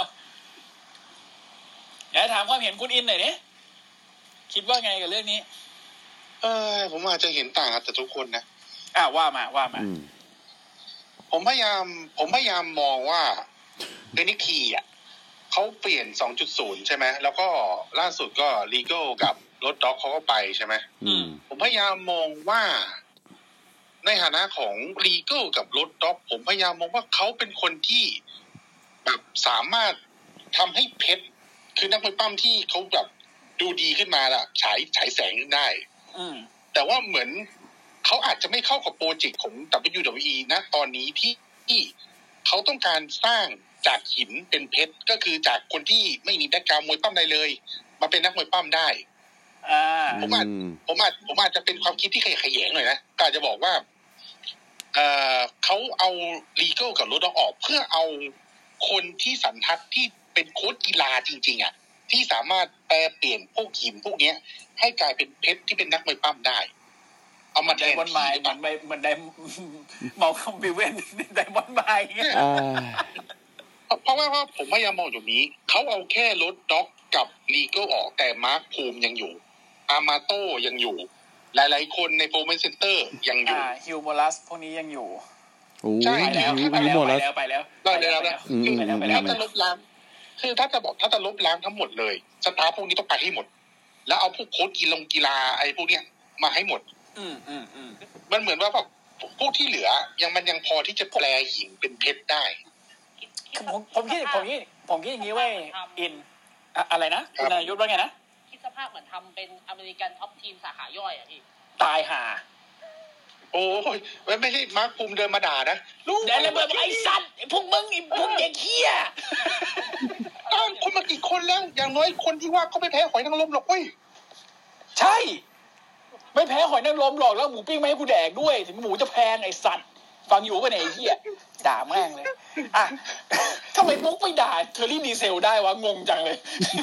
อยากถามความเห็นคุณอินหน่อยดิคิดว่าไงกับเรื่องนี้ผมอาจจะเห็นต่างกับแต่ทุกคนนะว่ามาผมพยายามมองว่าเดนิคีอ่ะเขาเปลี่ยน 2.0 ใช่ไหมแล้วก็ล่าสุดก็ Legal กับรถด็อกเขาก็ไปใช่ไหมผมพยายามมองว่าในฐานะของ Legal กับรถด็อกผมพยายามมองว่าเขาเป็นคนที่แบบสามารถทำให้เพชรคือนักมวยปั้มที่เขาแบบดูดีขึ้นมาละฉายแสงขึ้นได้แต่ว่าเหมือนเขาอาจจะไม่เข้ากับโปรเจกต์ของ WWE นะตอนนี้ที่เขาต้องการสร้างจากหินเป็นเพชรก็คือจากคนที่ไม่มีแบ็คกราวด์มวยปั้มใดเลยมาเป็นนักมวยปั้มได้ผมอาจจะเป็นความคิดที่ขยแยงหน่อยนะก็อาจจะบอกว่าเขาเอา Legal กับรถออกเพื่อเอาคนที่สันทัดที่เป็นโค้ชกีฬาจริงๆอ่ะที่สามารถแปลเปลี่ยนพวกหินพวกนี้ให้กลายเป็นเพชรที่เป็นนักมวยปั้มได้เอามาแทนที่มันได้มองคอมพิวเตอร์ไดมอนด์ไมล์เพราะว่าผมพยายามมองอยู่นี้เขาเอาแค่รถด็อกกับลีโก้ออกแต่มาร์คภูมิยังอยู่อามาโต้ยังอยู่หลายๆคนในโปรโมชั่นเซ็นเตอร์ยังอยู่ฮิวโมลัสพวกนี้ยังอยู่ใช่แล้วไปแล้วถ้าจะลบล้างคือถ้าจะลบล้างทั้งหมดเลยสตาร์พวกนี้ต้องไปให้หมดแล้วเอาพวกโค้ชกีฬาไอ้พวกเนี้ยมาให้หมดมันเหมือนว่าแบบพวกที่เหลือยังพอที่จะแปลหินเป็นเพชรได้ผมคิดอย่างนี้เว้ยอินอะไรนะคุณนายยุทธว่าไงนะคิดสภาพเหมือนทำเป็นอเมริกันท็อปทีมสาขาย่อยอ่ะพี่ตายห่าโอ้ยไม่ใช่มาร์คภูมิเดินมาด่านะลูกเดินมาไอ้สัตว์พวกมึงพวกเด็กเหี้ยตั้งคนมากี่คนแล้วอย่างน้อยคนที่ว่าเขาไม่แพ้หอยนางรมหรอกเว้ยใช่ไม่แพ้หอยนางรมหรอกแล้วหมูปิ้งไม่ให้กูแดกด้วยถึงหมูจะแพงไอ้สัตว์ฟังอยู่ป่ะเนี่ยไอ้เหี้ยด่าแม่งเลยทำไมมุกไม่ด่าเทอร์รี่ดีเซลได้วะงงจังเลย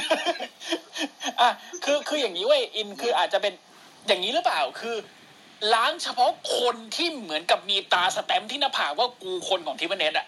คืออย่างนี้เว้ยอินคืออาจจะเป็นอย่างนี้หรือเปล่าคือล้างเฉพาะคนที่เหมือนกับมีตาสแตมป์ที่หน้าผากว่ากูคนของทีมเน็ต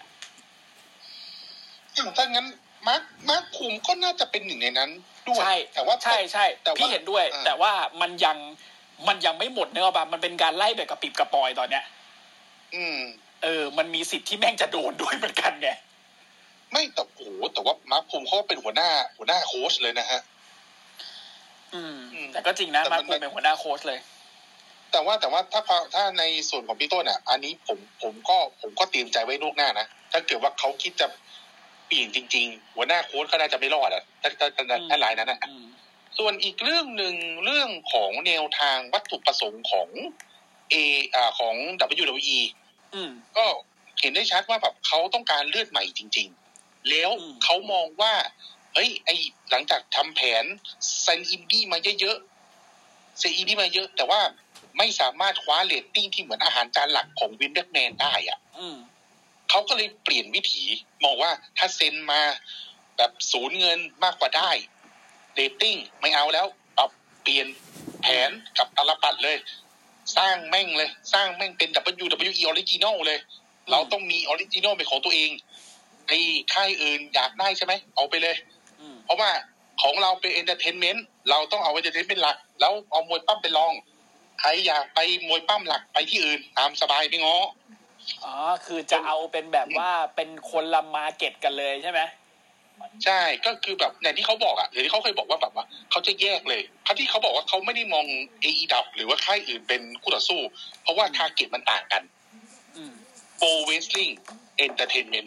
ถ้างั้นมาร์คภูมิก็น่าจะเป็นหนึ่งในนั้นด้วยแต่ว่าใช่พี่เห็นด้วยแต่ว่ามันยังไม่หมดเนอะป่ะมันเป็นการไล่แบบกระปิบกระปอยตอนเนี้ยมันมีสิทธิ์ที่แม่งจะโดนด้วยเหมือนกันไงไม่แต่ว่ามาร์คภูมิเขาเป็นหัวหน้าโค้ชเลยนะฮะแต่ก็จริงนะมาร์คภูมิเป็นหัวหน้าโค้ชเลยแต่ว่าถ้าในส่วนของพี่ต้นอ่ะอันนี้ผมก็เตรียมใจไว้ล่วงหน้านะถ้าเกิดว่าเขาคิดจะเปลี่ยนจริงๆหัวหน้าโค้ชก็น่าจะไม่รอดอ่ะถ้าหลายนั้นนะส่วนอีกเรื่องนึงเรื่องของแนวทางวัตถุประสงค์ของของ WWE ก็เห็นได้ชัดว่าแบบเขาต้องการเลือดใหม่จริงๆแล้วเขามองว่าเฮ้ยหลังจากทำแผนเซนอินดี้มาเยอะแต่ว่าไม่สามารถคว้าเรตติ้งที่เหมือนอาหารจานหลักของวินเดอร์แมนได้อ่ะเขาก็เลยเปลี่ยนวิถีมองว่าถ้าเซ็นมาแบบสูญเงินมากกว่าได้เรตติ้งไม่เอาแล้วเอาเปลี่ยนแผนกับตลปัดเลยสร้างแม่งเป็น WWE Original เลยเราต้องมี Original เป็นของตัวเองไอ้ค่ายอื่นอยากได้ใช่ไหมเอาไปเลยเพราะว่าของเราเป็น Entertainment เราต้องเอา Entertainment หลักแล้วเอามวยปั้มเป็นรองใครอยากไปมวยปั้มหลักไปที่อื่นตามสบายไม่ง้อคือจะเอาเป็นแบบว่าเป็นคนละมาร์เก็ตกันเลยใช่ไหมใช่ก็คือแบบอย่างที่เขาบอกอ่ะอย่างที่เขาเคยบอกว่าแบบว่าเขาจะแยกเลยที่เขาบอกว่าเขาไม่ได้มอง AEW หรือว่าค่ายอื่นเป็นคู่ต่อสู้เพราะว่าทาร์เก็ตมันต่างกันPro Wrestling Entertainment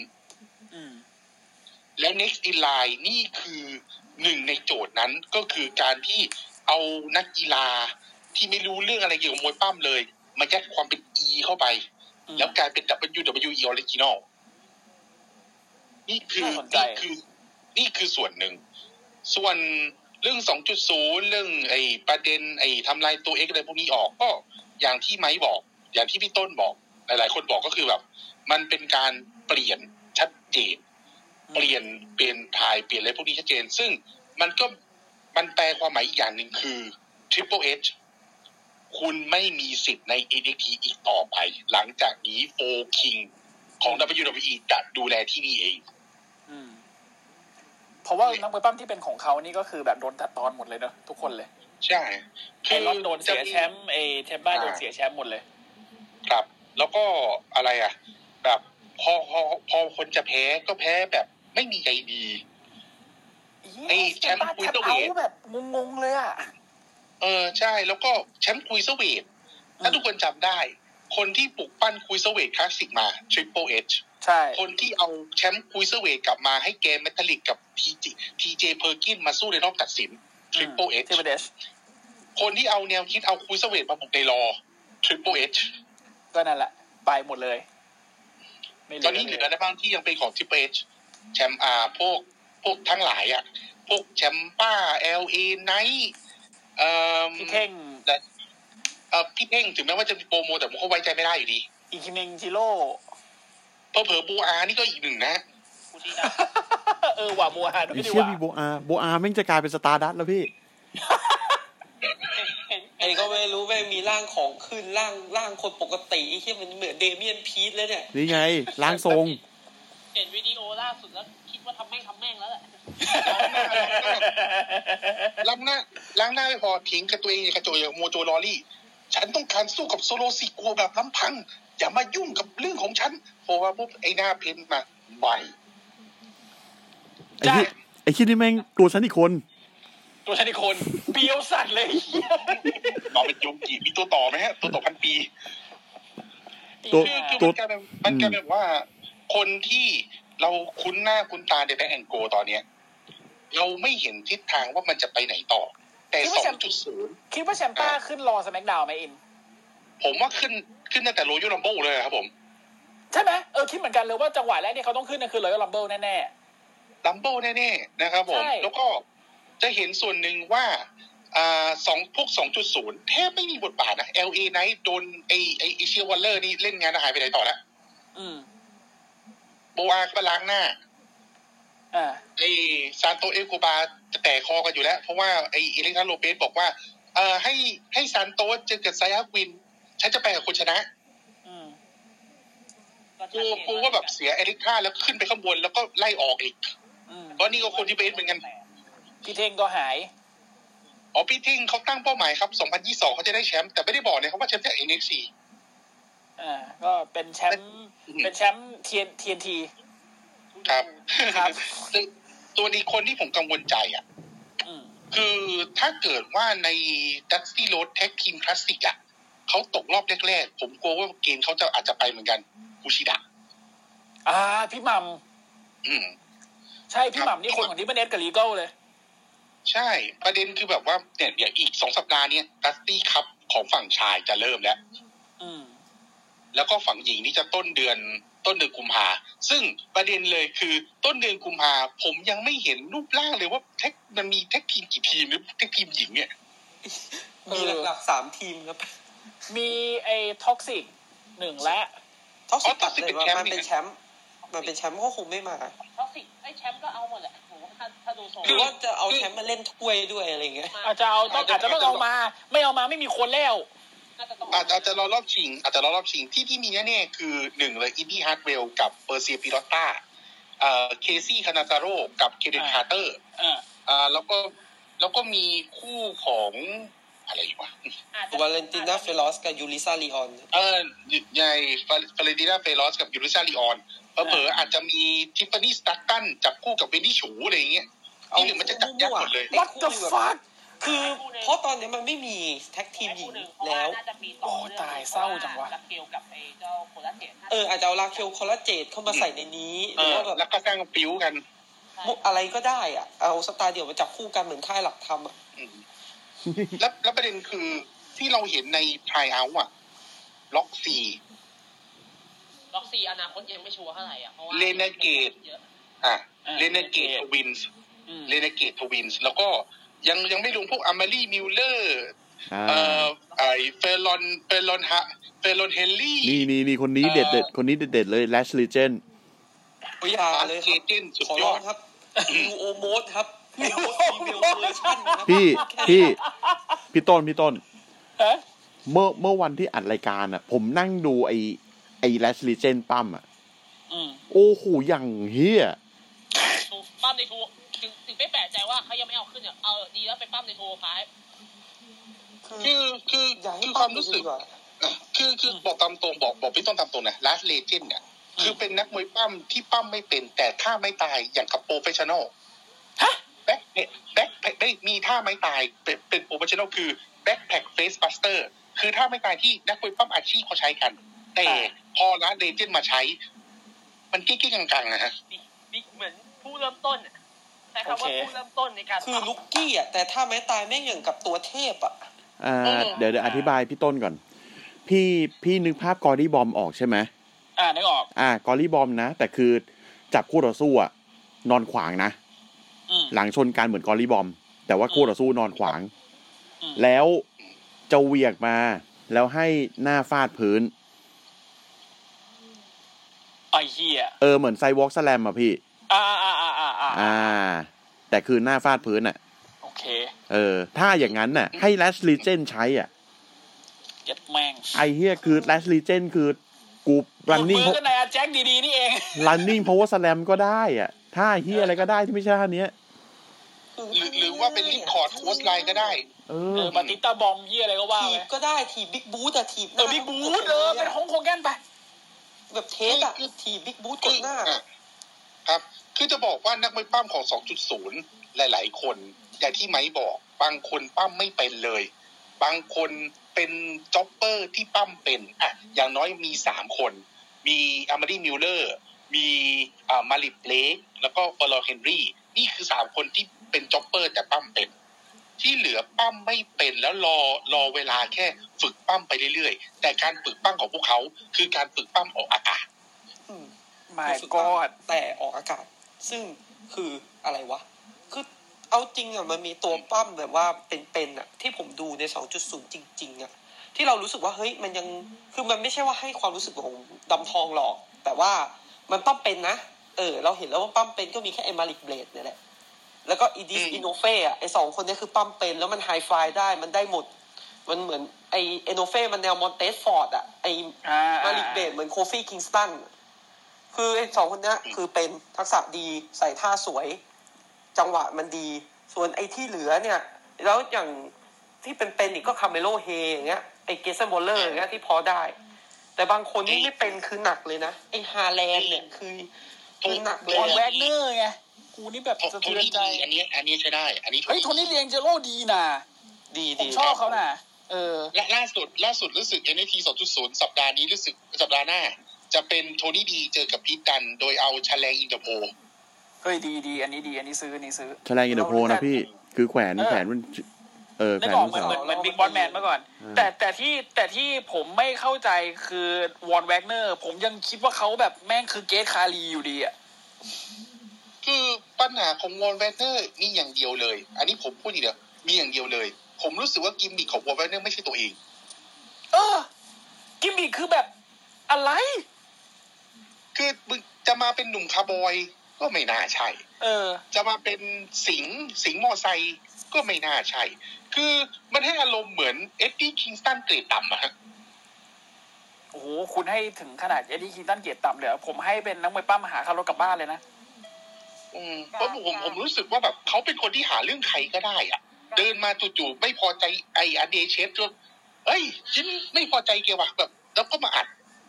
แล้ว Next in Line นี่คือหนึ่งในโจทย์นั้นก็คือการที่เอานักกีฬาที่ไม่รู้เรื่องอะไรเกี่ยวกับมวยปั้มเลยมายัดความเป็น E เข้าไปแล้วกลายเป็น WWE Original นี่คือส่วนหนึ่งส่วนเรื่อง 2.0 เรื่องประเด็นทำลายตัว X อะไรพวกนี้ออกก็อย่างที่ไมค์บอกอย่างที่พี่ต้นบอกหลายๆคนบอกก็คือแบบมันเป็นการเปลี่ยนชัดเจนเปลี่ยนถ่ายเปลี่ยนอะไรพวกนี้ชัดเจนซึ่งมันแปลความหมายอีกอย่างหนึ่งคือ Triple H คุณไม่มีสิทธิ์ใน NXT อีกต่อไปหลังจากนี้โฟคิงของ WWE จะดูแลที่นี่เองเพราะว่านักมวยปั้มที่เป็นของเขานี่ก็คือแบบโดนตัดตอนหมดเลยเนอะทุกคนเลยใช่คือรอนโดนเสียแชมป์เทมบ้าโดนเสียแชมป์หมดเลยครับแล้วก็อะไรแบบพอคนจะแพ้ก็แพ้แบบไม่มีใจดีแชมป์คุยเซเวทแบบงงๆเลยอ่ะใช่แล้วก็แชมป์คุยเซเวทถ้าทุกคนจำได้คนที่ปลุกปั้นคุยเซเวทคลาสสิกมา Triple H ใช่คนที่เอาแชมป์คุยเซเวทกลับมาให้เกมเมทัลลิกกับ TJ เพอร์กินมาสู้ในรอบตัดสิน Triple H คนที่เอาแนวคิดเอาคุยเซเวทมาบุกในรอ Triple H ก็นั่นแหละไปหมดเลยตอนนี้เหลือในบางที่ยังเป็นของ Triple H แชมป์พวกทั้งหลายพวกแชมป้า LA Knight พี่เท่งพี่เท่งถึงแม้ว่าจะมีโปรโมแต่ผมก็ไว้ใจไม่ได้อยู่ดีอีคิเมงจิโร่เผลอๆโบอานี่ก็อีกหนึ่งนะว่าโบอาด้วยดีว่ามีโบอาแม่งจะกลายเป็นสตาร์ดัสแล้วพี่ก็ไม่รู้แม่งมีร่างของขึ้นร่างคนปกติไอ้ที่มันเหมือนเดเมียนพีทเลยเนี่ยนี่ไงร่างทรงเห็นวิดีโอล่าสุดแล้วคิดว่าทำแม่งแล้วแหละล้างหน้าไม่พอทิ้งกับตัวเองกระโจยโมโจลอรี่ฉันต้องการสู้กับโซโลซิโกแบบลำพังอย่ามายุ่งกับเรื่องของฉันเพราะว่าปุ๊บไอ้หน้าเพ้นมาใบไอ้คิดนี่แม่งตัวฉันอีกคนเปรี้ยวสัตว์เลยต่อเป็นยุงกี่มีตัวต่อไหมฮะตัวต่อพันปีตัวมันกลายเป็นว่าคนที่เราคุ้นหน้าคุ้นตาในแบงก์แอนโกตอนเนี้ยเราไม่เห็นทิศทางว่ามันจะไปไหนต่อแต่ 2.0 คิดว่าแชมป้าขึ้นรอสแมคดาวน์ไหมอินผมว่าขึ้นตั้งแต่โรยัลรัมเบิลเลยครับผมใช่ไหมคิดเหมือนกันเลยว่าจังหวะแรกเนี่ยเขาต้องขึ้นนั่นคือโรยัลรัมเบิลแน่ๆรัมเบิลแน่ๆนะครับผมแล้วก็จะเห็นส่วนหนึ่งว่าพวก 2.0 แทบไม่มีบทบาทนะ LA Knight โดนไอเชียวอลเลอร์นี่เล่นงานหายไปไหนต่อแล้วโบอาก็ล้างหน้าไอซานโตเอลโกบาจะแตกคอกันอยู่แล้วเพราะว่าไอเอเล็กซานโลเปสบอกว่าให้ซานโตเจอกับไซอาควินฉันจะไปกับคนชนะกูว่าแบบเสียเอริก้าแล้วขึ้นไปข้างบนแล้วก็ไล่ออกอีกเพราะนี่ก็คนที่เบสเหมือนกันพี่เท่งก็หายพี่เท่งเขาตั้งเป้าหมายครับ2022เขาจะได้แชมป์แต่ไม่ได้บอกนะครับว่าแชมป์จาก NXT ก็เป็นแชมป์ TNT ครับตัวนี้คนที่ผมกังวลใจคือถ้าเกิดว่าใน Dusty Road Tag Team Classic เขาตกรอบแรกๆผมกลัวว่าเกณฑ์เขาอาจจะไปเหมือนกันคุชิดะพี่หม่ำใช่พี่หม่ำนี่คนของที่เป็นเอสกับลีเกิลเลยใช่ประเด็นคือแบบว่าเนี่ยเดี๋ยวอีก2 สัปดาห์นี้ Dusty Cup ของฝั่งชายจะเริ่มแล้วแล้วก็ฝั่งหญิงนี่จะต้นเดือนกุมภาซึ่งประเด็นเลยคือต้นเดือนกุมภาผมยังไม่เห็นรูปร่างเลยว่ามันมีแท็กทีมกี่ทีมหรือแท็กทีมหญิงเนี่ยมีหลักๆ3ทีมครับมีไอ้ท็อกซิก1และท็อกซิกเป็นแชมป์มันเป็นแชมป์ก็คงไม่มาท็อกซิกไอ้แชมป์ก็เอาหมดแหละผมว่าถ้าดูทรงหรือว่าจะเอาแชมป์มาเล่นถ้วยด้วยอะไรเงี้ยอาจจะต้องเอามาไม่เอามาไม่มีคนแล้วอาจจะรอรอบชิงที่มีแน่ๆคือ1เลยอินดี้ฮาร์ดเวลกับเปอร์เซียปิโรต้าเคซี่คานาซาโร่กับเคเดนคาร์เตอร์แล้วก็มีคู่ของอะไรวะวาเลนติน่าเฟลอสกับยูริซาลีออนใหญ่วาเลนติน่าเฟลอสกับยูริซาลีออนเผลออาจจะมีทิฟฟานี่สตัตตันจับคู่กับเวนดี้ฉูอะไรอย่างเงี้ยที่หนึ่งมันจะจับยัดหมดเลย What the fuck คือเพราะตอนนี้มันไม่มีแท็กทีมหญิงแล้วโอ้ตายเศร้าจังวะอาจจะเอาลาเคลคอลลาเจตเข้ามาใส่ในนี้หรือว่าแบบแล้วก็สร้างฟิวกันอะไรก็ได้เอาสตาร์เดี่ยวมาจับคู่กันเหมือนค่ายหลักทำแล้วประเด็นคือที่เราเห็นในไทยเอาท์ล็อกซีอนาคตยังไม่ชัวร์เท่าไหร่เพราะว่าเลนาเกตเรเนเกตทวินส์แล้วก็ยังไม่รวมพวกอามารีมิลเลอร์เฟรอนเฮนรี่นี่คนนี้เด็ดคนนี้เด็ดเลยแลชลีเจนอย่าเลยขอร้องครับนิวโอโมดครับนิวฟีเมลเวอร์ชั่นครับพี่ต้นเมื่อวันที่อัดรายการอ่ะผมนั่งดูไอ้แลชลีเจนปั้มอ่ะโอ้โหอย่างเฮียปั้มในทูถึงไม่แปลกใจว่าเขายังไม่เอาขึ้นเนี่ยดีแล้วไปปั้มในทูพายคือความรู้สึกคือบอกตามตรงบอกพี่ต้นตามตรงนะแลชลีเจนเนี่ยคือเป็นนักมวยปั้มที่ปั้มไม่เป็นแต่ท่าไม่ตายอย่างกับโปรเฟชชั่นอลแบ็คไม่มีท่าไม่ตายเป็นโปรเฟชชั่นอลคือแบ็คแพ็คเฟสบัสเตอร์คือท่าไม่ตายที่นักมวยปั้มอาชีพเขาใช้กันแต่พอละเลเจนด์มาใช้มันกิ๊กๆกังๆนะฮะเหมือนผู้เริ่มต้นแต่คำว่าผู้เริ่มต้นในการคือลุกกี้อ่ะแต่ท่าไม่ตายแม่งอย่างกับตัวเทพอ่ะเดี๋ยวอธิบายพี่ต้นก่อนพี่นึกภาพกอรี่บอมออกใช่ไหมนึกออกกอรี่บอมนะแต่คือจับคู่ต่อสู้อ่ะนอนขวางนะหลังชนกันเหมือนกอรี่บอมแต่ว่าคู่ต่อสู้นอนขวางแล้วจะเหวี่ยงมาแล้วให้หน้าฟาดพื้นไอ้เหี้ยเหมือนไซวอล์กสแลมอ่ะพี่แต่คือหน้าฟาดพื้นอ่ะโอเคถ้าอย่างนั้นน่ะให้แลชลีเจนใช้อ่ะยัดแม่งไอ้เหี้ยคือแลชลีเจนคือกูrunning มือก็นายแจ็คดีๆนี่เอง running power slam ก็ได้อ่ะท่าเหี้ยอะไรก็ได้ที่ไม่ใช่ท่านี้หรือว่าเป็นลิคอร์ดโค้ชไลน์ก็ได้มาติต้าบอมเหี้ยอะไรก็ว่าไปถีบก็ได้ถีบบิ๊กบูทถีบบิ๊กบูทเป็นของโคแกนไปแบบเทสถีบบิ๊กบูทกดหน้าครับคือจะบอกว่านักมวยปั้มของ 2.0 หลายๆคนอย่างที่ไมค์บอกบางคนปั้มไม่เป็นเลยบางคนเป็นจ็อบเปอร์ที่ปั้มเป็นอย่างน้อยมี3คนมีอามารีมิลเลอร์มีมาริเบลกแล้วก็เฟอร์ลอเฮนรี่นี่คือ3คนที่เป็นจ็อบเปอร์แต่ปั้มเป็นที่เหลือปั้มไม่เป็นแล้วรอเวลาแค่ฝึกปั้มไปเรื่อยๆแต่การฝึกปั้มของพวกเขาคือการฝึกปั้มออกอากาศ My God แต่ออกอากาศซึ่งคืออะไรวะคือเอาจริงมันมีตัวปั้มแบบว่าเป็นที่ผมดูใน 2.0 จริงๆที่เรารู้สึกว่าเฮ้ยมันยังคือมันไม่ใช่ว่าให้ความรู้สึกของดำทองหรอกแต่ว่ามันปั้มเป็นนะเราเห็นแล้วว่าปั้มเป็นก็มีแค่มาริกเบลดเนี่ยแหละแล้วก็อีดิสอินโนเฟ่ไอ้2คนนี้คือปั้มเป็นแล้วมันไฮไฟได้มันได้หมดมันเหมือนไอ้เอโนเฟ่มันแนวมอนเตสฟอร์ดไอ้มาริกเบลดเหมือนโคฟี่คิงสตันคือไอ้2คนนี้คือเป็นทักษะดีใส่ท่าสวยจังหวะมันดีส่วนไอ้ที่เหลือเนี่ยแล้วอย่างที่เป็นอีกก็คาเมโลเฮอย่างเงี้ยไอ้เกสันบอลเลอร์อย่างเงี้ยที่พอได้แต่บางคนนี่ไม่เป็นคือหนักเลยนะไอ้ฮาแลนด์เนี่ยคือหนักเลยแวกเนอร์ไงกูนี่แบบสะเทือนใจอันนี้ใช้ได้อันนี้เฮ้ยโทนี่เรียงเจโร่ดีนะดีผมชอบเขานะและล่าสุดรู้สึก NXT 2.0 สัปดาห์นี้รู้สึกสัปดาห์หน้าจะเป็นโทนี่ดีเจอกับพีทดันโดยเอาชาแลงอินเตอร์โพเฮ้ยดีอันนี้ดีอันนี้ซื้อชาแลงอินเตอร์โพนะพี่คือแขวนมันได้บอกเหมือนบิ๊กบอสแมนเมื่อก่อนแต่ที่ผมไม่เข้าใจคือวอนแวกเนอร์ผมยังคิดว่าเขาแบบแม่งคือเกตคารีอยู่ดีคือปัญหาของวอนแวกเนอร์มีอย่างเดียวเลยอันนี้ผมพูดอีกเดียวมีอย่างเดียวเลยผมรู้สึกว่ากิมมิคของวอนแวกเนอร์ไม่ใช่ตัวเองกิมมิคคือแบบอะไรคือมึงจะมาเป็นหนุ่มคาร์บอยก็ไม่น่าใช่จะมาเป็นสิงมอไซค์ก็ไม่น่าใช่คือมันให้อารมณ์เหมือนเอ็ดดี้คิงสตันเกรดต่ำอะฮะโอ้โหคุณให้ถึงขนาดเอ็ดดี้คิงสตันเกรดต่ำเลยผมให้เป็นนักมวยปั้มหาคารถกลับบ้านเลยนะเพราะผมรู้สึกว่าแบบเขาเป็นคนที่หาเรื่องใครก็ได้อะเดินมาจู่ๆไม่พอใจไอ้อเดเชฟก็ฉันไม่พอใจแกว่ะแบบแล้วก็มาอัด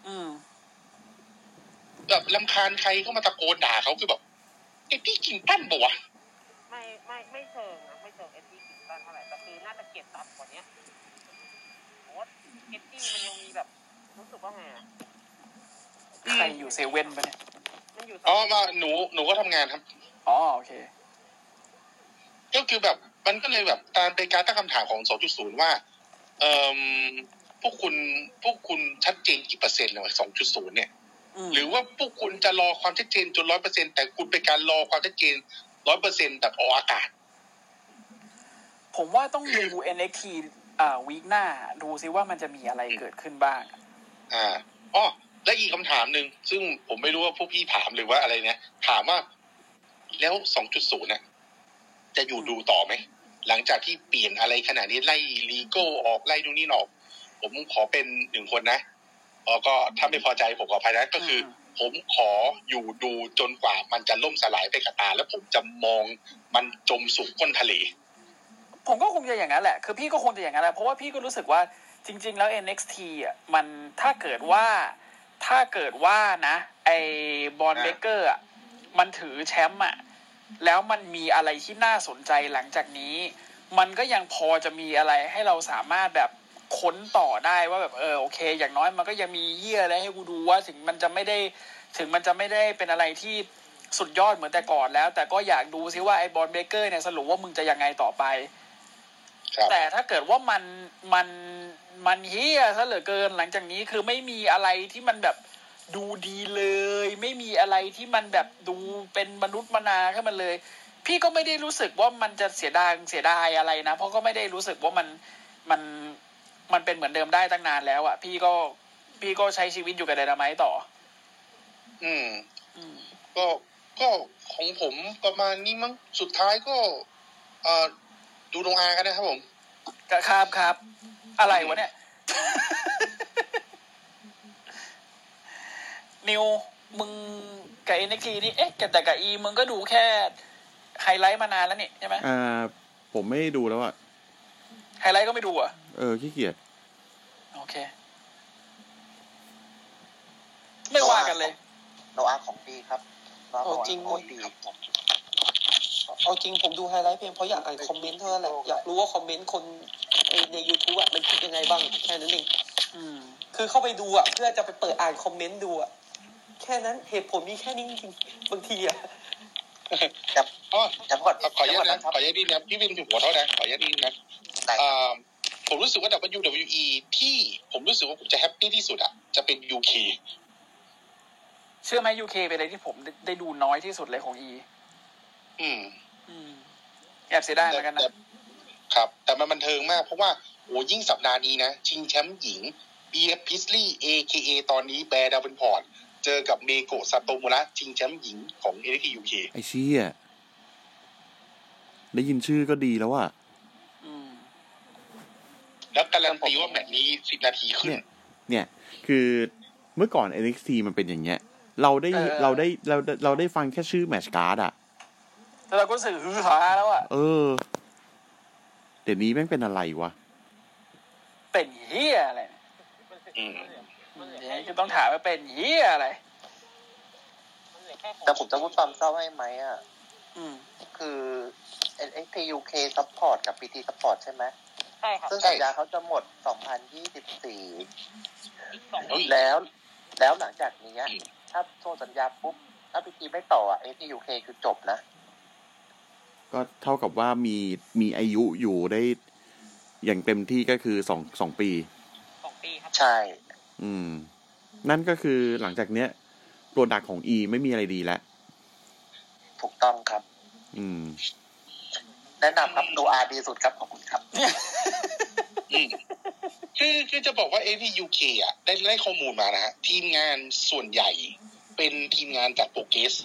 แบบรำคาญใครก็มาตะโกนด่าเขาคือแบบเอ็ดดี้คิงสตันบ่วะไม่เชิงนะไม่เชิงเอ็ดดี้คิงสตันเท่าไหร่แต่คือน่าจะเก็บต่ำกว่านี้เพราะว่าเอ็ดดี้มันยังมีแบบรู้สึกว่าไงใครอยู่เซเว่นปะเนี่ยมาหนูก็ทำงานครับโอเคก็คือแบบมันก็เลยแบบการเป็นการตั้งคำถามของ 2.0 ว่าพวกคุณชัดเจนกี่เปอร์เซ็นต์เลย 2.0 เนี่ยหรือว่าพวกคุณจะรอความชัดเจนจน 100% แต่คุณเป็นการรอความชัดเจน 100% แบบออกอากาศผมว่าต้องดู NXT วีคหน้าดูซิว่ามันจะมีอะไรเกิดขึ้นบ้างอ๋อและอีกคำถามนึงซึ่งผมไม่รู้ว่าพวกพี่ถามหรือว่าอะไรเนี่ยถามว่าแล้ว 2.0 น่ะจะอยู่ดูต่อไหมหลังจากที่เปลี่ยนอะไรขนาดนี้ไล่ลีโก้ออกไล่นู่นนี่ออกผมขอเป็น1คนนะก็ถ้าไม่พอใจผมขออภัยนะก็คือผมขออยู่ดูจนกว่ามันจะล่มสลายไปกับตาแล้วผมจะมองมันจมสู่ก้นทะเลผมก็คงจะอย่างนั้นแหละคือพี่ก็คงจะอย่างนั้นแหละเพราะว่าพี่ก็รู้สึกว่าจริงๆแล้ว NXT อ่ะมันถ้าเกิดว่านะไอ้บอนเบเกอร์อ่ะมันถือแชมป์อ่ะแล้วมันมีอะไรที่น่าสนใจหลังจากนี้มันก็ยังพอจะมีอะไรให้เราสามารถแบบค้นต่อได้ว่าแบบโอเคอย่างน้อยมันก็ยังมีเหี้ยอะไรให้กูดูว่าถึงมันจะไม่ได้เป็นอะไรที่สุดยอดเหมือนแต่ก่อนแล้วแต่ก็อยากดูซิว่าไอ้บอนเบเกอร์เนี่ยสรุปว่ามึงจะยังไงต่อไปแต่ถ้าเกิดว่ามันเหี้ยซะเหลือเกินหลังจากนี้คือไม่มีอะไรที่มันแบบดูดีเลยไม่มีอะไรที่มันแบบดูเป็นมนุษย์มนาขึ้นมาเลยพี่ก็ไม่ได้รู้สึกว่ามันจะเสียดายอะไรนะเพราะก็ไม่ได้รู้สึกว่ามันเป็นเหมือนเดิมได้ตั้งนานแล้วอ่ะพี่ก็ใช้ชีวิตอยู่กับไดนาไมต์ต่อก็ของผมประมาณนี้มั้งสุดท้ายก็ดูโรงอากันนะครับผมครับอะไรวะเนี่ย นิวมึงกับ NXT นี่แต่กับอีมึงก็ดูแค่ไฮไลท์มานานแล้วนี่ใช่ไหมผมไม่ดูแล้วอ่ะไฮไลท์ก็ไม่ดูอ่ะขี้เกียจโอเคไม่ว่ากันเลยโนอาของดีครับจริงผมดูไฮไลท์เพียงเพราะอยากอ่านคอมเมนต์เท่านั้นแหละอยากรู้ว่าคอมเมนต์คนใน YouTube อ่ะมันคิดยังไงบ้างแค่นั้นเองคือเข้าไปดูอ่ะเพื่อจะไปเปิดอ่านคอมเมนต์ดูอ่ะแค่นั้นเหตุผลมีแค่นี้จริงบางทีอ่ะจะก่อนขออนุญาตนะพี่วินถึงหัวเท่านะขออนุญาตนิดนะผมรู้สึกว่า WWE ที่ผมรู้สึกว่าผมจะแฮปปี้ที่สุดอ่ะจะเป็น UK เชื่อไหม UK เป็นอะไรที่ผมได้ดูน้อยที่สุดเลยของ E แอบเสียดายเหมือนกันนะครับแต่มันบันเทิงมากเพราะว่ายิ่งสัปดาห์นี้นะชิงแชมป์หญิง BF Priestley AKA ตอนนี้แบร์ดาเวนพอร์ตเจอกับเมโกะซาโตมุระชิงแชมป์หญิงของ NXT UK ไอ้เชี่ยได้ยินชื่อก็ดีแล้วอ่ะแล้วการันตีว่าแมตช์นี้10 นาทีขึ้นเนี่ยคือเมื่อก่อน NXT มันเป็นอย่างเงี้ยเราได้ฟังแค่ชื่อแมตช์การ์ดอ่ะแต่เราก็รู้สึกฮือฮาแล้วอ่ะเดี๋ยวนี้แม่งเป็นอะไรวะเป็นเหี้ยอะไรเดี๋ยวจะต้องถามว่าเป็นเหี้ยอะไรแต่ผมจะพูดความเศร้าให้ไหมอ่ะคือ NXT UK Support กับ PT Support ใช่ไหมใช่ครับซึ่งสัญญาเขาจะหมด 2024 แล้วหลังจากนี้ถ้าโซนสัญญาปุ๊บถ้า PT ไม่ต่อNXT UK คือจบนะก็เท่ากับว่ามีอายุอยู่ได้อย่างเต็มที่ก็คือ2 ปี 2 ปีครับใช่นั่นก็คือหลังจากเนี้ยโปรดักต์ของ E ไม่มีอะไรดีแล้วถูกต้องครับแนะนำครับโนอาดีสุดครับขอบคุณครับคือจะบอกว่า NXT UK อ่ะได้ข้อมูลมานะฮะทีมงานส่วนใหญ่เป็นทีมงานจากโปรเกส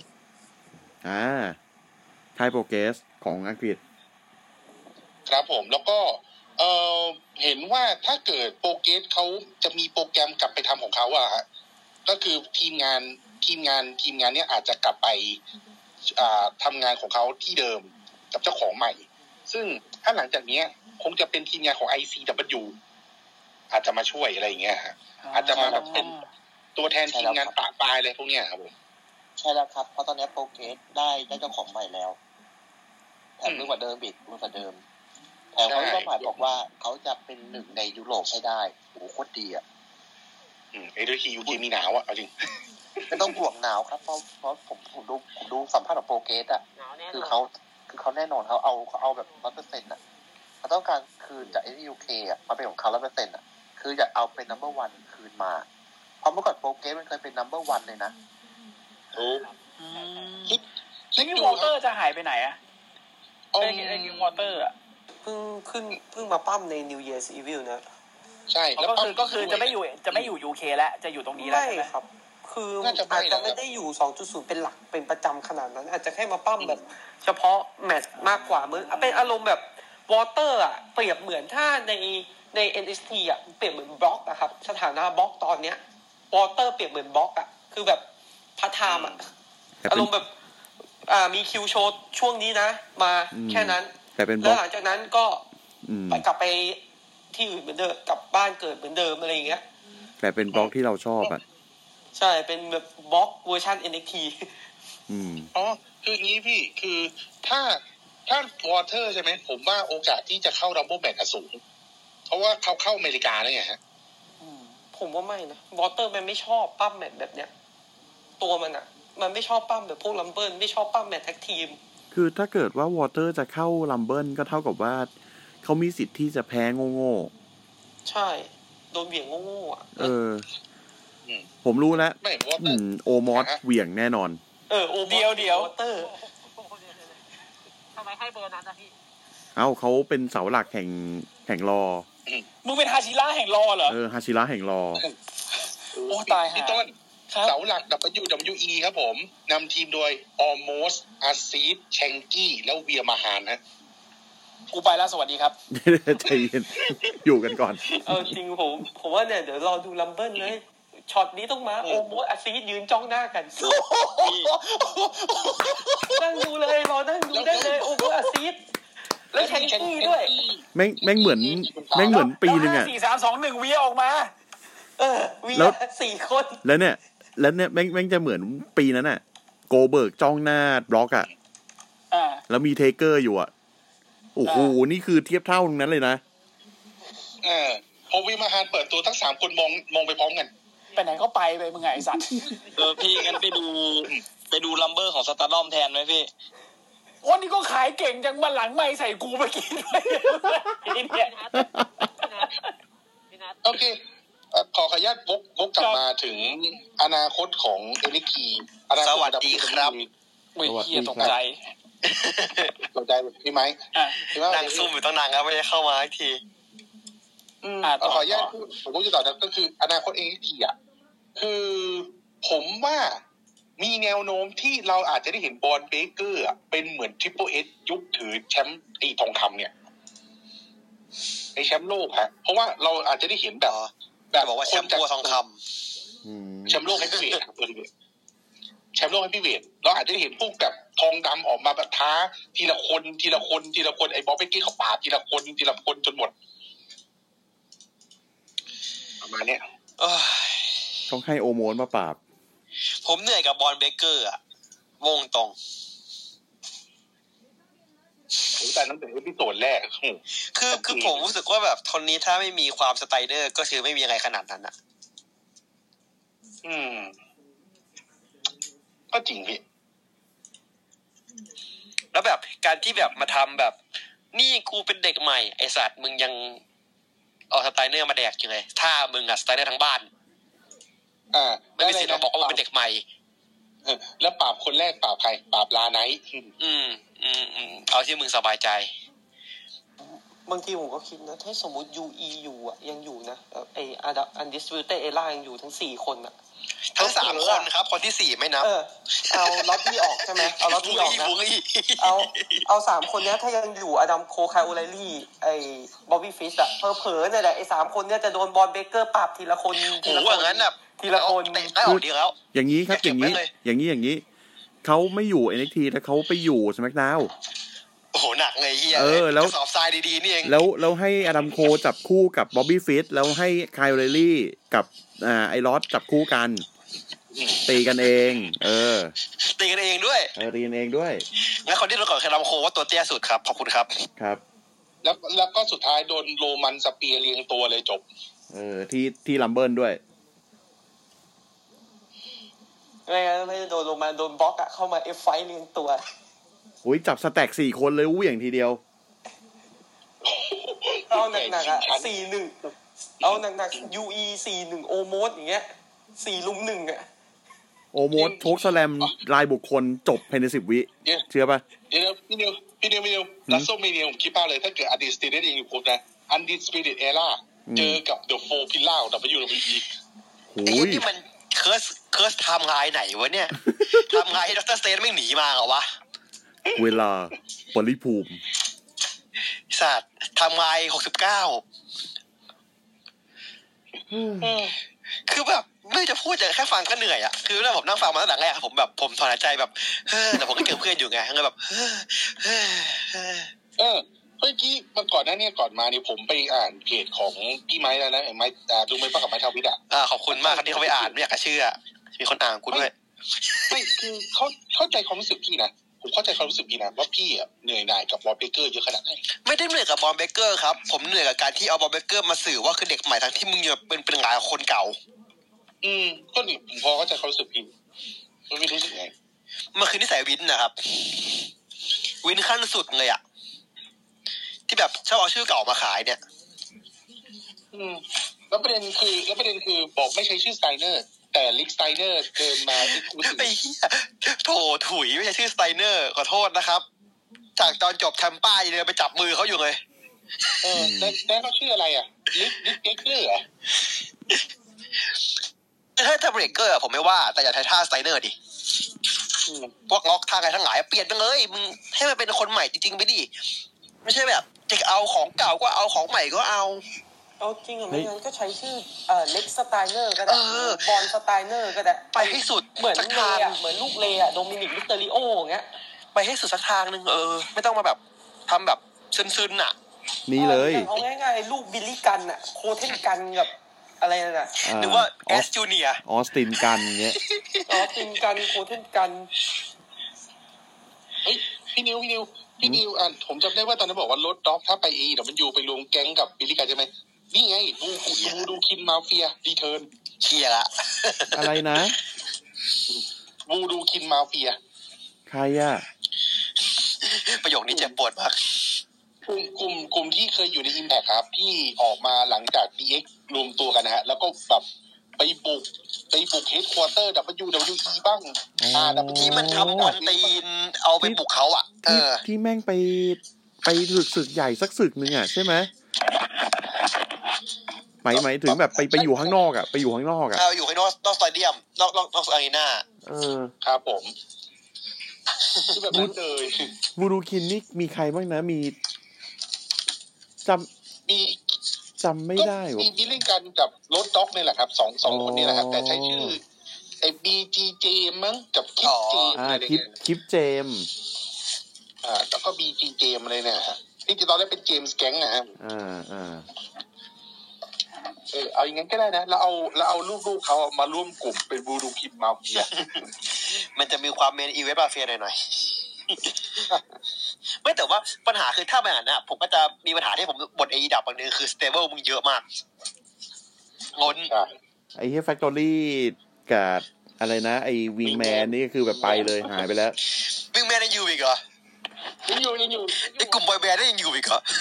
ค่ายโปรเกสของอังกฤษครับผมแล้วก็เห็นว่าถ้าเกิดโปรเกสเขาจะมีโปรแกรมกลับไปทำของเขาอะฮะก็คือทีมงานเนี้ยอาจจะกลับไปทำงานของเขาที่เดิมกับเจ้าของใหม่ซึ่งถ้าหลังจากนี้คงจะเป็นทีมงานของ ICW อาจจะมาช่วยอะไรอย่างเงี้ยฮะอาจจะมาเป็นตัวแทนทีมงานปะปลายอะไรพวกเนี้ยครับผมใช่แล้วครับเพราะตอนนี้โปรเกสได้เจ้าของใหม่แล้วแถมกว่าเดิมอีกกว่าเดิมแต่เขาก็หมายบอกว่าเขาจะเป็นหนึ่งในยุโรปให้ได้โอ้โคตรดีอ่ะ NXT UK มีหนาวอ่ะเอาจริงไม่ต้องห่วงหนาวครับเพราะผมดูสัมภาษณ์ของโปรเกสอ่ะคือเขาแน่นอนเขาเอาแบบ 100% อ่ะเขาต้องการคืนจาก NXT UK อ่ะมาเป็นของเขา 100% อ่ะคืออยากเอาเป็น number 1คืนมาเพราะเมื่อก่อนโปรเกสมันเคยเป็น number 1เลยนะแล้วนี่วอเตอร์จะหายไปไหนอะไอ้วอเตอร์อะเพิ่งมาปั้มใน New Year's Evil นะใช่แล้วก็คือจะไม่อยู่ UK แล้วจะอยู่ตรงนี้แล้วใช่ไหมครับคืออาจจะไม่ได้อยู่ 2.0 เป็นหลักเป็นประจำขนาดนั้นอาจจะแค่มาปั้มแบบเฉพาะแมตช์มากกว่าเหมือนเป็นอารมณ์แบบวอเตอร์อ่ะเปรียบเหมือนถ้าใน NXT อ่ะเปรียบเหมือนบล็อกอะครับสถานะบล็อกตอนเนี้ยวอเตอร์เปรียบเหมือนบล็อกอ่ะคือแบบพาร์ทไทม์อ่ะอารมณ์แบบมีคิวโชว์ช่วงนี้นะมาแค่นั้นแล้วหลังจากนั้นก็ไปกลับไปที่อื่นเหมือนเดิมกลับบ้านเกิดเหมือนเดิมอะไรอย่างเงี้ยแต่เป็นบล็อกที่เราชอบอ่ะใช่เป็นแบบบล็อกเวอร์ชัน NXT อ๋อคืออย่างนี้พี่คือถ้าวอเตอร์ใช่ไหมผมว่าโอกาสที่จะเข้ารัมเบิลแมตช์สูงเพราะว่าเขาเข้าอเมริกาแล้วไงฮะผมว่าไม่นะวอเตอร์มันไม่ชอบปั้มแมตช์แบบเนี้ยตัวมันอ่ะมันไม่ชอบปั้มแบบพวกลัมเบิลไม่ชอบปั้มแมตช์แท็กทีมคือถ้าเกิดว่าวอเตอร์จะเข้าลัมเบิลก็เท่ากับว่าเขามีสิทธิ์ที่จะแพ้โง่ๆใช่โดนเหวี่ยงโง่ๆอ่ะผมรู้แล้วโอมอสเหวี่ยงแน่นอนโอเดียววอเตอร์ทำไมให้เบอร์นั้นนะพี่เขาเป็นเสาหลักแห่งรอมึงเป็นฮาชิระแห่งรอเหรอฮาชิระแห่งรอโอ้ตายพี่ต้นเสาหลัก WWE ครับผมนำทีมโดย Almost Aziz Shanky แล้วเวียมาฮานนะกูไปแล้วสวัสดีครับใจเย็นอยู่กันก่อนจริงผมว่าเนี่ยเดี๋ยวรอดูลัมเบิลเลยช็อตนี้ต้องมาโอโมสอาซียืนจ้องหน้ากันนั่งดูเลยรอนั่งดูได้เลยโอโมสอาซีแล้วแชงกี้ด้วยแม่งเหมือนปีนึงอ่ะ 4 3 2 1เวียออกมาวี4คนแล้วเนี่ยแม่งจะเหมือนปีนั้นน่ะโกเบิร์กจ้องหน้าบล็อกอ่ะแล้วมีเทเกอร์อยู่อ่ะโอ้โหนี่คือเทียบเท่าตรงนั้นเลยนะพอวีมาฮานเปิดตัวทั้ง3คนมองไปพร้อมกันไปไหนก็ไปมึงไงไอ้สัตว์พี่งั้นไปดูลัมเบอร์ของสตาร์ดอมแทนไหมพี่วันนี้ก็ขายเก่งจังมาหลังไม่ใส่กูเมื่อกี้ด้วยโอเคขออนุญาตวกกลับมาถึงอนาคตของเอลิคีสวัสดีครับไม่เหี้ยตกใจพี่ไม้นั่งซุ่มอยู่ตั้งนานครับไม่ได้เข้ามาอีกทีขออนุญาตพูดผมก็จะต่อก็คืออนาคตเอลิคีอ่ะคือผมว่ามีแนวโน้มที่เราอาจจะได้เห็นบอนเบเกอร์เป็นเหมือนทริปเปิลเอสยุคถือแชมป์ไอ้ทองคำเนี่ยไอ้แชมป์โลกฮะเพราะว่าเราอาจจะได้เห็นแบบบอกว่าแชมป์ตัวทองคำแชมป์โลกให้พี่เวทแชมป์โลกให้พี่เวทเราอาจจะได้เห็นพวกแบบทองดำออกมาแบบท้าทีละคนไอ้บอสเบเกอร์เขาปาทีละคนจนหมดประมาณเนี้ยต้องให้โอโมนมาปราบผมเหนื่อยกับบอลเบเกอร์อ่ะวงตรงแต่ตั้งแต่เอพิโซดแรกคือผมรู้สึกว่าแบบทนนี้ถ้าไม่มีความสไตเดอร์ก็คือไม่มีอะไรขนาดนั้นอ่ะก็จริงพี่แล้วแบบการที่แบบมาทำแบบนี่กูเป็นเด็กใหม่ไอสัตว์มึงยังเอาสไตเดอร์มาแดกอยู่เลยถ้ามึงอะสไตเดอร์ทั้งบ้านไม่มีสิทธิ์มาบอกว่าเป็นเด็กใหม่แล้วปราบคนแรกปราบใครปราบลาไนท์เอาที่มึงสบายใจบางทีผมก็คิดนะถ้าสมมุติ UE อยู่อ่ะยังอยู่นะไอ้Undisputed Era ยังอยู่ทั้ง4คนอ่ะทั้ง3คนครับคนที่4ไม่นับเอาล็อตที่ออกใช่ไหมเอาล็อตที่ออกนะเอา3คนเนี้ยถ้ายังอยู่อดัมโคคายโอไลลี่ไอ้บ๊อบบี้ฟิชอ่ะเผลอๆเนี่ยแหละไอ้3คนเนี้ยจะโดนบอลเบเกอร์ปราบทีละคนงั้นน่ะทีละคนได้ออกดีแล้วอย่างนี้ครับอย่างนี้เขาไม่อยู่ NXT แต่เขาไปอยู่ SmackDown โอ้โหหนักเลยเฮียแล้วสอบทรายดีๆนี่เองแล้วให้อดัมโคจับคู่กับบ๊อบบี้ฟิชแล้วให้ไคลเรลลี่กับไอรอสจับคู่กันตีกันเองตีกันเองด้วยตีกันเองด้วยงั้นคนที่รู้ก่อนคืออดัมโคว่าตัวเตี้ยสุดครับขอบคุณครับครับแล้วก็สุดท้ายโดนโรมันสเปียร์เรียงตัวเลยจบที่ลัมเบิลด้วยไม่โดนลงมาโดนบล็อกอะเข้ามาเอฟไฟเรียงตัวอุ้ยจับสแต็ก4คนเลยอย่างทีเดียวเอาหนักๆอ่ะ 4-1 เอาหนักๆ UE 4-1 โอโมสอย่างเงี้ย 4-1อ่ะโอโมสโชคสแลมรายบุคคลจบภายใน10 วิเชื่อป่ะเดี๋ยวพี่นิวลัสโซเมเนียผมคิดบ้าเลยถ้าเกิดอดีตสตีเดนยังอยู่ครบนะอันดิสปิริตเอล่าเจอกับเดอะโฟร์พิลล่าของ WWE ไอ้นี่มันเคิร์สไทม์ไลน์ไหนวะเนี่ยไทม์ไลน์ดร.สเตนไม่หนีมาเหรอวะเวลาปริภูมิสัตว์ไทม์ไลน์69คือแบบไม่จะพูดแค่ฟังก็เหนื่อยอ่ะคือแล้วผมนั่งฟังมาตั้งแต่แรกผมแบบผมถอนหายใจแบบแต่ผมก็เจอเพื่อนอยู่ไงก็แบบเมื่อกี้มันก่อนหน้านี้ก่อนมาเนี่ยผมไปอ่านเพจของพี่ไม้แล้วนะไม้ดูไม้ป้ากับไม้ทวิตขอบคุณมากครับที่เขาไปอ่านไม่อยากจะเชื่อมีคนอ่านกูด้วยไม่คือเข้าใจความรู้สึกพี่นะผมเข้าใจความรู้สึกพี่นะว่าพี่อ่ะเหนื่อยหน่ายกับบอลเบเกอร์เยอะขนาดไหนไม่ได้เหนื่อยกับบอลเบเกอร์ครับผมเหนื่อยกับการที่เอาบอลเบเกอร์มาสื่อว่าคือเด็กใหม่ทั้งที่มึงยังเป็นงานคนเก่าก็นี่ผมพอเข้าใจความรู้สึกพี่มันไม่รู้สึกไงมันคือนิสัยวินนะครับวินขั้นสุดเลยอ่ะที่แบบชอบเอาชื่อเก่ามาขายเนี่ยแล้วประเด็นคือบอกไม่ใช้ชื่อสไตเนอร์แต่ลิกสไตเนอร์เดินมาไอ้เหี้ยโถถุยไม่ใช่ชื่อสไตเนอร์ขอโทษนะครับจากตอนจบแทมป้ายังเดินไปจับมือเขาอยู่เลยแล้วเขาชื่ออะไรอ่ะลิกเกอร์เหรอถ้าเบรกเกอร์ผมไม่ว่าแต่อย่าใช้ท่าสไตเนอร์ดิพวกล็อกท่าอะไรทั้งหลายเปลี่ยนไปเลยมึงให้มันเป็นคนใหม่จริงๆไปดิไม่ใช่แบบจะเอาของเก่าก็เอาของใหม่ก็เอาจริงเหรอไม่งั้นก็ใช้ชื่อเล็กสไตเนอร์ก็ได้บอลสไตเนอร์ก็ได้ไปให้สุดเหมือนเลอะเหมือนลูกเลอะโดมินิกมิสเตอริโออย่างเงี้ยไปให้สุดสักทางนึงไม่ต้องมาแบบทำแบบซึนๆน่ะนี่เลยเอาง่ายๆลูกบิลลี่กันน่ะโคเทนกันกับอะไรน่ะหรือว่าแอสจูเนียออสตินกันเงี้ยออสตินกันโคเทนกันพี่นิวผมจำได้ว่าตอนนั้นบอกว่ารถด็อกถ้าไปเดี๋ยวมันอยู่ไปรวมแก๊งกับบิลลี่กันใช่ไหมนี่ไงดูคิมมาเฟียรีเทิร์นเชียร์ละอะไรนะวูดูคิมมาเฟียใครอ่ะประโยคนี้เจ็บปวดมากกลุ่มที่เคยอยู่ใน Impact ครับที่ออกมาหลังจาก DX รวมตัวกันนะฮะแล้วก็แบบไปบุกเฮดควอเตอร์ WWE บ้างที่มันทำวันตีนเอาไปบุกเขาอ่ะที่แม่งไปศึกใหญ่สักศึกนึงอ่ะใช่ไหมหมายถึงแบบไปอยู่ข้างนอกอ่ะไปอยู่ข้างนอกอ่ะอยู่ข้างนอกสเตเดียมนอกอารีนาครับผมคือแบบนั้นเลยวูดูคินนี่มีใครบ้างนะมีจำไม่ได้มีดิลลิ่งกันกับรถด็อกนี่แหละครับสองคนนี้แหละครับแต่ใช้ชื่อไอ้ BGJ มั้งกับคิปเจมอะไรเงี้ยคิปเจมแล้วก็ BGJ อะไรเนี่ยที่ตอนแรกเป็นเจมส์แก๊งนะฮะเอาอย่างงั้นก็ได้นะแล้วเอาลูกๆเขามาร่วมกลุ่มเป็นบูดูคิมมาเฟียมันจะมีความเมนอีเวนต์มาเฟียหน่อยไม่แต่ว่าปัญหาคือถ้าแบบนั้นนะผมก็จะมีปัญหาที่ผมบทเอดับบางนึงคือสเตเบิลมึงเยอะมากล้นไอ้เฮียแฟคทอรี่กับอะไรนะไอ้วิงแมนนี่ก็คือแบบไปเลยหายไปแล้ววิงแมนยังอยู่อีกเหรอยังอยู่ไอ้กลุ่มบอยแบนด์ได้ยังอยู่อีกเหรอ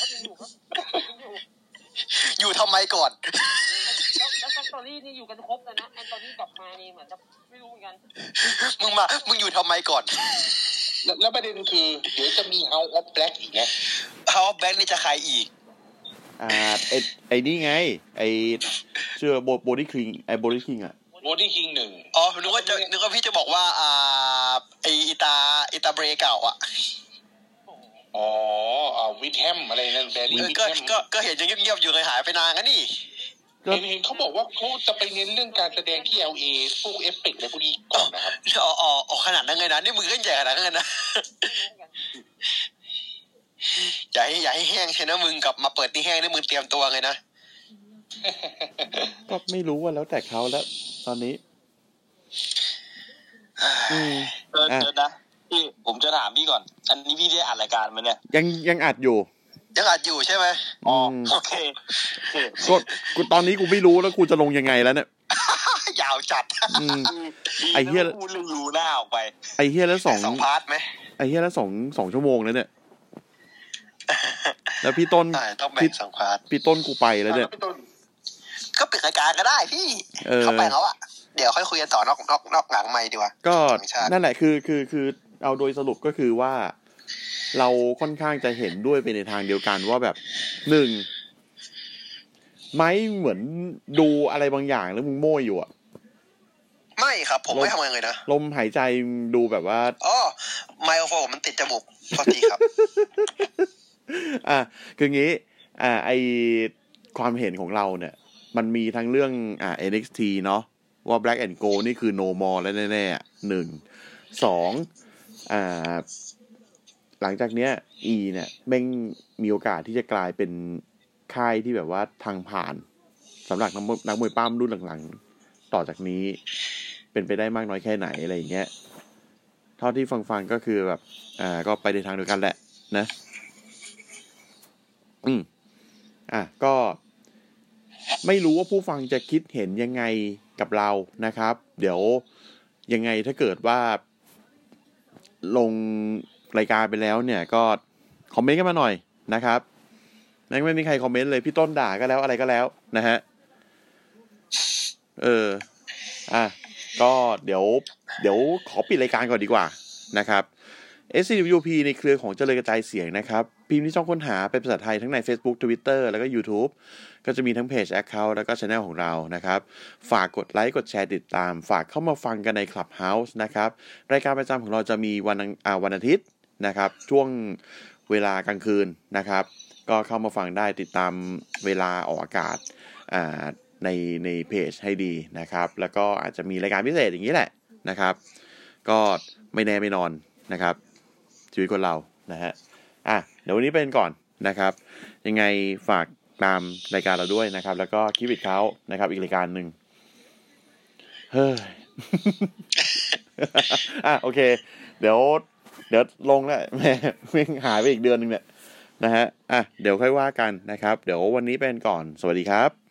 อยู่ทำไมก่อนแล้วแฟคทอรี่นี่อยู่กันครบเลยนะแอนโทนีกลับมานี่เหมือนจะไม่รู้เหมือนกันมึงอยู่ทำไมก่อนแล้วประเด็นคือเดี๋ยวจะมี House of Black อีกนะ House of Black นี่จะใครอีกไอ้นี่ไงไอ้เชื่อโบดี้คิงไอ้โบดี้คิงอะโบดี้คิง1 นึกว่าพี่จะบอกว่าไอ้อิตาเบรเก่าอะวิทแฮมอะไรนั่นแบรี่วิทแฮมก็เห็นยังเงียบๆอยู่เลยหายไปนานกันนี่เห็นเขาบอกว่าเขาจะไปเน้นเรื่องการแสดงที่ LA พวกเอฟเฟกต์อะไรพวกนี้ก่อนนะครับขนาดนั้นเลยนะนี่มึงก็ใหญ่ขนาดนั้นนะอย่าให้แห้งใช่นะมึงกลับมาเปิดที่แห้งนี่มึงเตรียมตัวไงนะก็ไม่รู้ว่าแล้วแต่เขาแล้วตอนนี้เจอนะพี่ผมจะถามพี่ก่อนอันนี้พี่ได้อัดรายการมั้ยเนี่ยยังอัดอยู่ใช่ไหมโอเคกูตอนนี้กูไม่รู้แล้วกูจะลงยังไงแล้วเนี่ยยาวจัดไอ้เหี้ยพูดรู้หน้าออกไปไอ้เหี้ยแล้ว2 พาร์ทมั้ยไอ้เหี้ยแล้ว2ชั่วโมงแล้วเนี่ยแล้วพี่ต้นต้องแบ่ง2พาร์ทพี่ต้นกูไปแล้วเนี่ยก็ปิดรายการก็ได้พี่เข้าไปแล้วอะเดี๋ยวค่อยคุยกันต่อนอกหลังไมค์ดีกว่าก็นั่นแหละคือเอาโดยสรุปก็คือว่าเราค่อนข้างจะเห็นด้วยไปในทางเดียวกันว่าแบบหนึ่งไม้เหมือนดูอะไรบางอย่างแล้วมึงโม่อยู่อ่ะไม่ครับผมไม่ทำอะไรเลยนะลมหายใจดูแบบว่าไมโครโฟนมันติดจมูกพอดีครับคืองี้ไอความเห็นของเราเนี่ยมันมีทั้งเรื่องNXT เนาะว่า Black and Gold นี่คือ no more แล้วแน่ๆ1 2หลังจากเนี้ย E เนี่ยแม่งมีโอกาสที่จะกลายเป็นค่ายที่แบบว่าทางผ่านสำหรับนักมวยปั้มรุ่นหลังๆต่อจากนี้เป็นไปได้มากน้อยแค่ไหนอะไรอย่างเงี้ยเท่าที่ฟังก็คือแบบก็ไปในทางเดียวกันแหละนะก็ไม่รู้ว่าผู้ฟังจะคิดเห็นยังไงกับเรานะครับเดี๋ยวยังไงถ้าเกิดว่าลงรายการไปแล้วเนี่ยก็คอมเมนต์กันมาหน่อยนะครับไม่มีใครคอมเมนต์เลยพี่ต้นด่าก็แล้วอะไรก็แล้วนะฮะก็เดี๋ยวขอปิดรายการก่อนดีกว่านะครับ SCWP ในเครือของเจริญกระจายเสียงนะครับพิมพ์ที่ช่องค้นหาเป็นภาษาไทยทั้งใน Facebook Twitter แล้วก็ YouTube ก็จะมีทั้งเพจ Account แล้วก็ Channel ของเรานะครับฝากกดไลค์กดแชร์ติดตามฝากเข้ามาฟังกันใน Clubhouse นะครับรายการประจำของเราจะมีวันอาทิตย์นะครับช่วงเวลากลางคืนนะครับก็เข้ามาฟังได้ติดตามเวลาออกอากาศในเพจให้ดีนะครับแล้วก็อาจจะมีรายการพิเศษอย่างนี้แหละนะครับก็ไม่แน่ไม่นอนนะครับชีวิตคนเรานะฮะเดี๋ยววันนี้เป็นก่อนนะครับยังไงฝากตามรายการเราด้วยนะครับแล้วก็คีบิดเขานะครับอีกรายการนึงเฮ้ย โอเคเดี๋ยวลงแล้วแม่งหายไปอีกเดือนนึงเนี่ยนะฮะเดี๋ยวค่อยว่ากันนะครับเดี๋ยววันนี้เป็นก่อนสวัสดีครับ